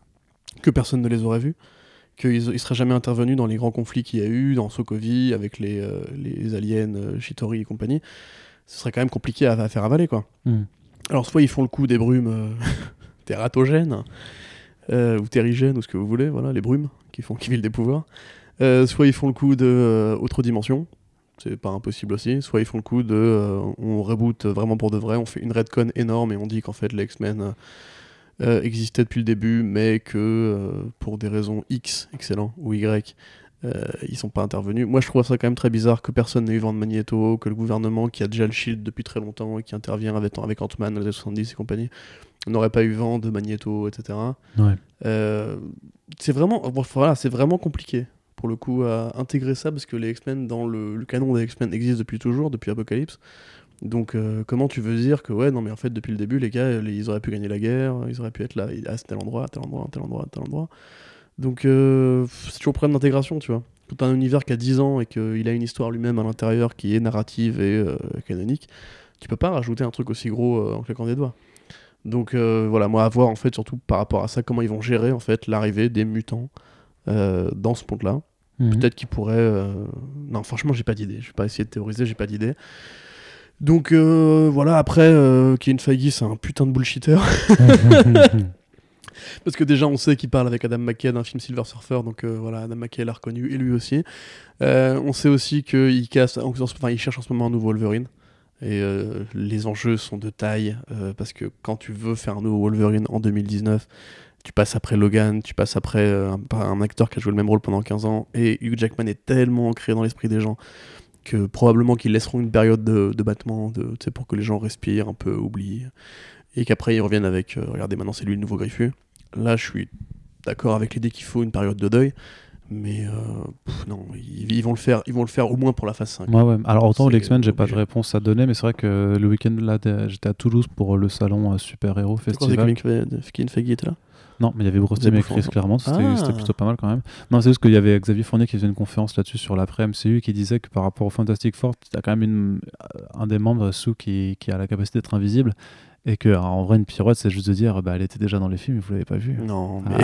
que personne ne les aurait vus, qu'ils ne seraient jamais intervenus dans les grands conflits qu'il y a eu, dans Sokovie, avec les, euh, les aliens, euh, Chitauri et compagnie. Ce serait quand même compliqué à, à faire avaler, quoi. Mm. Alors, soit ils font le coup des brumes euh, tératogènes, euh, ou terrigènes, ou ce que vous voulez, voilà, les brumes qui font qui vilent des pouvoirs. Euh, soit ils font le coup de euh, autre dimension, c'est pas impossible aussi. Soit ils font le coup de euh, on reboot vraiment pour de vrai, on fait une retcon énorme et on dit qu'en fait les X-Men euh, euh, existaient depuis le début, mais que euh, pour des raisons X, excellent, ou Y, euh, ils sont pas intervenus. Moi je trouve ça quand même très bizarre que personne n'ait eu vent de Magneto, que le gouvernement qui a déjà le Shield depuis très longtemps et qui intervient avec, avec Ant-Man, les années soixante-dix et compagnie, n'aurait pas eu vent de Magneto, et cetera. Ouais. Euh, c'est vraiment, bon, voilà, c'est vraiment compliqué pour le coup à intégrer ça parce que les X-Men dans le, le canon des X-Men existent depuis toujours, depuis Apocalypse. Donc euh, comment tu veux dire que ouais non mais en fait depuis le début les gars les- ils auraient pu gagner la guerre, ils auraient pu être là à tel endroit, à tel endroit, à tel endroit, à tel endroit. Donc euh, c'est toujours le problème d'intégration, tu vois. Quand t'as un univers qui a dix ans et qu'il a une histoire lui-même à l'intérieur qui est narrative et euh, canonique, tu peux pas rajouter un truc aussi gros euh, en claquant des doigts. Donc euh, voilà, moi à voir en fait surtout par rapport à ça comment ils vont gérer en fait l'arrivée des mutants euh, dans ce monde-là. Mhm. Peut-être qu'ils pourraient... euh, Non, franchement, j'ai pas d'idée. Je vais pas essayer de théoriser, j'ai pas d'idée. Donc euh, voilà, après, euh, Kevin Feige, c'est un putain de bullshitter. Parce que déjà, on sait qu'il parle avec Adam McKay d'un film Silver Surfer, donc euh, voilà, Adam McKay l'a reconnu, et lui aussi. Euh, on sait aussi qu'il casse, enfin, il cherche en ce moment un nouveau Wolverine. Et euh, les enjeux sont de taille, euh, parce que quand tu veux faire un nouveau Wolverine en deux mille dix-neuf, tu passes après Logan, tu passes après euh, un, un acteur qui a joué le même rôle pendant quinze ans, et Hugh Jackman est tellement ancré dans l'esprit des gens que probablement qu'ils laisseront une période de, de battement, de, pour que les gens respirent un peu, oublient, et qu'après ils reviennent avec, euh, regardez maintenant c'est lui le nouveau Griffu. Là je suis d'accord avec l'idée qu'il faut une période de deuil, mais euh, pff, non, ils, ils, vont le faire, ils vont le faire au moins pour la phase cinq. Ouais, ouais. Alors autant C'est les X-Men, j'ai pas de obligé. réponse à donner, mais c'est vrai que le week-end là, j'étais à Toulouse pour le salon euh, Super Héros C'est quand Festival. Kevin Feige était là? Non, mais il y avait Bruce Vous avez Timm et bouffé Chris ensemble. Claremont, c'était Ah. c'était plutôt pas mal quand même. Non, c'est juste qu'il y avait Xavier Fournier qui faisait une conférence là-dessus sur l'après-M C U qui disait que par rapport au Fantastic Four, tu as quand même une, un des membres, Sue, qui, qui a la capacité d'être invisible. Et que alors, en vrai, une pirouette, c'est juste de dire bah, elle était déjà dans les films, vous l'avez pas vue. Non, mais.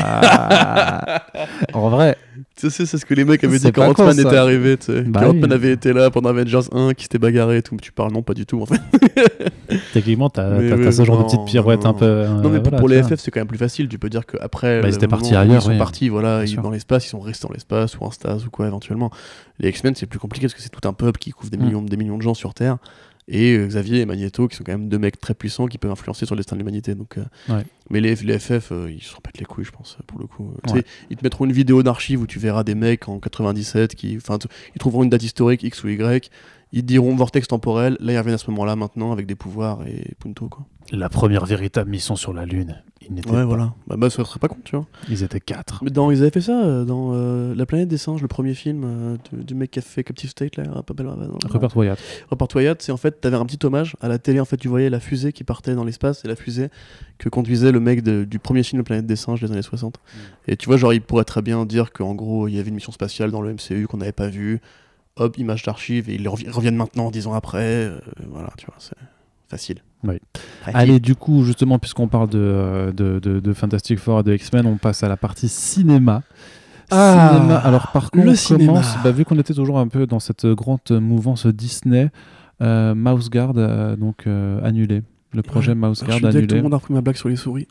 Ah. En vrai. Tu sais, c'est ce que les mecs avaient C'est dit quand pas con, Ant-Man ça. était arrivé. Tu sais. Bah quand oui. Ant-Man avait été là pendant Avengers un, qui s'était bagarré et tout. Tu parles, non, pas du tout en fait. Techniquement, t'as Mais t'as- ouais, t'as ce genre non, de petite pirouette non, un peu. euh, Non, mais pour, voilà, pour tu les vois. F F, c'est quand même plus facile. Tu peux dire qu'après. Bah, ils le étaient partis moment où ailleurs, Ils sont oui. partis, voilà, Bien ils- sûr. dans l'espace, ils sont restés dans l'espace ou en stase ou quoi éventuellement. Les X-Men, c'est plus compliqué parce que c'est tout un peuple qui couvre des Mm. millions, des millions de gens sur Terre. Et euh, Xavier et Magneto, qui sont quand même deux mecs très puissants qui peuvent influencer sur le destin de l'humanité. Donc, euh, Ouais. Mais les, les F F, euh, ils se remettent les couilles, je pense, pour le coup. Tu Ouais. sais, ils te mettront une vidéo d'archives où tu verras des mecs en quatre-vingt-dix-sept qui. Enfin, t- ils trouveront une date historique X ou Y. Ils te diront vortex temporel. Là, ils reviennent à ce moment-là maintenant avec des pouvoirs et punto, quoi. La première véritable mission sur la Lune. Ils n'étaient Ouais, pas. voilà. Bah, bah, ça serait pas con, tu vois. Ils étaient quatre. Mais dans, ils avaient fait ça euh, dans euh, La planète des singes, le premier film euh, du, du mec qui a fait Captive State, là. Pas belle, non, Rupert Wyatt. Rupert Wyatt, c'est en fait, t'avais un petit hommage à la télé, en fait, tu voyais la fusée qui partait dans l'espace et la fusée que conduisait le mec de- du premier film La planète des singes des années soixante. Mm. Et tu vois, genre, il pourrait très bien dire qu'en gros, il y avait une mission spatiale dans le M C U qu'on n'avait pas vue. Hop, image d'archives, et ils revi- reviennent maintenant, dix ans après. euh, voilà, tu vois, c'est facile. Oui. Facile. Allez, du coup, justement, puisqu'on parle de, de, de, de Fantastic Four et de X-Men, on passe à la partie cinéma. Ah, Cinéma. Alors, par contre, le on cinéma. commence, bah, vu qu'on était toujours un peu dans cette grande mouvance Disney, euh, Mouse Guard, euh, donc euh, annulé. Le projet Ouais. Mouse Alors, je Guard suis désolé, tout annulé. le monde a repris ma blague sur les souris.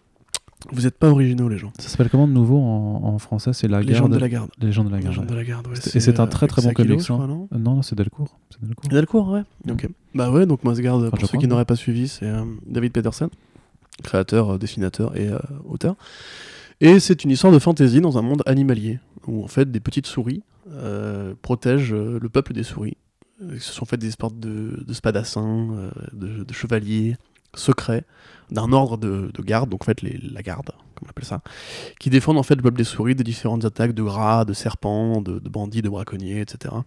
Vous êtes pas originaux, les gens. Ça s'appelle comment de nouveau en, en français? C'est la Légende garde. de la garde. Légende de la garde. Légende ouais. de la garde, ouais. Et c'est un euh, très très bon c'est Aquilo, comics. je crois, hein. non Euh, Non, non, c'est Delcourt. C'est Delcourt. Delcourt, ouais. Ok. Bah ouais, donc Mouse Guard, pour je ceux crois, qui ouais. n'auraient pas suivi, c'est euh, David Peterson, créateur, euh, dessinateur et euh, auteur. Et c'est une histoire de fantasy dans un monde animalier, où en fait des petites souris euh, protègent euh, le peuple des souris. Euh, Ce sont en fait des sortes de, de spadassins, euh, de, de chevaliers secrets, d'un ordre de, de garde, donc en fait les, la garde, comme on appelle ça, qui défendent en fait le peuple des souris de différentes attaques de rats, de serpents, de, de bandits, de braconniers, et cetera.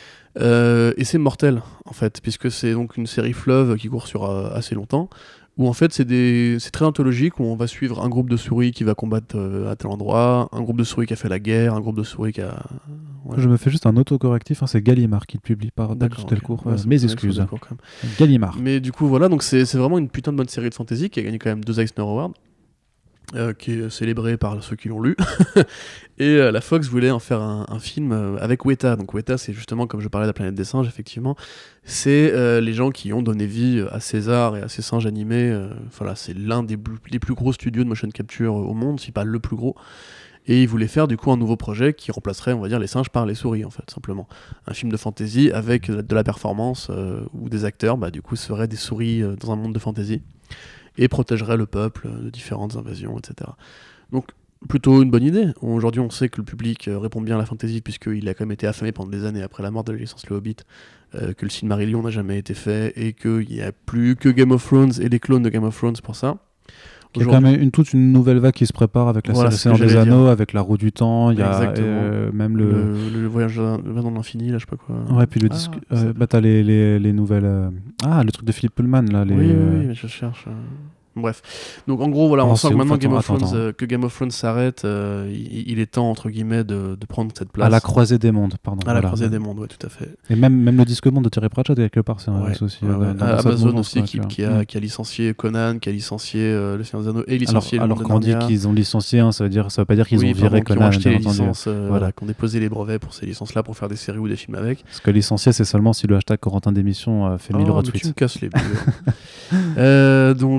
Euh, et c'est mortel en fait, puisque c'est donc une série fleuve qui court sur euh, assez longtemps, où en fait c'est des... c'est très anthologique, où on va suivre un groupe de souris qui va combattre euh, à tel endroit, un groupe de souris qui a fait la guerre, un groupe de souris qui a... Ouais. Je me fais juste un autocorrectif, hein, c'est Gallimard qui le publie par D'accord, Delcourt. ok. euh, Ouais, c'est mes vrai que excuses. c'est Delcourt, quand même. Gallimard. Mais du coup voilà, donc c'est c'est vraiment une putain de bonne série de fantasy qui a gagné quand même deux Eisner Awards, euh, qui est célébrée par ceux qui l'ont lu. Et euh, la Fox voulait en faire un, un film euh, avec Weta. Donc Weta, c'est justement, comme je parlais de la planète des singes, effectivement, c'est euh, les gens qui ont donné vie à César et à ces singes animés. euh, voilà, c'est l'un des, blu- des plus gros studios de motion capture euh, au monde, si pas le plus gros. Et ils voulaient faire du coup un nouveau projet qui remplacerait, on va dire, les singes par les souris, en fait, simplement. Un film de fantasy avec de la performance, euh, où des acteurs, bah, du coup, seraient des souris euh, dans un monde de fantasy, et protégeraient le peuple de différentes invasions, et cetera. Donc, plutôt une bonne idée. Aujourd'hui, on sait que le public euh, répond bien à la fantasy, puisqu'il a quand même été affamé pendant des années après la mort de la licence Le Hobbit, euh, que le Silmarillion n'a jamais été fait, et qu'il n'y a plus que Game of Thrones et les clones de Game of Thrones pour ça. Il y a quand même une, toute une nouvelle vague qui se prépare avec la Voilà, série c'est ce que Seigneur des j'allais Anneaux, avec la roue du temps, il y a Exactement. euh, même le... le... le voyage dans dans l'infini, là, je sais pas quoi. Ouais, puis le Ah, disque... ça- euh, bah t'as les, les, les nouvelles... euh, Ah, le truc de Philippe Pullman, là. Les... Oui, oui, euh, oui, mais je cherche. euh, Bref. Donc en gros, voilà, Oh, on c'est sent que ouf, maintenant Game attends, of Thrones, attends, attends. euh, que Game of Thrones s'arrête, euh, il, il est temps, entre guillemets, de, de prendre cette place. À la croisée des mondes, pardon. À la voilà. croisée des mondes, ouais, tout à fait. Et même, même le disque monde de Terry Pratchett, quelque part, c'est un Ouais, c'est aussi... ouais, euh, ouais. dans- dans Ah, cette Amazon mouvance, aussi, quoi, qui, tu qui, vois. a, Mm. qui a licencié Conan, qui a licencié euh, Le Seigneur des Anneaux, et Alors, licencié le alors monde de quand on dit Narnia. qu'ils ont licencié, hein, ça veut dire, ça veut pas dire qu'ils Oui, ont viré pardon, qui ont Conan, acheté bien les entendu. licences, euh, Voilà. voilà, qui ont déposé les brevets pour ces licences-là, pour faire des séries ou des films avec. Parce que licencié, c'est seulement si le hashtag Corentin d'émission euh, fait mille Oh, mais tu retweets. me casses les boules. euh, donc, euh, pardon.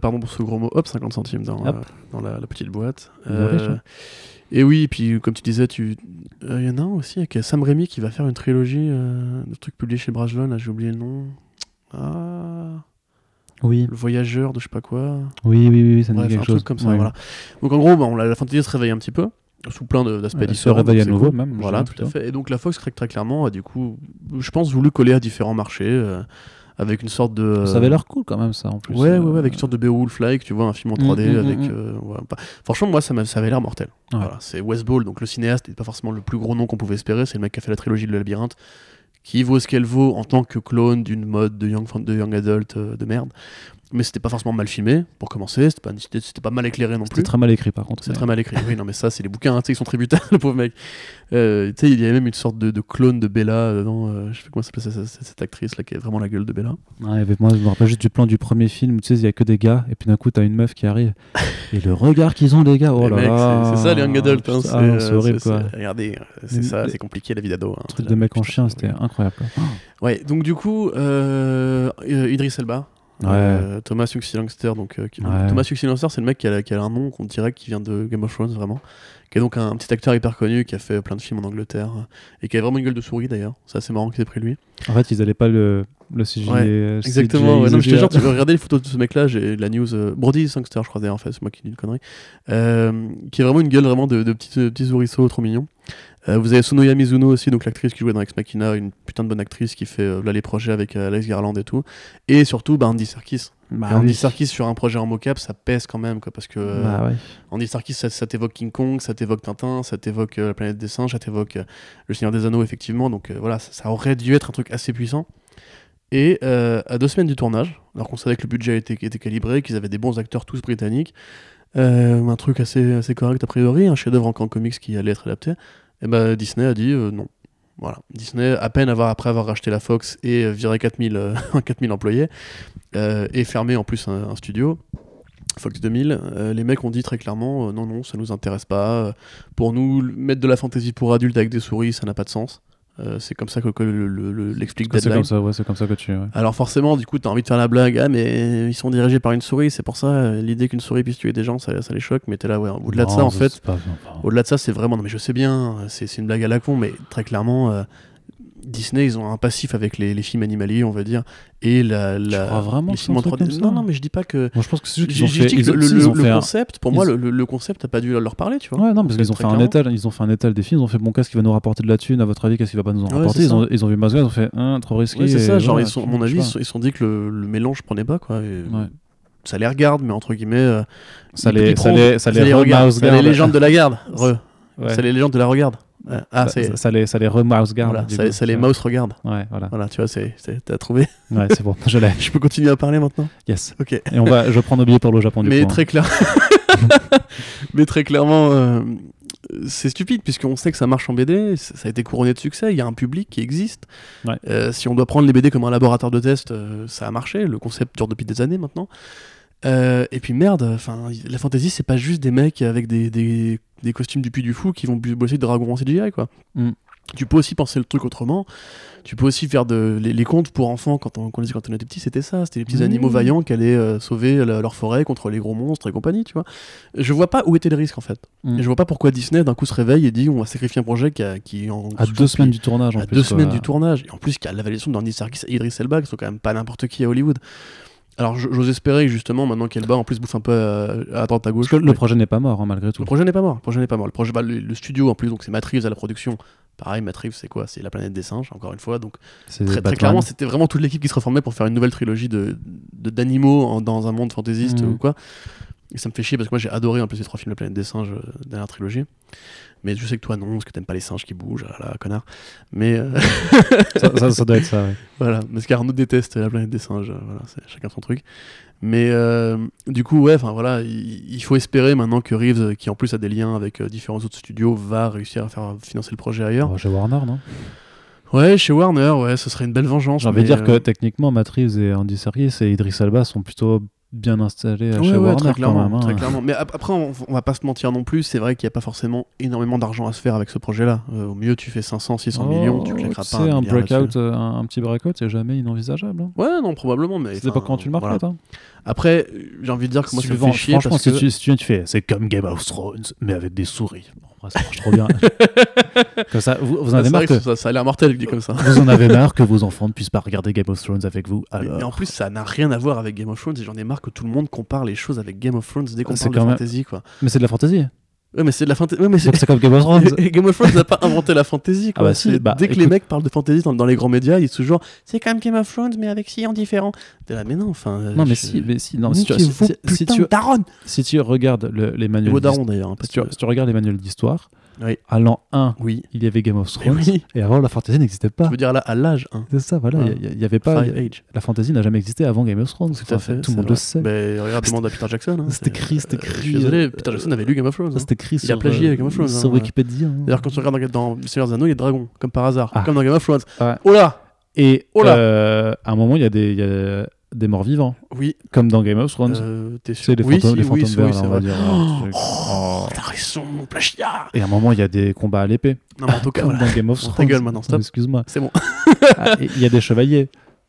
pardon pour ce gros mot, hop, cinquante centimes dans, euh, dans la, la petite boîte. Euh, riche, hein. Et oui, puis comme tu disais, il euh, y en a un aussi avec Sam Raimi qui va faire une trilogie euh, de trucs publiés chez Brajlon, là j'ai oublié le nom. Ah, oui. Le Voyageur de je sais pas quoi. Oui, oui, oui, ça me Bref, dit quelque un chose. truc comme ça, ouais. voilà. Donc en gros, bah, on, la, la fantasy se réveille un petit peu, sous plein de, d'aspects Elle se différents. réveille à c'est nouveau, cool. même, Voilà, je tout à dirais fait. Et donc la Fox, très, très clairement, a du coup, je pense, voulu coller à différents marchés, euh, avec une sorte de... euh, Ça avait l'air cool quand même, ça, en plus. Ouais, euh, ouais, ouais, avec une sorte de Beowulf-like, tu vois, un film en trois D, Mm, mm, avec... mm, euh, ouais, pas- Franchement, moi, ça, m'a- ça avait l'air mortel. Ouais. Voilà, c'est Wes Ball, donc le cinéaste, n'est pas forcément le plus gros nom qu'on pouvait espérer, c'est le mec qui a fait la trilogie de Le Labyrinthe, qui vaut ce qu'elle vaut en tant que clone d'une mode de young, fan- de young adult euh, de merde. Mais c'était pas forcément mal filmé, pour commencer, c'était pas, c'était, c'était pas mal éclairé non C'était plus. très mal écrit, par contre. C'est mais- très mal écrit. Oui, non, mais ça, c'est les bouquins, hein, tu sais, ils sont tributaires, le pauvre mec. Euh, tu sais, il y avait même une sorte de, de clone de Bella dedans. Euh, je sais pas comment s'appelle cette, cette, cette actrice là qui a vraiment la gueule de Bella. Ouais, avec moi, je me rappelle juste du plan du premier film où tu sais, il y a que des gars, et puis d'un coup, t'as une meuf qui arrive. Et le regard qu'ils ont, les gars, oh Les là mecs, là. c'est, c'est ça les young adults. Hein, Putain, c'est, ah non, euh, c'est horrible, c'est- quoi. c'est- regardez, c'est Les- ça, les- c'est compliqué la vie d'ado. Hein, Truc déjà. de mec en Putain, chien, c'est c'était horrible. incroyable, quoi. Ouais, donc du coup, euh, euh, Idris Elba. Ouais. Euh, Thomas Huxley Lancaster, donc euh, qui- Ouais. Thomas Huxley Lancaster, c'est le mec qui a, qui a un nom qu'on dirait qui vient de Game of Thrones vraiment, qui est donc un, un petit acteur hyper connu qui a fait plein de films en Angleterre euh, et qui a vraiment une gueule de souris d'ailleurs. C'est assez marrant qu'il ait pris lui. En fait, ils allaient pas le, le C G I. Ouais, euh, Exactement. C G I, Ouais, non, mais je te C G I. jure, tu veux regarder les photos de ce mec-là, j'ai la news euh, Brody Sangster, je crois d'ailleurs en fait, c'est moi qui dis une connerie, euh, qui a vraiment une gueule vraiment de, de petits, de petits souriceaux trop mignons. Euh, vous avez Sonoya Mizuno aussi, donc l'actrice qui jouait dans Ex Machina, une putain de bonne actrice qui fait euh, là les projets avec euh, Alex Garland et tout. Et surtout, bah, Andy Serkis. Bah, Et Andy oui. Serkis sur un projet en mocap, ça pèse quand même, quoi, parce que euh, Bah ouais. Andy Serkis, ça, ça t'évoque King Kong, ça t'évoque Tintin, ça t'évoque euh, la planète des singes, ça t'évoque euh, le Seigneur des Anneaux, effectivement. Donc euh, voilà, ça, ça aurait dû être un truc assez puissant. Et euh, à deux semaines du tournage, alors qu'on savait que le budget était, était calibré, qu'ils avaient des bons acteurs tous britanniques, euh, un truc assez, assez correct a priori, un chef-d'œuvre en comics qui allait être adapté, et ben Disney a dit euh, non. Voilà. Disney, à peine avoir, après avoir racheté la Fox et euh, viré quatre mille, euh, quatre mille employés, euh, et fermé en plus un, un studio, Fox deux mille, euh, les mecs ont dit très clairement euh, non, non, ça nous intéresse pas. Euh, pour nous, mettre de la fantasy pour adultes avec des souris, ça n'a pas de sens. Euh, c'est comme ça que, que le, le, le, l'explique C'est Deadline. comme ça, ouais, c'est comme ça que tu. Ouais. Alors forcément, du coup, t'as envie de faire la blague, ah mais ils sont dirigés par une souris, c'est pour ça, euh, l'idée qu'une souris puisse tuer des gens, ça, ça les choque, mais t'es là, ouais, au-delà de ça, Non, en fait, c'est pas- enfin, au-delà de ça, c'est vraiment, non mais je sais bien, c'est, c'est une blague à la con, mais très clairement, euh, Disney, ils ont un passif avec les, les films animaliers, on va dire, et la, la crois vraiment les que c'est films un en truc trois D. comme ça Non, non, mais je dis pas que. Moi, je pense que c'est juste qu'ils J'ai ont j'ai fait. dit que ils- le, si, le- ils ont le fait un- concept, pour moi, ils- le, le- le concept a pas dû leur parler, tu vois. Ouais, non, parce qu'ils ont Très fait un clairement. étal, ils ont fait un étal des films, ils ont fait bon, qu'est-ce qui va nous rapporter de la thune, à votre avis, qu'est-ce qui va pas nous en Ouais, rapporter c'est ils ça. ont, ils ont vu Masga, ils ont fait un trop risqué. Ouais, c'est et ça, genre, voilà, ils sont, à tu mon vois, avis, je ils sais se ils se sont dit que le, le mélange prenait pas, quoi. et pas. Ouais. Ça les regarde, mais entre guillemets. euh, Ça ils- les, ils ça prennent- les, ça les regarde. remouse C'est les légendes de la garde. Re. Ouais. C'est les légendes de la regarde. Ouais. Ah, ça, c'est. ça, ça les, ça les remouse garde. Voilà, du ça, coup, ça les tu vois. mouse regardent. Ouais, voilà. Voilà, tu vois, c'est, c'est- t'as trouvé. Ouais, c'est bon, je l'ai. Je peux continuer à parler maintenant. Yes. Ok. Et on va, je prends nos billets pour le Japon du Mais coup. hein. très clair. Mais très clairement, euh, c'est stupide puisqu'on sait que ça marche en B D, ça ça a été couronné de succès, il y a un public qui existe. Ouais. Euh, si on doit prendre les B D comme un laboratoire de test, euh, ça a marché, le concept dure depuis des années maintenant. Euh, et puis merde, enfin, la fantasy c'est pas juste des mecs avec des, des, des costumes du Puy du Fou qui vont bu- bosser de dragons en C G I quoi. Mm. Tu peux aussi penser le truc autrement. Tu peux aussi faire de, les, les contes pour enfants quand on, quand on, quand on était petit, c'était ça. C'était les petits Mmh. animaux vaillants qui allaient euh, sauver la- leur forêt contre les gros monstres et compagnie, tu vois. Je vois pas où était le risque en fait. Mm. Et je vois pas pourquoi Disney d'un coup se réveille et dit on va sacrifier un projet qui, a, qui est en À deux semaines du tournage en à plus. deux quoi. semaines du tournage. Et en plus, qui a la validation d'Andy Serkis et Idris Elba, qui sont quand même pas n'importe qui à Hollywood. Alors j- j'ose espérer que justement, maintenant qu'Elba en plus bouffe un peu à, à droite à Parce gauche. que le mais- projet n'est pas mort hein, malgré tout. le projet n'est pas mort. Le projet n'est pas mort. Le projet, bah, le, le studio en plus, donc c'est Matt Reeves à la production. Pareil, Matt Reeves, c'est quoi? C'est la planète des singes, encore une fois. Donc C'est très, très Batman. clairement, c'était vraiment toute l'équipe qui se reformait pour faire une nouvelle trilogie de, de- d'animaux en- dans un monde fantaisiste Mhm. ou quoi. Et ça me fait chier parce que moi j'ai adoré un peu ces trois films, La planète des singes, euh, dernière trilogie. Mais je sais que toi non, parce que t'aimes pas les singes qui bougent, ah là, connard. Mais euh, ça, ça, ça doit être ça. Ouais. voilà, parce qu'Arnaud déteste La planète des singes, euh, voilà, c'est chacun son truc. Mais euh, du coup, ouais, enfin voilà, il, il faut espérer maintenant que Reeves, qui en plus a des liens avec euh, différents autres studios, va réussir à faire financer le projet ailleurs. Oh, chez Warner, non? Ouais, chez Warner, ouais, ce serait une belle vengeance. J'ai envie de mais, dire que euh, techniquement, Matt Reeves et Andy Serkis et Idris Elba sont plutôt bien installé Ouais, chez ouais, Warner très clairement, quand même. hein. très clairement. Mais ap- après, on, on va pas se mentir non plus, c'est vrai qu'il n'y a pas forcément énormément d'argent à se faire avec ce projet-là. Euh, au mieux, tu fais cinq cents, six cents Oh, millions, tu claqueras tu pas sais, un un milliard breakout, là-dessus. euh, un, un petit breakout, c'est jamais inenvisageable. Hein. Ouais, non, probablement, mais... Ça déppas quand tu le marketes. voilà. Hein. Après, j'ai envie de dire que moi, ça me Suivant, fait chier franchement, parce si, que... tu, si tu viens, tu fais, c'est comme Game of Thrones, mais avec des souris. Bon, moi, ça marche trop bien. Comme ça, vous, vous en avez c'est marre vrai que, que ça, ça a l'air mortel, dit comme ça. vous en avez marre que vos enfants ne puissent pas regarder Game of Thrones avec vous. Mais, Alors, mais en plus, ça n'a rien à voir avec Game of Thrones, et j'en ai marre que tout le monde compare les choses avec Game of Thrones dès qu'on C'est parle de quand même- fantasy, quoi. mais c'est de la fantasy. Ouais, mais c'est de la fantasy. Ouais, mais c'est... Donc c'est comme Game of Thrones. Et Game of Thrones n'a pas inventé la fantasy, quoi. Ah bah si, C'est- bah, dès que les écoute- mecs parlent de fantasy dans, dans les grands médias, ils disent toujours c'est comme Game of Thrones mais avec six ans différents. T'es là, mais non, enfin. euh, Non mais je- si, mais si, non, si tu, Niquez-vous, si- si putain tu, de daronne. si tu regardes le- les Et manuels vos d'histoire, darons d'ailleurs. hein, parce si tu, que- si tu regardes les manuels d'histoire, Oui. à l'an un, Oui. il y avait Game of Mais Thrones, oui. et avant la fantasy n'existait pas. Je veux dire là, à l'âge, hein. C'est ça, voilà, il Ouais. y a- il y, avait pas, Fire il y a- Age. la fantasy n'a jamais existé avant Game of Thrones. Tout Enfin, à fait. tout le c'est monde vrai. le sait. Mais regarde, demande à Peter Jackson. hein, C'était c'est- écrit, c'était euh, Je suis écrit, désolé, euh, Peter Jackson avait lu Game of Thrones. Ça, hein. c'est écrit Il sur, a plagié euh, Game of Thrones, sur hein. Wikipédia. hein. D'ailleurs, quand tu regardes dans dans Seigneur des Anneaux, il y a des dragons, comme par hasard, Ah. comme dans Game of Thrones. Ouais. Oh là. Et Oh là. euh, à un moment, il y a des, il y a des morts vivants, Oui. comme dans Game of Thrones. Euh, T'es sûr C'est les Oui, fantômes, si, les oui, fantômes si, verts, oui, là, c'est on va vrai. dire. Oh, un truc. Oh, t'as raison, mon plagiat. Et à un moment, il y a des combats à l'épée, Non, mais en tout cas, comme voilà. dans Game of Bon, Thrones. ta gueule maintenant, stop. Excuse-moi. C'est bon. Ah, et Il y a des chevaliers,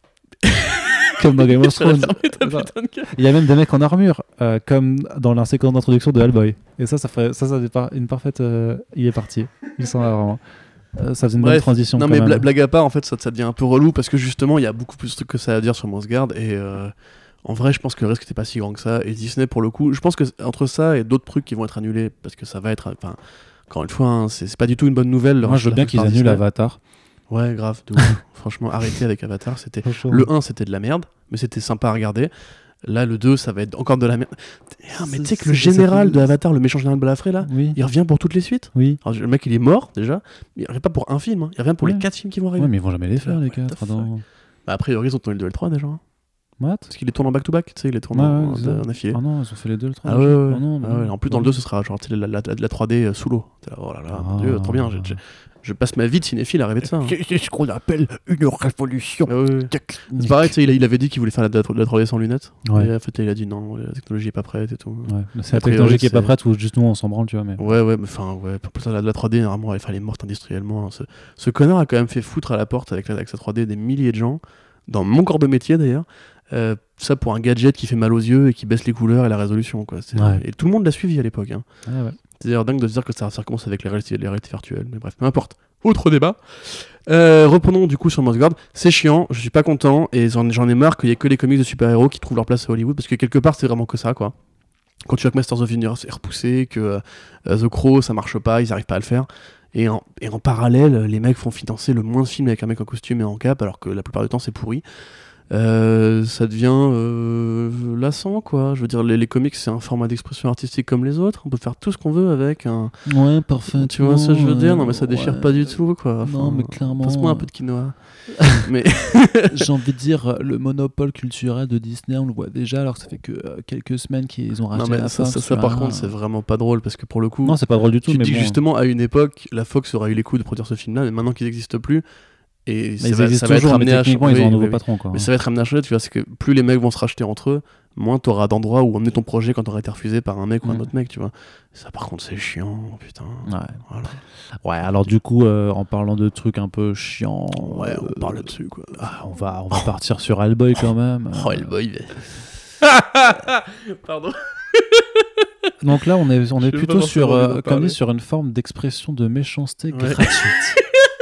comme dans Game of Ça va Thrones. fermer ta Voilà. putain de gueule. Il y a même des mecs en armure, euh, comme dans la séquence d'introduction de Hellboy. Et ça, ça ferait, ça, ça fait par- une parfaite. euh, il est parti. Il s'en va vraiment. Euh, ça faisait une bonne Bref, transition. Non quand mais même. bla- blague à part, en fait ça, ça devient un peu relou parce que justement il y a beaucoup plus de trucs que ça à dire sur Mossgard et euh, en vrai je pense que le risque n'était pas si grand que ça et Disney pour le coup, je pense que entre ça et d'autres trucs qui vont être annulés parce que ça va être, enfin encore une fois hein, c'est c'est pas du tout une bonne nouvelle. le Moi, je veux rachat bien fait qu'ils par annulent Disney. Avatar. Ouais grave, de ouf. Franchement arrêtez avec Avatar, c'était le un c'était de la merde mais c'était sympa à regarder. Là le deux ça va être encore de la merde. Ah, mais tu sais que le C'est- c'est- général c'est- de Avatar, le méchant général Balafré là, Oui. il revient pour toutes les suites. Oui. Alors, le mec il est mort déjà, mais il revient pas pour un film, hein. Il revient pour Ouais. les quatre films qui vont arriver. Ouais, mais ils vont jamais les faire, What les the quatre. fuck. Attends. Bah, a priori, ils ont tourné le deux et le trois déjà. hein. What Parce qu'il les tourne en back-to-back, tu sais, il les tourne Ouais, en, ouais, c'est en, ça. en affilée. Ah non, ils ont fait les deux, le trois. Ah ouais, déjà. ouais, ouais. Ah non, Ah mais ouais. non. En plus, dans le deux, ce sera genre tu sais, la, la, la, la trois D euh, sous l'eau. T'es là, oh là là, mon Ah. dieu, trop bien. Je, je, je passe ma vie de cinéphile à rêver de ça. hein. C'est ce qu'on appelle une révolution Ah ouais, ouais. technique. C'est pareil, tu sais, il, a- il avait dit qu'il voulait faire la, la, la trois D sans lunettes. Ouais. Et en fait, il a dit non, la technologie est pas prête et tout. Ouais, mais c'est A la priori, technologie qui est pas c'est- prête ou juste nous on s'en branle, tu vois. Mais... Ouais, ouais, mais enfin, ouais. Pour ça, la, la trois D, normalement, elle, elle est morte industriellement. hein. Ce, ce connard a quand même fait foutre à la porte avec, la, avec sa trois D des milliers de gens, dans mon corps de métier d'ailleurs. Euh, ça pour un gadget qui fait mal aux yeux et qui baisse les couleurs et la résolution, quoi. C'est- Ouais. Et tout le monde l'a suivi à l'époque. Hein. Ah ouais. C'est d'ailleurs dingue de se dire que ça, ça recommence avec les réalités, les réalités virtuelles, mais bref, peu importe. Autre débat. Euh, reprenons du coup sur Mossgard. C'est chiant, je suis pas content et j'en, j'en ai marre qu'il y ait que les comics de super-héros qui trouvent leur place à Hollywood parce que quelque part c'est vraiment que ça, quoi. Quand tu vois que Masters of Universe est repoussé, que euh, The Crow ça marche pas, ils arrivent pas à le faire. Et en, et en parallèle, les mecs font financer le moins de films avec un mec en costume et en cape alors que la plupart du temps c'est pourri. Euh, ça devient euh, lassant, quoi. Je veux dire, les, les comics, c'est un format d'expression artistique comme les autres. On peut faire tout ce qu'on veut avec. Un... Ouais, parfait. Tu vois ce que je veux dire? Non, mais ça déchire pas du tout, quoi. Enfin, Non, mais clairement. passe-moi un peu de quinoa. mais J'ai envie de dire, le monopole culturel de Disney, on le voit déjà, alors que ça fait que euh, quelques semaines qu'ils ont racheté non, mais la ça, Fox, ça, tu ça, vois. par contre, c'est vraiment pas drôle parce que pour le coup, Non, c'est pas drôle du tout, tu te mais dis bon. justement à une époque, la Fox aura eu les coups de produire ce film-là, mais maintenant qu'ils n'existent plus, et Mais ça ils va, existent ça va être toujours, mais amené à techniquement, ils ont oui, un nouveau oui, oui. patron, quoi. Mais ça va être amené à changer, tu vois, c'est que plus les mecs vont se racheter entre eux, moins t'auras d'endroits où emmener ton projet quand t'auras été refusé par un mec ou un Mm. autre mec, tu vois. Ça, par contre, c'est chiant, putain. Ouais. Voilà. Ouais, alors du coup, euh, en parlant de trucs un peu chiants, Ouais, on euh, parle là-dessus, quoi. ah, on va, on va partir sur Hellboy quand même. Oh, Euh, Hellboy. Pardon. Donc là, on est, on Je est sais plutôt pas sur, forcément envie euh, d'en comme parler. dit, sur une forme d'expression de méchanceté Ouais. gratuite.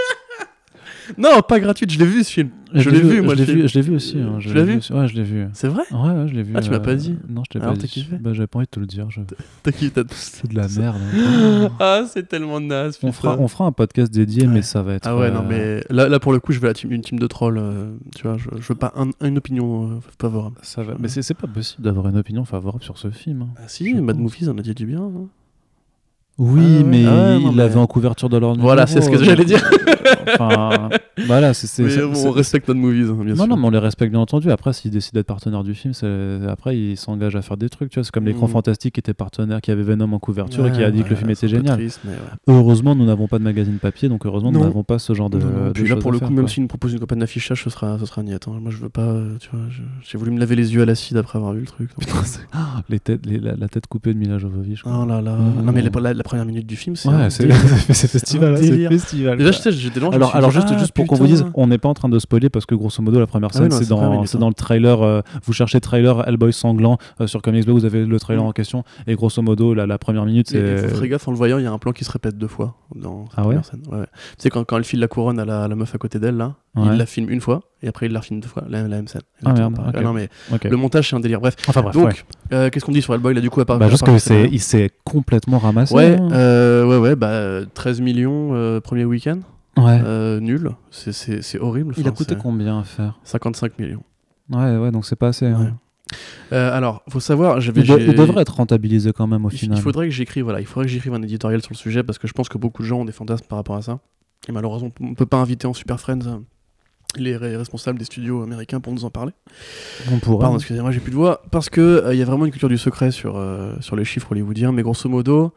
Non, pas gratuite, je l'ai vu ce film. Je, l'ai vu, moi, je le l'ai film. vu, je l'ai vu aussi. hein, je Tu l'as l'ai vu aussi. Ouais, je l'ai vu. C'est vrai? Ouais, ouais, je l'ai vu. Ah, tu m'as euh, pas dit? Non, je t'ai Alors, pas t'as dit. kiffé Bah, j'avais pas envie de te le dire. je- T'as qui t'as... C'est de la merde. hein. Ah, c'est tellement naze. on, putain. fera, on fera un podcast dédié, Ouais. mais ça va être. Ah ouais, euh, non, mais là, là pour le coup, je veux la team, une team de trolls. euh, tu vois, je, je veux pas un- une opinion euh, favorable. Ça va. Mais c'est c'est pas possible d'avoir une opinion favorable sur ce film. hein. Ah si, Je Mad pense. Movies, on a dit du bien. hein. Oui, Ah ouais, mais ah ouais, non, il mais- l'avait en couverture de leur numéro. Voilà, c'est ce que donc, j'allais dire. Enfin, voilà, c'est. c'est- Mais c'est- on c'est- respecte notre movies, hein, bien non, sûr. non, mais on les respecte bien entendu. Après, s'ils décident d'être partenaires du film, c'est- après, ils s'engagent à faire des trucs. Tu vois, c'est comme l'écran Mm. fantastique qui était partenaire, qui avait Venom en couverture et qui Ouais, a dit que le ouais, film c'est était un peu génial. triste, mais ouais. Heureusement, nous n'avons pas de magazine papier, donc heureusement, nous Non. n'avons pas ce genre de. Non, non, de puis là, choses pour à le faire, coup, même quoi. s'ils nous proposent une campagne d'affichage, ce sera, ce sera niette. hein. Moi, je veux pas. euh, Tu vois, je- j'ai voulu me laver les yeux à l'acide après avoir vu le truc. donc. Putain, c'est- les têtes, les- la, la tête coupée de Mila Jovovich. quoi. Oh là là. Mmh. Non, mais la, la- la première minute du film, c'est. Ouais, un c'est délire. c'est festival. Un là, c'est délire. festival. Déjà, quoi. je sais, j'étais loin. je me Alors, suis alors dit, juste, ah, juste pour qu'on vous putain. dise, on n'est pas en train de spoiler parce que grosso modo la première Ah scène oui, non, c'est c'est première dans minute, c'est hein. dans le trailer. euh, vous cherchez trailer Hellboy sanglant euh, sur Comics Blog, vous avez le trailer Mm. en question et grosso modo la, la première minute Mais c'est. faut faire gaffe en le voyant, il y a un plan qui se répète deux fois dans cette Ah ouais première scène. Ouais, ouais. Tu sais, quand, quand elle file la couronne à la, à la meuf à côté d'elle, là, Ouais. il la filme une fois et après il la filme deux fois, la, la même scène. Ah Exactement merde, pareil. ok. Ah non, mais Ok. le montage, c'est un délire. Bref. Enfin bref. Donc, ouais. euh, qu'est-ce qu'on dit sur Hellboy là, du coup, à part. Bah, à juste part que que c'est- c'est il s'est complètement ramassé. Ouais, hein. euh, ouais, ouais, bah treize millions euh, premier week-end. Ouais. Euh, nul. C'est- C'est c'est horrible. Il a Enfin, coûté c'est combien à faire? cinquante-cinq millions. Ouais, ouais, donc c'est pas assez. hein. Ouais. Euh, alors, faut savoir, j'avais. Il, de- j'ai- il devrait être rentabilisé quand même au Il, final. il faudrait que j'écrive, voilà, il faudrait que j'écrive un éditorial sur le sujet parce que je pense que beaucoup de gens ont des fantasmes par rapport à ça. Et malheureusement, on ne peut pas inviter en Super Friends euh, les ré- responsables des studios américains pour nous en parler. On pourrait. Pardon, excusez-moi, j'ai plus de voix. Parce que euh, il y a vraiment une culture du secret sur, euh, sur les chiffres hollywoodiens, mais grosso modo,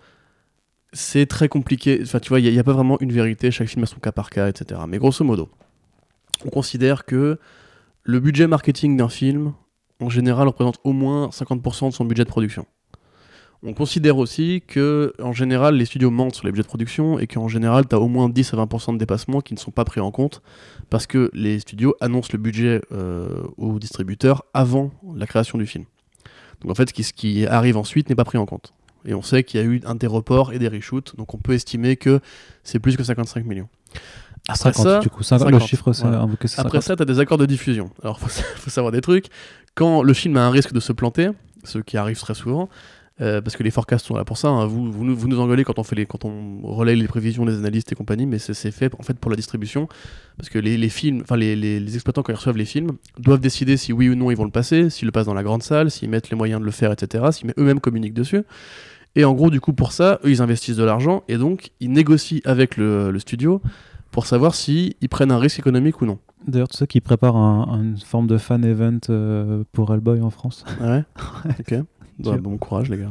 c'est très compliqué. Enfin, tu vois, il n'y a, a pas vraiment une vérité. Chaque film a son cas par cas, et cetera. Mais grosso modo, on considère que le budget marketing d'un film, en général, représente au moins cinquante pour cent de son budget de production. On considère aussi que, en général, les studios mentent sur les budgets de production et qu'en général, tu as au moins dix à vingt pour cent de dépassements qui ne sont pas pris en compte parce que les studios annoncent le budget euh, aux distributeurs avant la création du film. Donc en fait, ce qui, ce qui arrive ensuite n'est pas pris en compte. Et on sait qu'il y a eu un des reports et des reshoots, donc on peut estimer que c'est plus que cinquante-cinq millions. Après cinquante, ça, du coup. cinquante, le cinquante, chiffre, c'est voilà. invoqué, c'est Après cinquante. ça, tu as des accords de diffusion. Alors, il faut, faut savoir des trucs. Quand le film a un risque de se planter, ce qui arrive très souvent, euh, parce que les forecasts sont là pour ça, hein, vous, vous, nous, vous nous engueulez quand on, fait les, quand on relaye les prévisions des analystes et compagnie, mais c'est, c'est fait en fait pour la distribution, parce que les, les films, enfin les, les, les exploitants quand ils reçoivent les films, doivent décider si oui ou non ils vont le passer, s'ils le passent dans la grande salle, s'ils mettent les moyens de le faire, et cetera, s'ils eux-mêmes communiquent dessus. Et en gros, du coup, pour ça, eux, ils investissent de l'argent, et donc ils négocient avec le, le studio pour savoir s'ils prennent un risque économique ou non. D'ailleurs, tu sais qu'ils préparent un- un- une forme de fan event euh, pour Hellboy en France. Ah ouais. Ok. Bah, bon courage les gars.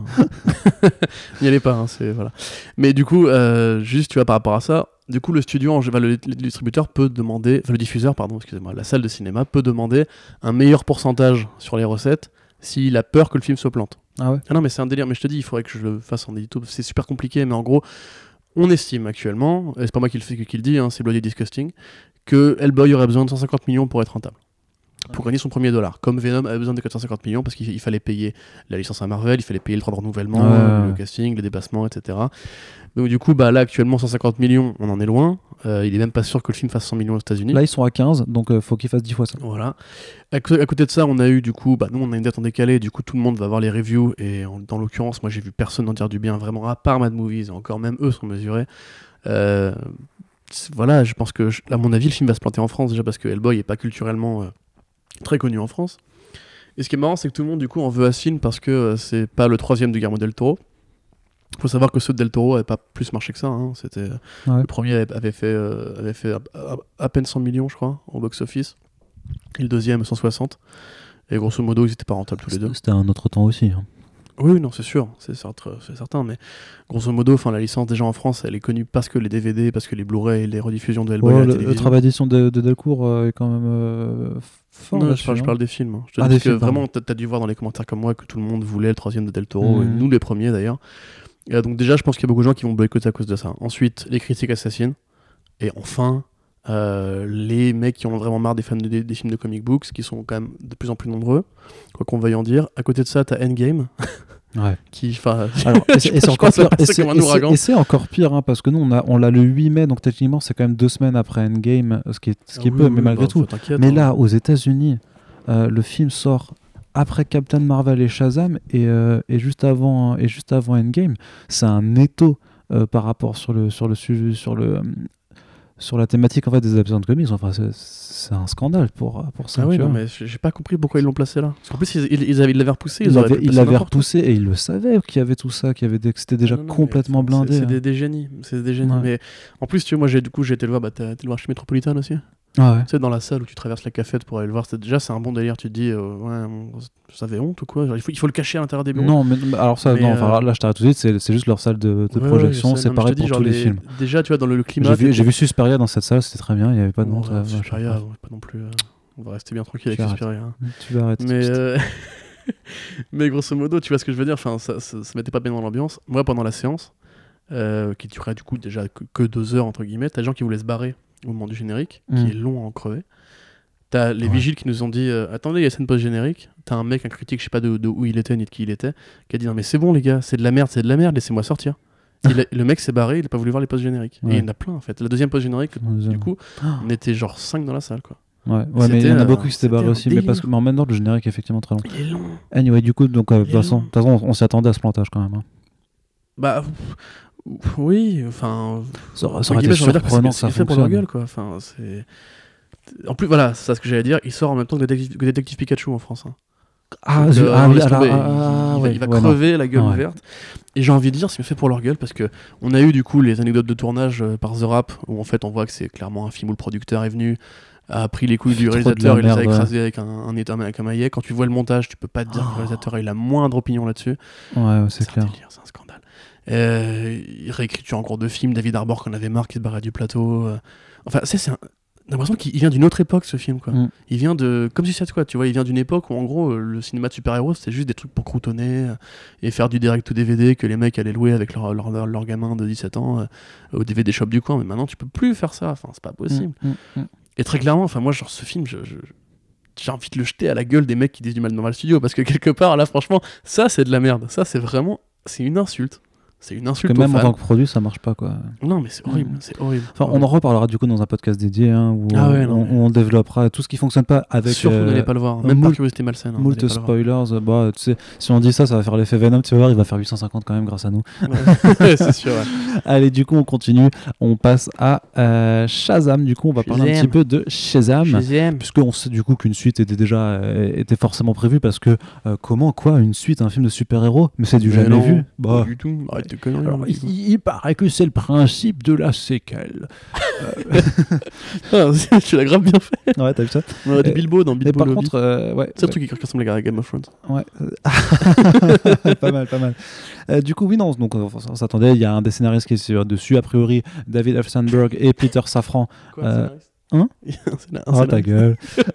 N'y allez pas, hein, c'est voilà. Mais du coup, euh, juste tu vois par rapport à ça, du coup le studio, en, enfin, le, le distributeur peut demander, enfin le diffuseur pardon, excusez-moi, la salle de cinéma peut demander un meilleur pourcentage sur les recettes s'il a peur que le film se plante. Ah ouais. Ah non mais c'est un délire, mais je te dis, il faudrait que je le fasse en édito, c'est super compliqué, mais en gros, on estime actuellement, et c'est pas moi qui le, fais, qui le dis, hein, c'est Bloody Disgusting, que Hellboy aurait besoin de cent cinquante millions pour être rentable. Pour gagner son premier dollar. Comme Venom avait besoin de quatre cent cinquante millions parce qu'il il fallait payer la licence à Marvel, il fallait payer le droit de renouvellement, Ouais. le casting, les dépassements, et cetera. Donc du coup, bah, là actuellement cent cinquante millions, on en est loin. Euh, il est même pas sûr que le film fasse cent millions aux États-Unis. Là, ils sont à quinze, donc euh, faut qu'ils fassent dix fois ça. Voilà. À, co- à côté de ça, on a eu du coup, bah, nous on a une date en décalé, du coup tout le monde va voir les reviews et en- dans l'occurrence, moi j'ai vu personne en dire du bien, vraiment à part Mad Movies, et encore même eux sont mesurés. Euh, c'est- voilà, je pense que, je- à mon avis, le film va se planter en France déjà parce que Hellboy est pas culturellement euh, très connu en France. Et ce qui est marrant, c'est que tout le monde du coup en veut à ce film parce que euh, c'est pas le troisième de Guillermo del Toro. Faut savoir que ceux de Del Toro n'avaient pas plus marché que ça. Hein. C'était Ouais. le premier avait, avait fait euh, avait fait à, à- à peine cent millions, je crois, au box-office. Et le deuxième cent soixante. Et grosso modo, ils étaient pas rentables tous les deux. C'était un autre temps aussi. hein. Oui, non, c'est sûr, c'est certain, c'est certain, mais grosso modo, enfin, la licence déjà en France, elle est connue parce que les D V D, parce que les Blu-ray, les rediffusions de Hellboy Ouais, à la le, le télévision. travail d'édition de, de Delcourt euh, est quand même euh, fort. Non, je là-dessus, parle, je hein. parle des films. hein. Je te Ah, dis des que films, pardon. vraiment, t'as, t'as dû voir dans les commentaires comme moi que tout le monde voulait le troisième de Del Toro, et Mhm. nous les premiers d'ailleurs. Et, euh, donc déjà, je pense qu'il y a beaucoup de gens qui vont boycotter à cause de ça. Ensuite, les critiques assassinent. Et enfin, euh, les mecs qui ont vraiment marre des fans de- des, des films de comic books, qui sont quand même de plus en plus nombreux, quoi qu'on veuille en dire. À côté de ça, t'as Endgame, Ouais. qui... enfin, Alors, et c'est, et c'est je encore crois que ça pire. Et passait c'est, comme un et c'est- ouragan. et c'est encore pire, hein, parce que nous, on, a, on l'a le huit mai, donc techniquement, c'est quand même deux semaines après Endgame, ce qui est, ce qui est Ah peu, oui, mais oui, malgré bah, tout. t'inquiète, Mais hein. là, aux États-Unis, euh, le film sort après Captain Marvel et Shazam, et, euh, et, juste, avant, et juste avant Endgame. C'est un étau euh, par rapport sur le, sur le sujet, sur le. sur la thématique en fait des adaptations de comics. Enfin, c'est, c'est un scandale pour pour ça. Ah oui, tu non, vois. mais j'ai pas compris pourquoi ils l'ont placé là. Parce qu'en plus, ils, ils, ils avaient, ils l'avaient repoussé. Ils, Il auraient l'avait, pu le il placer l'avait n'importe où. repoussé et il le savait qu'il y avait tout ça, qu'il y avait des, que c'était déjà Ah non, non, complètement mais blindé. C'est, c'est hein. des, des génies. C'est des génies. Ouais. Mais en plus, tu vois, moi, j'ai, du coup, j'ai été le voir. Bah, t'as été le voir chez Metropolitan aussi. Ah ouais. Tu sais, dans la salle où tu traverses la cafette pour aller le voir, c'est, déjà, c'est un bon délire. Tu te dis, euh, ouais, ça avait honte ou quoi. Genre, il, faut, il faut le cacher à l'intérieur des bureaux. Non, mais alors ça, Mais, non. euh, Enfin, là, je t'arrête tout de suite. C'est, c'est juste leur salle de, de Ouais, projection. ouais, je sais. c'est Non, mais pareil je te dis, pour genre, tous les, les films. Déjà, tu vois, dans le, le climat. J'ai vu, t'es- j'ai vu Suspiria dans cette salle. C'était très bien. Il y avait pas de Bon, honte. ouais, euh, Suspiria, machin. ouais, pas non plus. euh, On va rester bien tranquille Tu avec arrêtes. Suspiria. hein. Tu vas arrêter. Mais, euh, mais grosso modo, tu vois ce que je veux dire, enfin, ça, ça, ça mettait pas bien dans l'ambiance. Moi, pendant la séance, euh, qui durait du coup déjà que, que deux heures, entre guillemets, t'as des gens qui voulaient se barrer au moment du générique, Mm. qui est long à en crever. T'as les Ouais. vigiles qui nous ont dit euh, attendez, il y a scène post-générique. T'as un mec, un critique, je sais pas de, de où il était ni de qui il était, qui a dit non, mais c'est bon, les gars, c'est de la merde, c'est de la merde, laissez-moi sortir. Il a- le mec s'est barré, il a pas voulu voir les post-génériques. Ouais. Et il y en a plein en fait. La deuxième post-générique, Ouais, du coup, on était genre cinq dans la salle quoi. Ouais, ouais mais il y en C'était, a beaucoup euh, qui s'étaient barrés c'était un aussi. Mais, parce que, délire. mais en même temps, le générique est effectivement très long. Il est long. Anyway, du coup, donc, euh, de toute Il est façon, long. de toute façon, on, on s'y attendait à ce plantage quand même. hein. Bah pff, oui, enfin. Ça aurait, entre ça aurait été guillemets, j'ai envie de dire que surprenant que c'est- ça c'est fait pour leur fonctionne. gueule quoi. Enfin, c'est. En plus, voilà, c'est ça ce que j'allais dire. Il sort en même temps que Détective, que Détective Pikachu en France. hein. Ah, Donc, je- euh, ah on oui, laisse alors, tomber. ah, il, il va, ouais, il va ouais, non. crever la gueule Ouais. ouverte. Et j'ai envie de dire, c'est fait pour leur gueule parce que on a eu du coup les anecdotes de tournage euh, par The Rap où en fait on voit que c'est clairement un film où le producteur est venu, a pris les couilles du Trop de réalisateur, la il les a merde, écrasés avec un, un, état- avec un maillet. Quand tu vois le montage, tu peux pas te dire que le réalisateur a eu la moindre opinion là-dessus. Ouais, ouais, c'est un clair. délire, c'est un scandale. Euh, réécriture en cours de film, David Arbor qu'on avait marre qui se barrait du plateau. euh. Enfin, c'est, c'est un... j'ai l'impression qu'il il vient d'une autre époque ce film quoi. Mm. Il vient de comme Suicide Squad, tu vois, il vient d'une époque où en gros euh, le cinéma de super-héros c'était juste des trucs pour croutonner euh, et faire du direct ou D V D que les mecs allaient louer avec leur, leur, leur, leur gamin de dix-sept ans euh, au D V D shop du coin, mais maintenant tu peux plus faire ça, enfin c'est pas possible. Mm, mm, mm. Et très clairement, enfin moi genre ce film je, je- j'ai envie de le jeter à la gueule des mecs qui disent du mal de Marvel Studios parce que quelque part là franchement ça c'est de la merde, ça c'est vraiment c'est une insulte. C'est une Parce insulte que aux même en fans. tant que produit, ça marche pas quoi. Non mais c'est horrible, Mm. c'est horrible. Enfin, on en reparlera du coup dans un podcast dédié hein, où, Ah ouais, on, non, où mais- on développara tout ce qui fonctionne pas avec Sûr que vous euh, n'allez pas le voir, même moult- par curiosité malsaine. hein, vous moult n'allez pas le voir. spoilers. euh, Bah, tu sais, si on dit ça, ça va faire l'effet Venom. Tu vas voir, il va faire huit cent cinquante quand même grâce à nous. Ouais, c'est sûr. Ouais. Allez, du coup, on continue. On passe à euh, Shazam. Du coup, on va parler un Shazam. petit peu de Shazam. Shazam. Puisqu'on sait du coup qu'une suite était déjà euh, était forcément prévue parce que euh, comment quoi une suite un film de super-héros mais c'est du Mais jamais non, vu. Bah, Pas du tout. Arrête de conneries. alors, hein, il, du tout. il paraît que c'est le principe de la séquelle. Ah, tu l'as grave bien fait. Ouais, t'as vu ça? On aurait dit Euh, Bilbo dans Et Bilbo par le contre, Hobbit. euh, ouais, C'est le truc qui ressemble à Game of Thrones. ouais, pas mal, pas mal. Euh, du coup, oui, non, donc on, on s'attendait. Il y a un des scénaristes qui est sur- dessus, a priori, David F. Sandberg et Peter Safran. Quoi, Euh, scénariste hein Il y a un scénar- un Oh ta scénariste. gueule.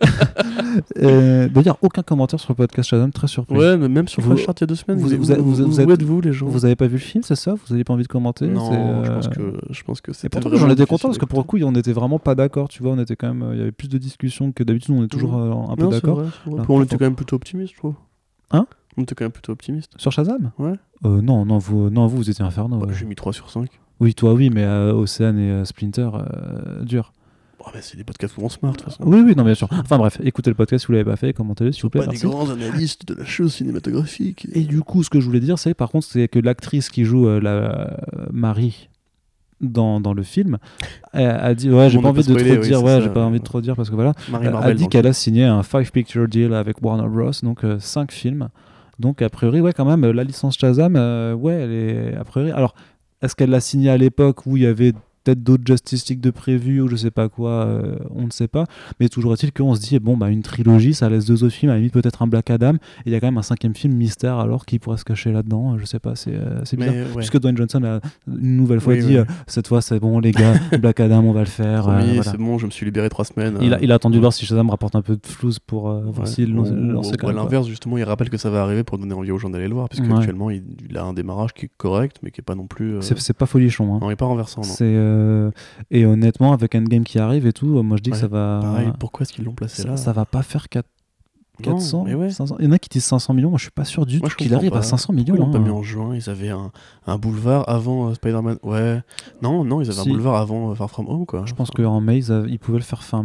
euh, D'ailleurs, aucun commentaire sur le podcast Shazam, très surpris. Ouais, mais même sur Vous- Flash Art il y a deux semaines. vous- Vous, vous- vous, vous- vous, vous où êtes- êtes-vous les gens Vous avez pas vu le film, c'est ça? Vous avez pas envie de commenter? Non, C'est, euh, je pense que je pense que Et c'était pourtant, vraiment j'en étais difficile content parce que pour le d'écouter. coup, on était vraiment pas d'accord, tu vois. On était quand même, euh, il y avait plus de discussions que d'habitude. On est toujours Mhm. euh, un peu Non, c'est d'accord vrai, c'est vrai. Là, Puis on faut- était quand même plutôt optimiste, je trouve. Hein On était quand même plutôt optimiste. sur Shazam. Ouais. Euh, non, non, vous, non, vous, vous étiez inferno. Bah, ouais. J'ai mis trois sur cinq. Oui, toi, oui, mais euh, Océane et euh, Splinter, euh, dur. Oh, mais c'est des podcasts où on se marre, de toute façon. Oui, oui, non, bien sûr. Enfin bref, écoutez le podcast si vous l'avez pas fait, commentez-le s'il vous plaît. Pas des merci. grands analystes de la chose cinématographique. Et du coup, ce que je voulais dire, c'est par contre, c'est que l'actrice qui joue euh, la euh, Marie dans, dans le film a, a dit, ouais, j'ai On pas n'a envie pas de trop spoilé, oui, dire, c'est ouais, ça, j'ai pas ouais. envie de trop dire parce que voilà, Marie a Marvel. dit dans qu'elle a signé un five picture deal avec Warner Bros, donc euh, cinq films. Donc a priori, ouais, quand même, euh, la licence Shazam, euh, ouais, elle est a priori. Alors, est-ce qu'elle l'a signé à l'époque où il y avait peut-être d'autres Justice League de prévus ou je sais pas quoi, euh, on ne sait pas. Mais toujours est-il qu'on se dit, bon, bah, une trilogie, ça laisse deux autres films, à la limite peut-être un Black Adam, et il y a quand même un cinquième film mystère, alors qui pourrait se cacher là-dedans, euh, je sais pas, c'est euh, c'est bizarre. Mais, ouais. Puisque Dwayne Johnson a une nouvelle fois Oui, dit, oui. euh, cette fois c'est bon les gars, Black Adam, on va le faire. euh, Promis, voilà. c'est bon, je me suis libéré trois semaines. Il a, euh, il a attendu de voir si Shazam rapporte un peu de flouze pour euh, voir ouais. s'il Ou- lance ou- lance ou quand à même, quoi. l'inverse, justement, il rappelle que ça va arriver pour donner envie aux gens d'aller le voir, puisque Ouais. actuellement, il, il a un démarrage qui est correct, mais qui est pas non plus. euh, C'est c'est pas folichon. Hein. Non, il est pas renversant, non. C'est euh, et honnêtement avec Endgame qui arrive et tout, euh, moi je dis que Ouais, ça va. Pareil, pourquoi est-ce qu'ils l'ont placé ça, là ça va pas faire quatre- Non, quatre cents, mais ouais. cinq cents. Il y en a qui disent cinq cents millions. Moi je suis pas sûr du Moi, tout je qu'il comprends arrive pas. à cinq cents Pourquoi millions. ils l'ont pas hein. mis en juin, ils avaient un, un boulevard avant euh, Spider-Man. Ouais. Non, non, ils avaient Si. un boulevard avant euh, Far From Home, quoi. Je pense Enfin, qu'en mai ils, avaient- ils pouvaient le faire fin mai.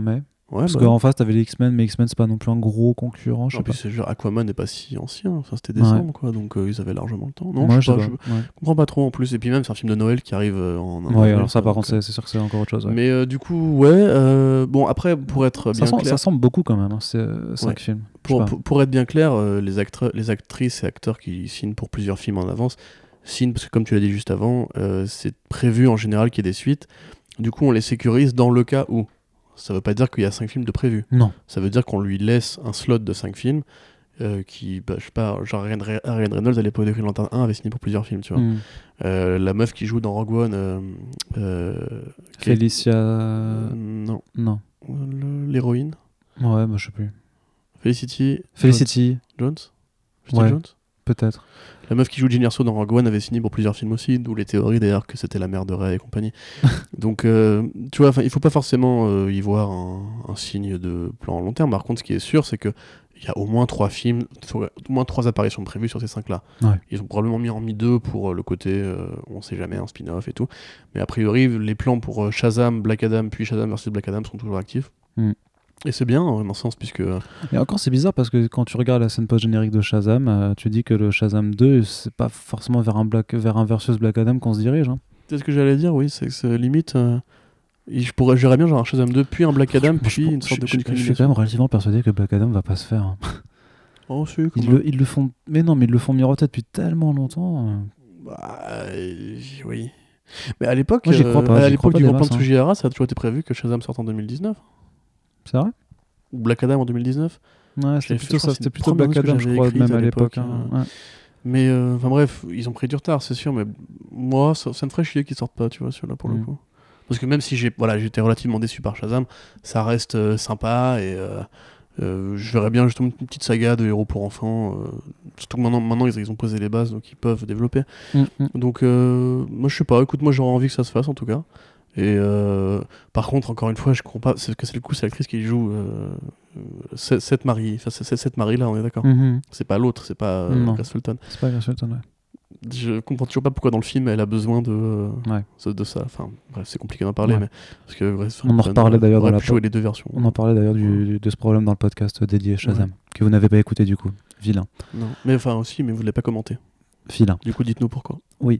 Ouais, Parce bah, qu'en face, t'avais les X-Men, mais X-Men, c'est pas non plus un gros concurrent, je en sais plus, pas. c'est genre Aquaman n'est pas si ancien, enfin, c'était décembre, quoi, donc euh, ils avaient largement le temps. Non, Moi, je sais pas, je Ouais. comprends pas trop en plus. Et puis même, c'est un film de Noël qui arrive euh, en, en Ouais, avril, alors ça, quoi, par donc, contre, euh, c'est c'est sûr que c'est encore autre chose. Ouais. Mais euh, du coup, ouais, euh, bon, après, pour être Ça, bien sent- clair, ça semble beaucoup quand même, hein, ces cinq Ouais. films. Je sais pour, pas. pour, pour être bien clair, euh, les, acteurs, les actrices et acteurs qui signent pour plusieurs films en avance signent, parce que comme tu l'as dit juste avant, euh, c'est prévu en général qu'il y ait des suites. Du coup, on les sécurise dans le cas où. Ça veut pas dire qu'il y a cinq films de prévus. Non. Ça veut dire qu'on lui laisse un slot de cinq films euh, qui, bah, je sais pas, genre Ryan, Re- Ryan Reynolds à l'époque de Green Lantern un avait signé pour plusieurs films, tu vois. Hmm. Euh, la meuf qui joue dans Rogue One, euh, euh, qui est- Félicia. euh, non, Non. Le- l'héroïne, Ouais, bah, je sais plus. Felicity Felicity, Jones, Felicity Ouais. Jones. peut-être. La meuf qui joue Jyn Erso dans Rogue One avait signé pour plusieurs films aussi, d'où les théories d'ailleurs que c'était la mère de Rey et compagnie. Donc, euh, tu vois, il faut pas forcément euh, y voir un, un signe de plan long terme. Par contre, ce qui est sûr, c'est que il y a au moins trois films, au moins trois apparitions prévues sur ces cinq-là. Ouais. Ils ont probablement mis en mis deux pour euh, le côté, euh, on sait jamais, un spin-off et tout. Mais a priori, les plans pour euh, Shazam, Black Adam, puis Shazam versus Black Adam sont toujours actifs. Mm. Et c'est bien, en un sens, puisque... euh, Et encore, c'est bizarre parce que quand tu regardes la scène post-générique de Shazam, euh, tu dis que le Shazam deux, c'est pas forcément vers un, Black, vers un versus Black Adam qu'on se dirige. Hein. C'est ce que j'allais dire, oui, c'est que c'est limite... euh, et je pourrais, j'aurais bien genre un Shazam deux, puis un Black Adam, Moi, je- puis une sorte je, de je, je suis quand combinaison. même relativement persuadé que Black Adam va pas se faire. hein. Oh, c'est Ils le, ils le font. Mais non, mais ils le font miroiter depuis tellement longtemps. euh. Bah, euh, oui. Mais à l'époque, Moi, j'y crois euh, pas, à j'y l'époque crois pas du des grand plan de masses, hein. Sugihara, ça a toujours été prévu que Shazam sorte en deux mille dix-neuf. C'est vrai? Ou Black Adam en deux mille dix-neuf. Ouais, J'avais c'était fait- plutôt je crois ça. que C'était c'est une plutôt première Black news que Adam, je j'avais crois, écrite même à à l'époque. l'époque, hein. euh, Ouais. Mais euh, enfin bref, ils ont pris du retard, c'est sûr, mais moi, ça, ça me ferait chier qu'ils sortent pas, tu vois, celui-là pour le Mm. coup. Parce que même si j'ai, voilà, j'étais relativement déçu par Shazam, ça reste euh, sympa et euh, euh, je verrais bien justement une petite saga de héros pour enfants. euh, surtout que maintenant, maintenant ils, ils ont posé les bases, donc ils peuvent développer. Mm, mm. Donc euh, moi je sais pas, écoute, moi j'aurais envie que ça se fasse en tout cas. Et euh, par contre, encore une fois, je comprends pas, c'est que c'est le coup, c'est l'actrice qui joue euh, euh, cette cette Marie, enfin c'est cette Marie là, on est d'accord. Mhm. C'est pas l'autre, c'est pas euh, Non. Grace Fulton. C'est pas Grace Fulton, ouais. Je comprends toujours pas pourquoi dans le film elle a besoin de, euh, Ouais. de, de ça. Enfin bref, c'est compliqué d'en parler, Ouais. mais parce que Grace On en Fulton, reparlait euh, d'ailleurs aurait dans pu la jouer po- les deux versions. On en parlait d'ailleurs du, de ce problème dans le podcast dédié Shazam, que vous n'avez pas écouté du coup. Vilain. Non, mais enfin aussi, mais vous l'avez pas commenté. Vilain. Du coup, dites-nous pourquoi.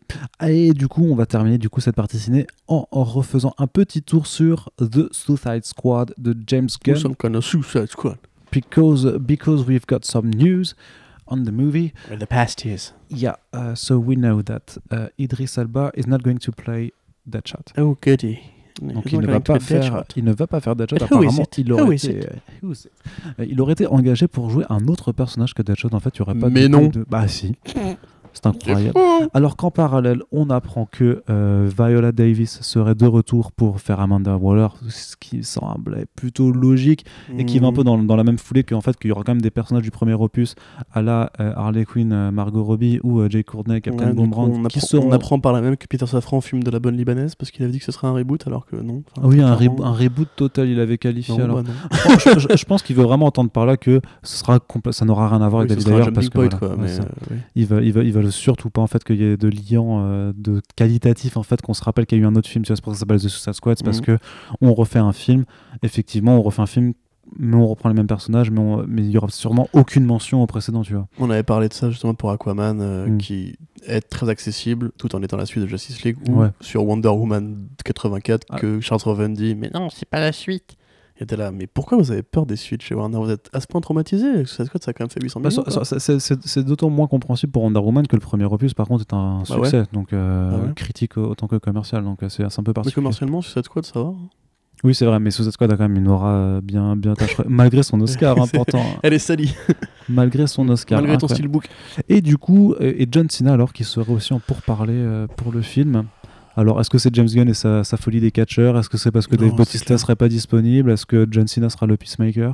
Et du coup, on va terminer du coup cette partie ciné en, en refaisant un petit tour sur The Suicide Squad de James Ou Gunn. some kind of Suicide Squad. Because, because we've got some news on the movie. Well, the past years. Yeah, uh, so we know that uh, Idris Elba is not going to play Deadshot. Oh goody. Donc He's il not ne, va going to pas be faire, Deadshot. il ne va pas faire Deadshot. But who is Apparemment, it? il Who aurait, is été, it? euh, who is it Euh, il aurait été engagé pour jouer un autre personnage que Deadshot. En fait, il n'y aurait pas Mais de, non. de... Bah si. C'est incroyable. Alors qu'en parallèle, on apprend que euh, Viola Davis serait de retour pour faire Amanda Waller, ce qui semblait plutôt logique et qui va un peu dans, dans la même foulée qu'en fait qu'il y aura quand même des personnages du premier opus à la euh, Harley Quinn, euh, Margot Robbie ou euh, Jay Courtney, Captain Ouais, du coup, Boomerang, on, qui apprend, seront... on apprend par la même que Peter Safran filme de la bonne libanaise parce qu'il avait dit que ce serait un reboot alors que non. Enfin, Ah oui, un, clairement, rebo- un reboot total, il avait qualifié. non, alors. bah non. je, je- je pense qu'il veut vraiment entendre par là que ce sera compl- ça n'aura rien à voir Oui, avec ce David sera un Ayer parce jumping que point, voilà, quoi, ouais, mais, ça. euh, oui. Ils veulent, ils veulent, ils veulent surtout pas en fait qu'il y ait de liens euh, de qualitatifs en fait qu'on se rappelle qu'il y a eu un autre film. Tu vois, c'est pour ça que ça s'appelle The Suicide Squad, c'est parce Mhm. que on refait un film. Effectivement, on refait un film, mais on reprend les mêmes personnages, mais on- mais il y aura sûrement aucune mention au précédent, tu vois. On avait parlé de ça justement pour Aquaman euh, Mm. qui est très accessible tout en étant la suite de Justice League ou Ouais. sur Wonder Woman quatre-vingt-quatre Ah. que Charles Roven dit mais non c'est pas la suite. Et t'es là mais pourquoi vous avez peur des suites chez Warner, vous êtes à ce point traumatisé, Suicide Squad ça a quand même fait huit cents Bah, millions. ça- quoi. ça- c'est- c'est c'est d'autant moins compréhensible pour Wonder Woman que le premier opus, par contre, est un Bah ouais. succès, donc euh, Bah ouais. critique autant que commercial, donc euh, c'est c'est un peu Mais particulier. commercialement Suicide Squad ça va. hein. Oui, c'est vrai, mais Suicide Squad a quand même une aura euh, bien, bien tâcherée, malgré son Oscar C'est- important, Elle est salie malgré son Oscar. malgré ton incroyable. steelbook. Et du coup, euh, et John Cena alors qui serait aussi en pourparlers euh, pour le film. Alors, est-ce que c'est James Gunn et sa, sa folie des catcheurs? Est-ce que c'est parce que Non, Dave c'est Bautista clair. serait pas disponible? Est-ce que John Cena sera le Peacemaker?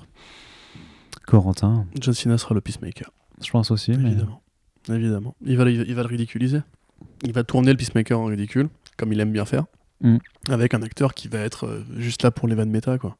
Corentin, John Cena sera le Peacemaker. je pense aussi. Mais... Évidemment. Évidemment. Il va, le- il va le ridiculiser. Il va tourner le Peacemaker en ridicule, comme il aime bien faire, Mm. avec un acteur qui va être euh, juste là pour les vannes méta, quoi.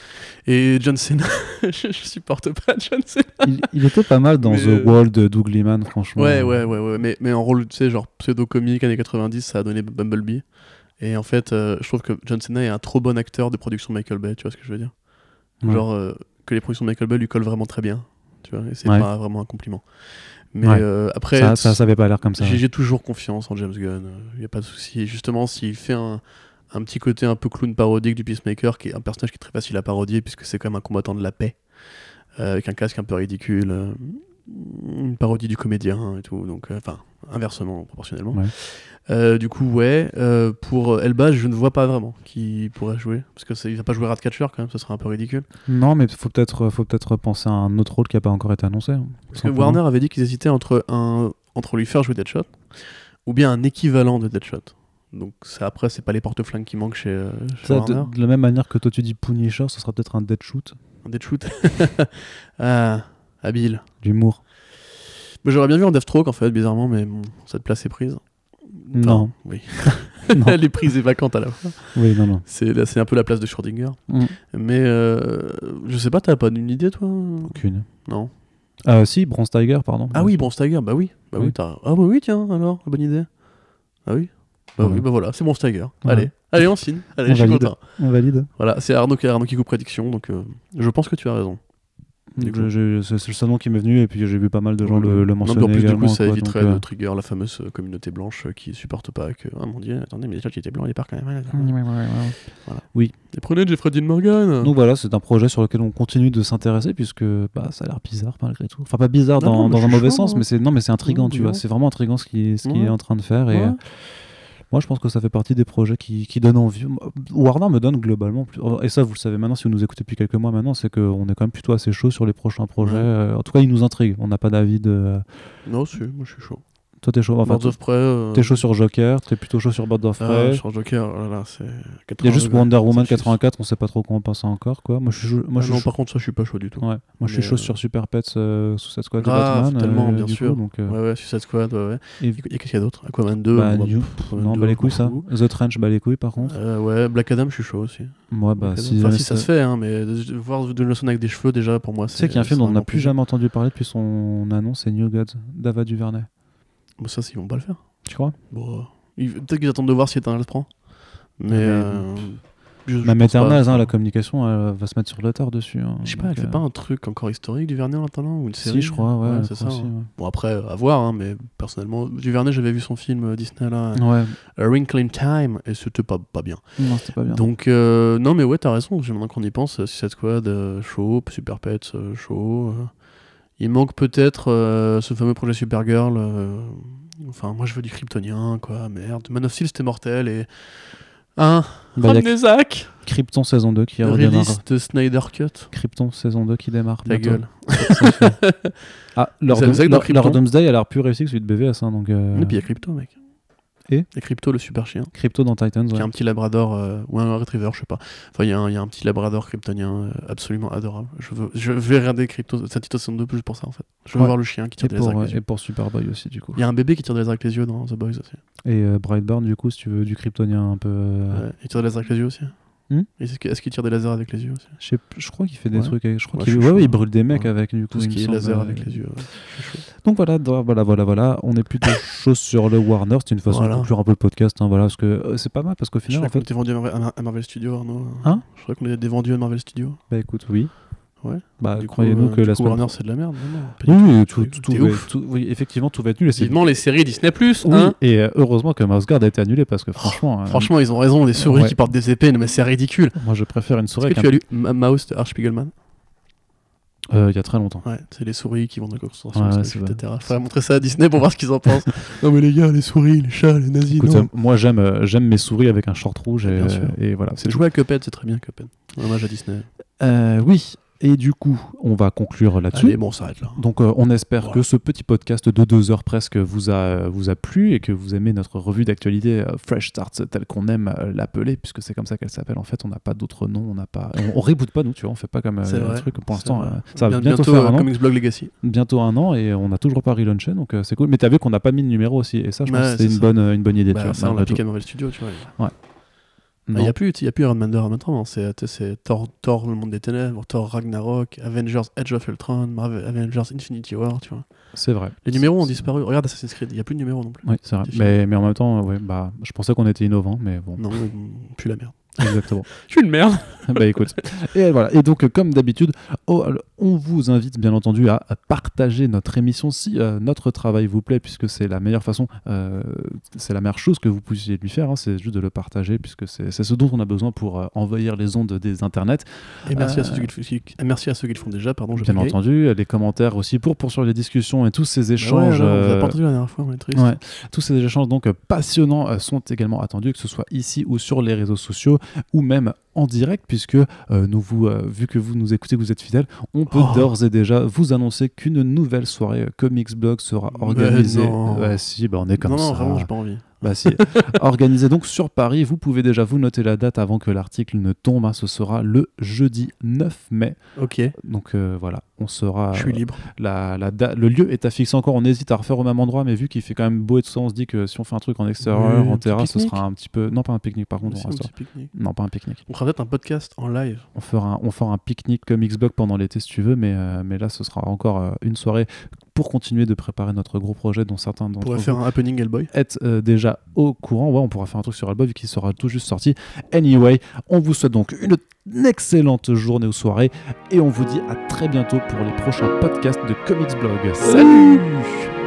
Et John Cena, je, je supporte pas John Cena. il, il était pas mal dans Mais, The euh, Wall de Doug Liman, franchement. Ouais, ouais, ouais, ouais. Mais, mais en rôle, tu sais, genre pseudo-comique, années quatre-vingt-dix, ça a donné Bumblebee. Et en fait, euh, je trouve que John Cena est un trop bon acteur de production Michael Bay, tu vois ce que je veux dire? Ouais. Genre euh, que les productions de Michael Bay lui collent vraiment très bien. Tu vois, et c'est Ouais. pas vraiment un compliment. Mais Ouais. euh, après, Ça, ça, ça avait pas l'air comme ça. j'ai ouais. j'ai toujours confiance en James Gunn. Il y a pas de souci. Et justement, s'il fait un, un petit côté un peu clown parodique du Peacemaker, qui est un personnage qui est très facile à parodier puisque c'est quand même un combattant de la paix, euh, avec un casque un peu ridicule, euh, une parodie du comédien et tout. Donc, enfin, euh, inversement, proportionnellement. Ouais. Euh, du coup, ouais, euh, pour Elba, je ne vois pas vraiment qui pourrait jouer. Parce qu'il va pas jouer Ratcatcher quand même, ça serait un peu ridicule. Non, mais faut peut-être faut peut-être penser à un autre rôle qui a pas encore été annoncé. hein, Parce que simplement. Warner avait dit qu'ils hésitaient entre, un, entre lui faire jouer Deadshot ou bien un équivalent de Deadshot. Donc ça, après, c'est pas les porte-flingues qui manquent chez, euh, chez Ça, de, Warner. de la même manière que toi tu dis Punisher, ce sera peut-être un dead shoot. Un Deadshot. Ah, habile. D'humour. Bah, j'aurais bien vu un Deathstroke en fait, bizarrement, mais bon, cette place est prise. Enfin, Non. Oui. Non. Elle est prise et vacante à la fois. Oui, non, non. C'est, là, c'est un peu la place de Schrödinger. Mm. Mais euh, je sais pas, t'as pas une idée toi? Aucune. Non. Euh, si, Bronze Tiger, pardon. Ah oui, Bronze Tiger, bah oui. Bah oui, Oui. t'as... Ah bah oui, tiens, alors, bonne idée. Ah oui. Bah Ouais. oui, bah voilà, c'est Bronze Tiger. Ouais. Allez, allez, on signe. Allez, On je suis valide. content. On valide. Voilà, c'est Arnaud qui, Arnaud qui coupe prédiction, donc euh, je pense que tu as raison. Du Je- coup. je- c'est c'est le seul nom qui m'est venu et puis j'ai vu pas mal de gens Oui, le, oui. le Non, mentionner mais en plus, également. du coup, ça quoi, éviterait donc, de euh, trigger la fameuse euh, communauté blanche euh, qui supporte pas que. Ah mon dieu, attendez, mais déjà qui était blanc, il est pas quand même. ouais, ouais, ouais, ouais. Voilà. Oui. Et prenez Jeffrey Dean Morgan. Donc voilà, c'est un projet sur lequel on continue de s'intéresser puisque bah, ça a l'air bizarre malgré tout. Enfin pas bizarre Non, dans, non, mais dans je un suis mauvais chaud, sens, moi. mais c'est non mais c'est intriguant, Non, tu vois. disons. C'est vraiment intriguant ce qu'il ce qu'il Ouais. est en train de faire et Ouais. euh, moi je pense que ça fait partie des projets qui, qui donnent envie. Warner me donne globalement plus- et ça vous le savez maintenant si vous nous écoutez depuis quelques mois maintenant, c'est qu'on est quand même plutôt assez chaud sur les prochains projets. Ouais. Euh, en tout cas, ils nous intriguent. On n'a pas d'avis de. Non, si, moi je suis chaud. Toi t'es chaud. Enfin, Birds of Prey. euh, t'es chaud sur Joker, t'es plutôt chaud sur Birds of Ah, Prey. sur Joker, oh là là, c'est. Il y a juste Wonder Woman ça, je suis- quatre-vingt-quatre, on sait pas trop quoi en penser encore quoi. Moi je suis, chaud- moi, Ah je suis non, chaud- par contre, ça, je suis pas chaud du tout. Ouais. Moi je suis Mais, chaud euh, sur Super Pets, euh, Suicide Squad de Grave, Batman. tellement, euh, bien du sûr. coup, donc, euh, Ouais, ouais, Suicide Squad, ouais, ouais. et- Il y a qu'est-ce qu'il y a d'autre? Aquaman deux. bah, bon, bah, New- pff, Aquaman non, deux, bah les on couilles s'en ça. fout. The Trench, bah les couilles par contre. Euh, ouais, Black Adam, je suis chaud aussi. Moi, bah Black Adam. si, Enfin, jamais si ça se fait, hein, mais de- voir Dwayne Johnson avec des cheveux, déjà, pour moi, Tu c'est. sais qu'il y a un film c'est dont on n'a vraiment plus plaisir. jamais entendu parler depuis son annonce, c'est New Gods, d'Ava DuVernay. Bon, ça, ils vont pas le faire. Tu crois? Bon, euh, ils- peut-être qu'ils attendent de voir si Eternal le prend. Mais. mais- euh, je- je Même pense pas, Eternals, hein, enfin, la communication, elle va se mettre sur le tard dessus. hein, Je sais pas, donc, elle fait euh, pas un truc encore historique du Vernet en attendant ou une série? Si, je crois, ouais. c'est je ça. crois aussi, hein. Bon, après, à voir, hein, mais personnellement, du Vernet, j'avais vu son film euh, Disney là, ouais. Ouais. A Wrinkle in Time, et c'était pas, pas bien. Non, c'était pas bien. Donc, euh, non, mais ouais, t'as raison, j'ai maintenant qu'on y pense, euh, Suicide Squad, euh, chaud, Super Pets, euh, chaud. euh. Il manque peut-être euh, ce fameux projet Supergirl. euh, Enfin, moi je veux du Kryptonien, quoi, merde. Man of Steel c'était mortel et. Hein Bah, y a Amnésac Krypton saison deux qui redémarre. Release de Snyder Cut. Krypton saison deux qui démarre. Ta bientôt. gueule. Ah, leur, Vous avez Doom- que dans leur- leur Krypton Doomsday a l'air plus réussi que celui de B V S. Hein, donc, euh, Et puis il y a Crypto, mec. Et Il y a Crypto, le super chien. Crypto dans Titans. Qui Ouais. a un petit labrador, euh, ou un retriever, je sais pas. Enfin, il y, a un- il y a un petit labrador kryptonien euh, absolument adorable. Je, veux, je vais regarder Crypto, Titans saison deux plus pour ça en fait. Je veux Ouais. voir le chien qui tire Et des laser pour, avec les et yeux. pour Superboy aussi, du coup. Il y a un bébé qui tire des laser avec les yeux dans The Boys aussi. Et euh, Brightburn, du coup, si tu veux du Kryptonien un peu. euh, Ouais. Il tire des lasers avec les yeux aussi. Hmm Et Est-ce que- est-ce qu'il tire des lasers avec les yeux aussi? Je, sais p- je crois qu'il fait des Ouais. trucs. Avec, je crois Ouais, qu'il je suis ouais, ouais, chaud, il brûle des mecs ouais. avec du coup. Tout ce il qui me est semble, laser euh, avec les yeux. Ouais. Je suis chaud. Donc voilà, do- voilà, voilà, voilà. On est plutôt chaud sur le Warner. C'est une façon Voilà. de conclure un peu le podcast. Hein, voilà, parce que euh, c'est pas mal parce qu'au Je final, crois en qu'on fait, était vendu à Mar- à Marvel Studios, Arnaud. Hein Je crois qu'on était vendu à Marvel Studios. bah écoute, oui. Ouais. Bah Du coup, croyez-nous euh, que du la coup, semaine. Warner, c'est de la merde. Non, non, pas Oui, du oui, tout. tout, tout, T'es va- ouf. tout- oui, effectivement, tout va être nul. Et c'est Vivement les séries Disney plus, oui, hein. et euh, heureusement que Mouse Guard a été annulé parce que franchement, euh, Franchement, ils ont raison. Les souris Ouais. qui portent des épées, mais c'est ridicule. moi je préfère une Est-ce souris. que tu as lu Ma- Mouse de Art Spiegelman? Euh, Il y a très longtemps. Ouais, c'est les souris qui vont dans la construction, Ouais, ça, ouais, c'est et vrai. cetera. Faudrait montrer ça à Disney pour voir ce qu'ils en pensent. Non mais les gars, les souris, les chats, les nazis, Écoute, non. euh, moi j'aime euh, j'aime mes souris avec un short rouge et, Bien sûr. euh, et voilà. C'est jouer à Cuphead, c'est très bien Cuphead. Un hommage à Disney. Euh, oui. Et du coup, on va conclure là-dessus. Allez, bon, on s'arrête là. Donc euh, on espère Voilà. que ce petit podcast de deux heures presque vous a, vous a plu et que vous aimez notre revue d'actualité euh, Fresh Starts telle qu'on aime euh, l'appeler, puisque c'est comme ça qu'elle s'appelle. En fait, on n'a pas d'autre nom, on n'a pas, on, on reboot pas nous, tu vois, on fait pas comme euh, C'est un vrai, truc pour c'est l'instant. vrai. euh, ça va Bien- bientôt, bientôt faire euh, un an, Comics Blog Legacy. bientôt un an et on n'a toujours pas relaunché, donc euh, c'est cool. Mais t'as vu qu'on n'a pas mis de numéro aussi, et ça, je pense Ouais, que c'est c'est une ça. bonne, euh, une bonne idée. tu Bah, vois, ça, on malgré l'a piqué tout. à Marvel Studios, tu vois. Il Non. n'y a plus, il y a plus Iron Man deux en même temps. C'est, c'est Thor, Thor, le monde des ténèbres, Thor Ragnarok, Avengers Edge of Ultron, Marvel, Avengers Infinity War, tu vois. C'est vrai. Les numéros ont disparu. Regarde Assassin's Creed, il n'y a plus de numéros non plus. Oui, c'est vrai. C'est fini. Mais, mais en même temps, ouais, bah, je pensais qu'on était innovant, mais bon. Non, mais, plus la merde. Exactement. Je suis une merde. Bah écoute. Et voilà. Et donc, euh, comme d'habitude, oh, alors, on vous invite bien entendu à, à partager notre émission si euh, notre travail vous plaît, puisque c'est la meilleure façon, euh, c'est la meilleure chose que vous puissiez lui faire. Hein, c'est juste de le partager, puisque c'est, c'est ce dont on a besoin pour euh, envahir les ondes des internets. Et merci, Euh, à ceux qui le, qui- merci à ceux qui le font déjà. Pardon, je Bien bégaye. entendu, les commentaires aussi pour poursuivre les discussions et tous ces échanges. Ouais, alors, on vous a euh, pas entendu la dernière fois, on est triste. Ouais. Tous ces échanges donc euh, passionnants euh, sont également attendus, que ce soit ici ou sur les réseaux sociaux ou même en direct, puisque euh, nous vous, euh, vu que vous nous écoutez, que vous êtes fidèles, on peut Oh. d'ores et déjà vous annoncer qu'une nouvelle soirée euh, Comics Blog sera organisée. non. Ouais, si, bah on est comme non, ça. non, vraiment, j'ai pas envie. Bah si, organisé donc sur Paris. Vous pouvez déjà vous noter la date avant que l'article ne tombe. Hein. Ce sera le jeudi neuf mai. Ok, Donc euh, voilà, on sera. je suis euh, libre. la, la da- le lieu est à fixer encore. On hésite à refaire au même endroit, mais vu qu'il fait quand même beau et tout ça, on se dit que si on fait un truc en extérieur, Oui, un en petit terrasse, ce pique-nique. sera un petit peu. Non, pas un pique-nique par contre. Aussi, on un restera- petit pique-nique. Non, pas un pique-nique. On fera peut-être un podcast en live. On fera un, on fera un pique-nique comme Xbox pendant l'été si tu veux, mais, euh, mais là, ce sera encore euh, une soirée pour continuer de préparer notre gros projet dont certains On d'entre pourrait vous faire un happening Hellboy. êtes euh, déjà au courant. Ouais, on pourra faire un truc sur Alba vu qu'il sera tout juste sorti. Anyway, on vous souhaite donc une excellente journée ou soirée et on vous dit à très bientôt pour les prochains podcasts de Comics Blog. Salut!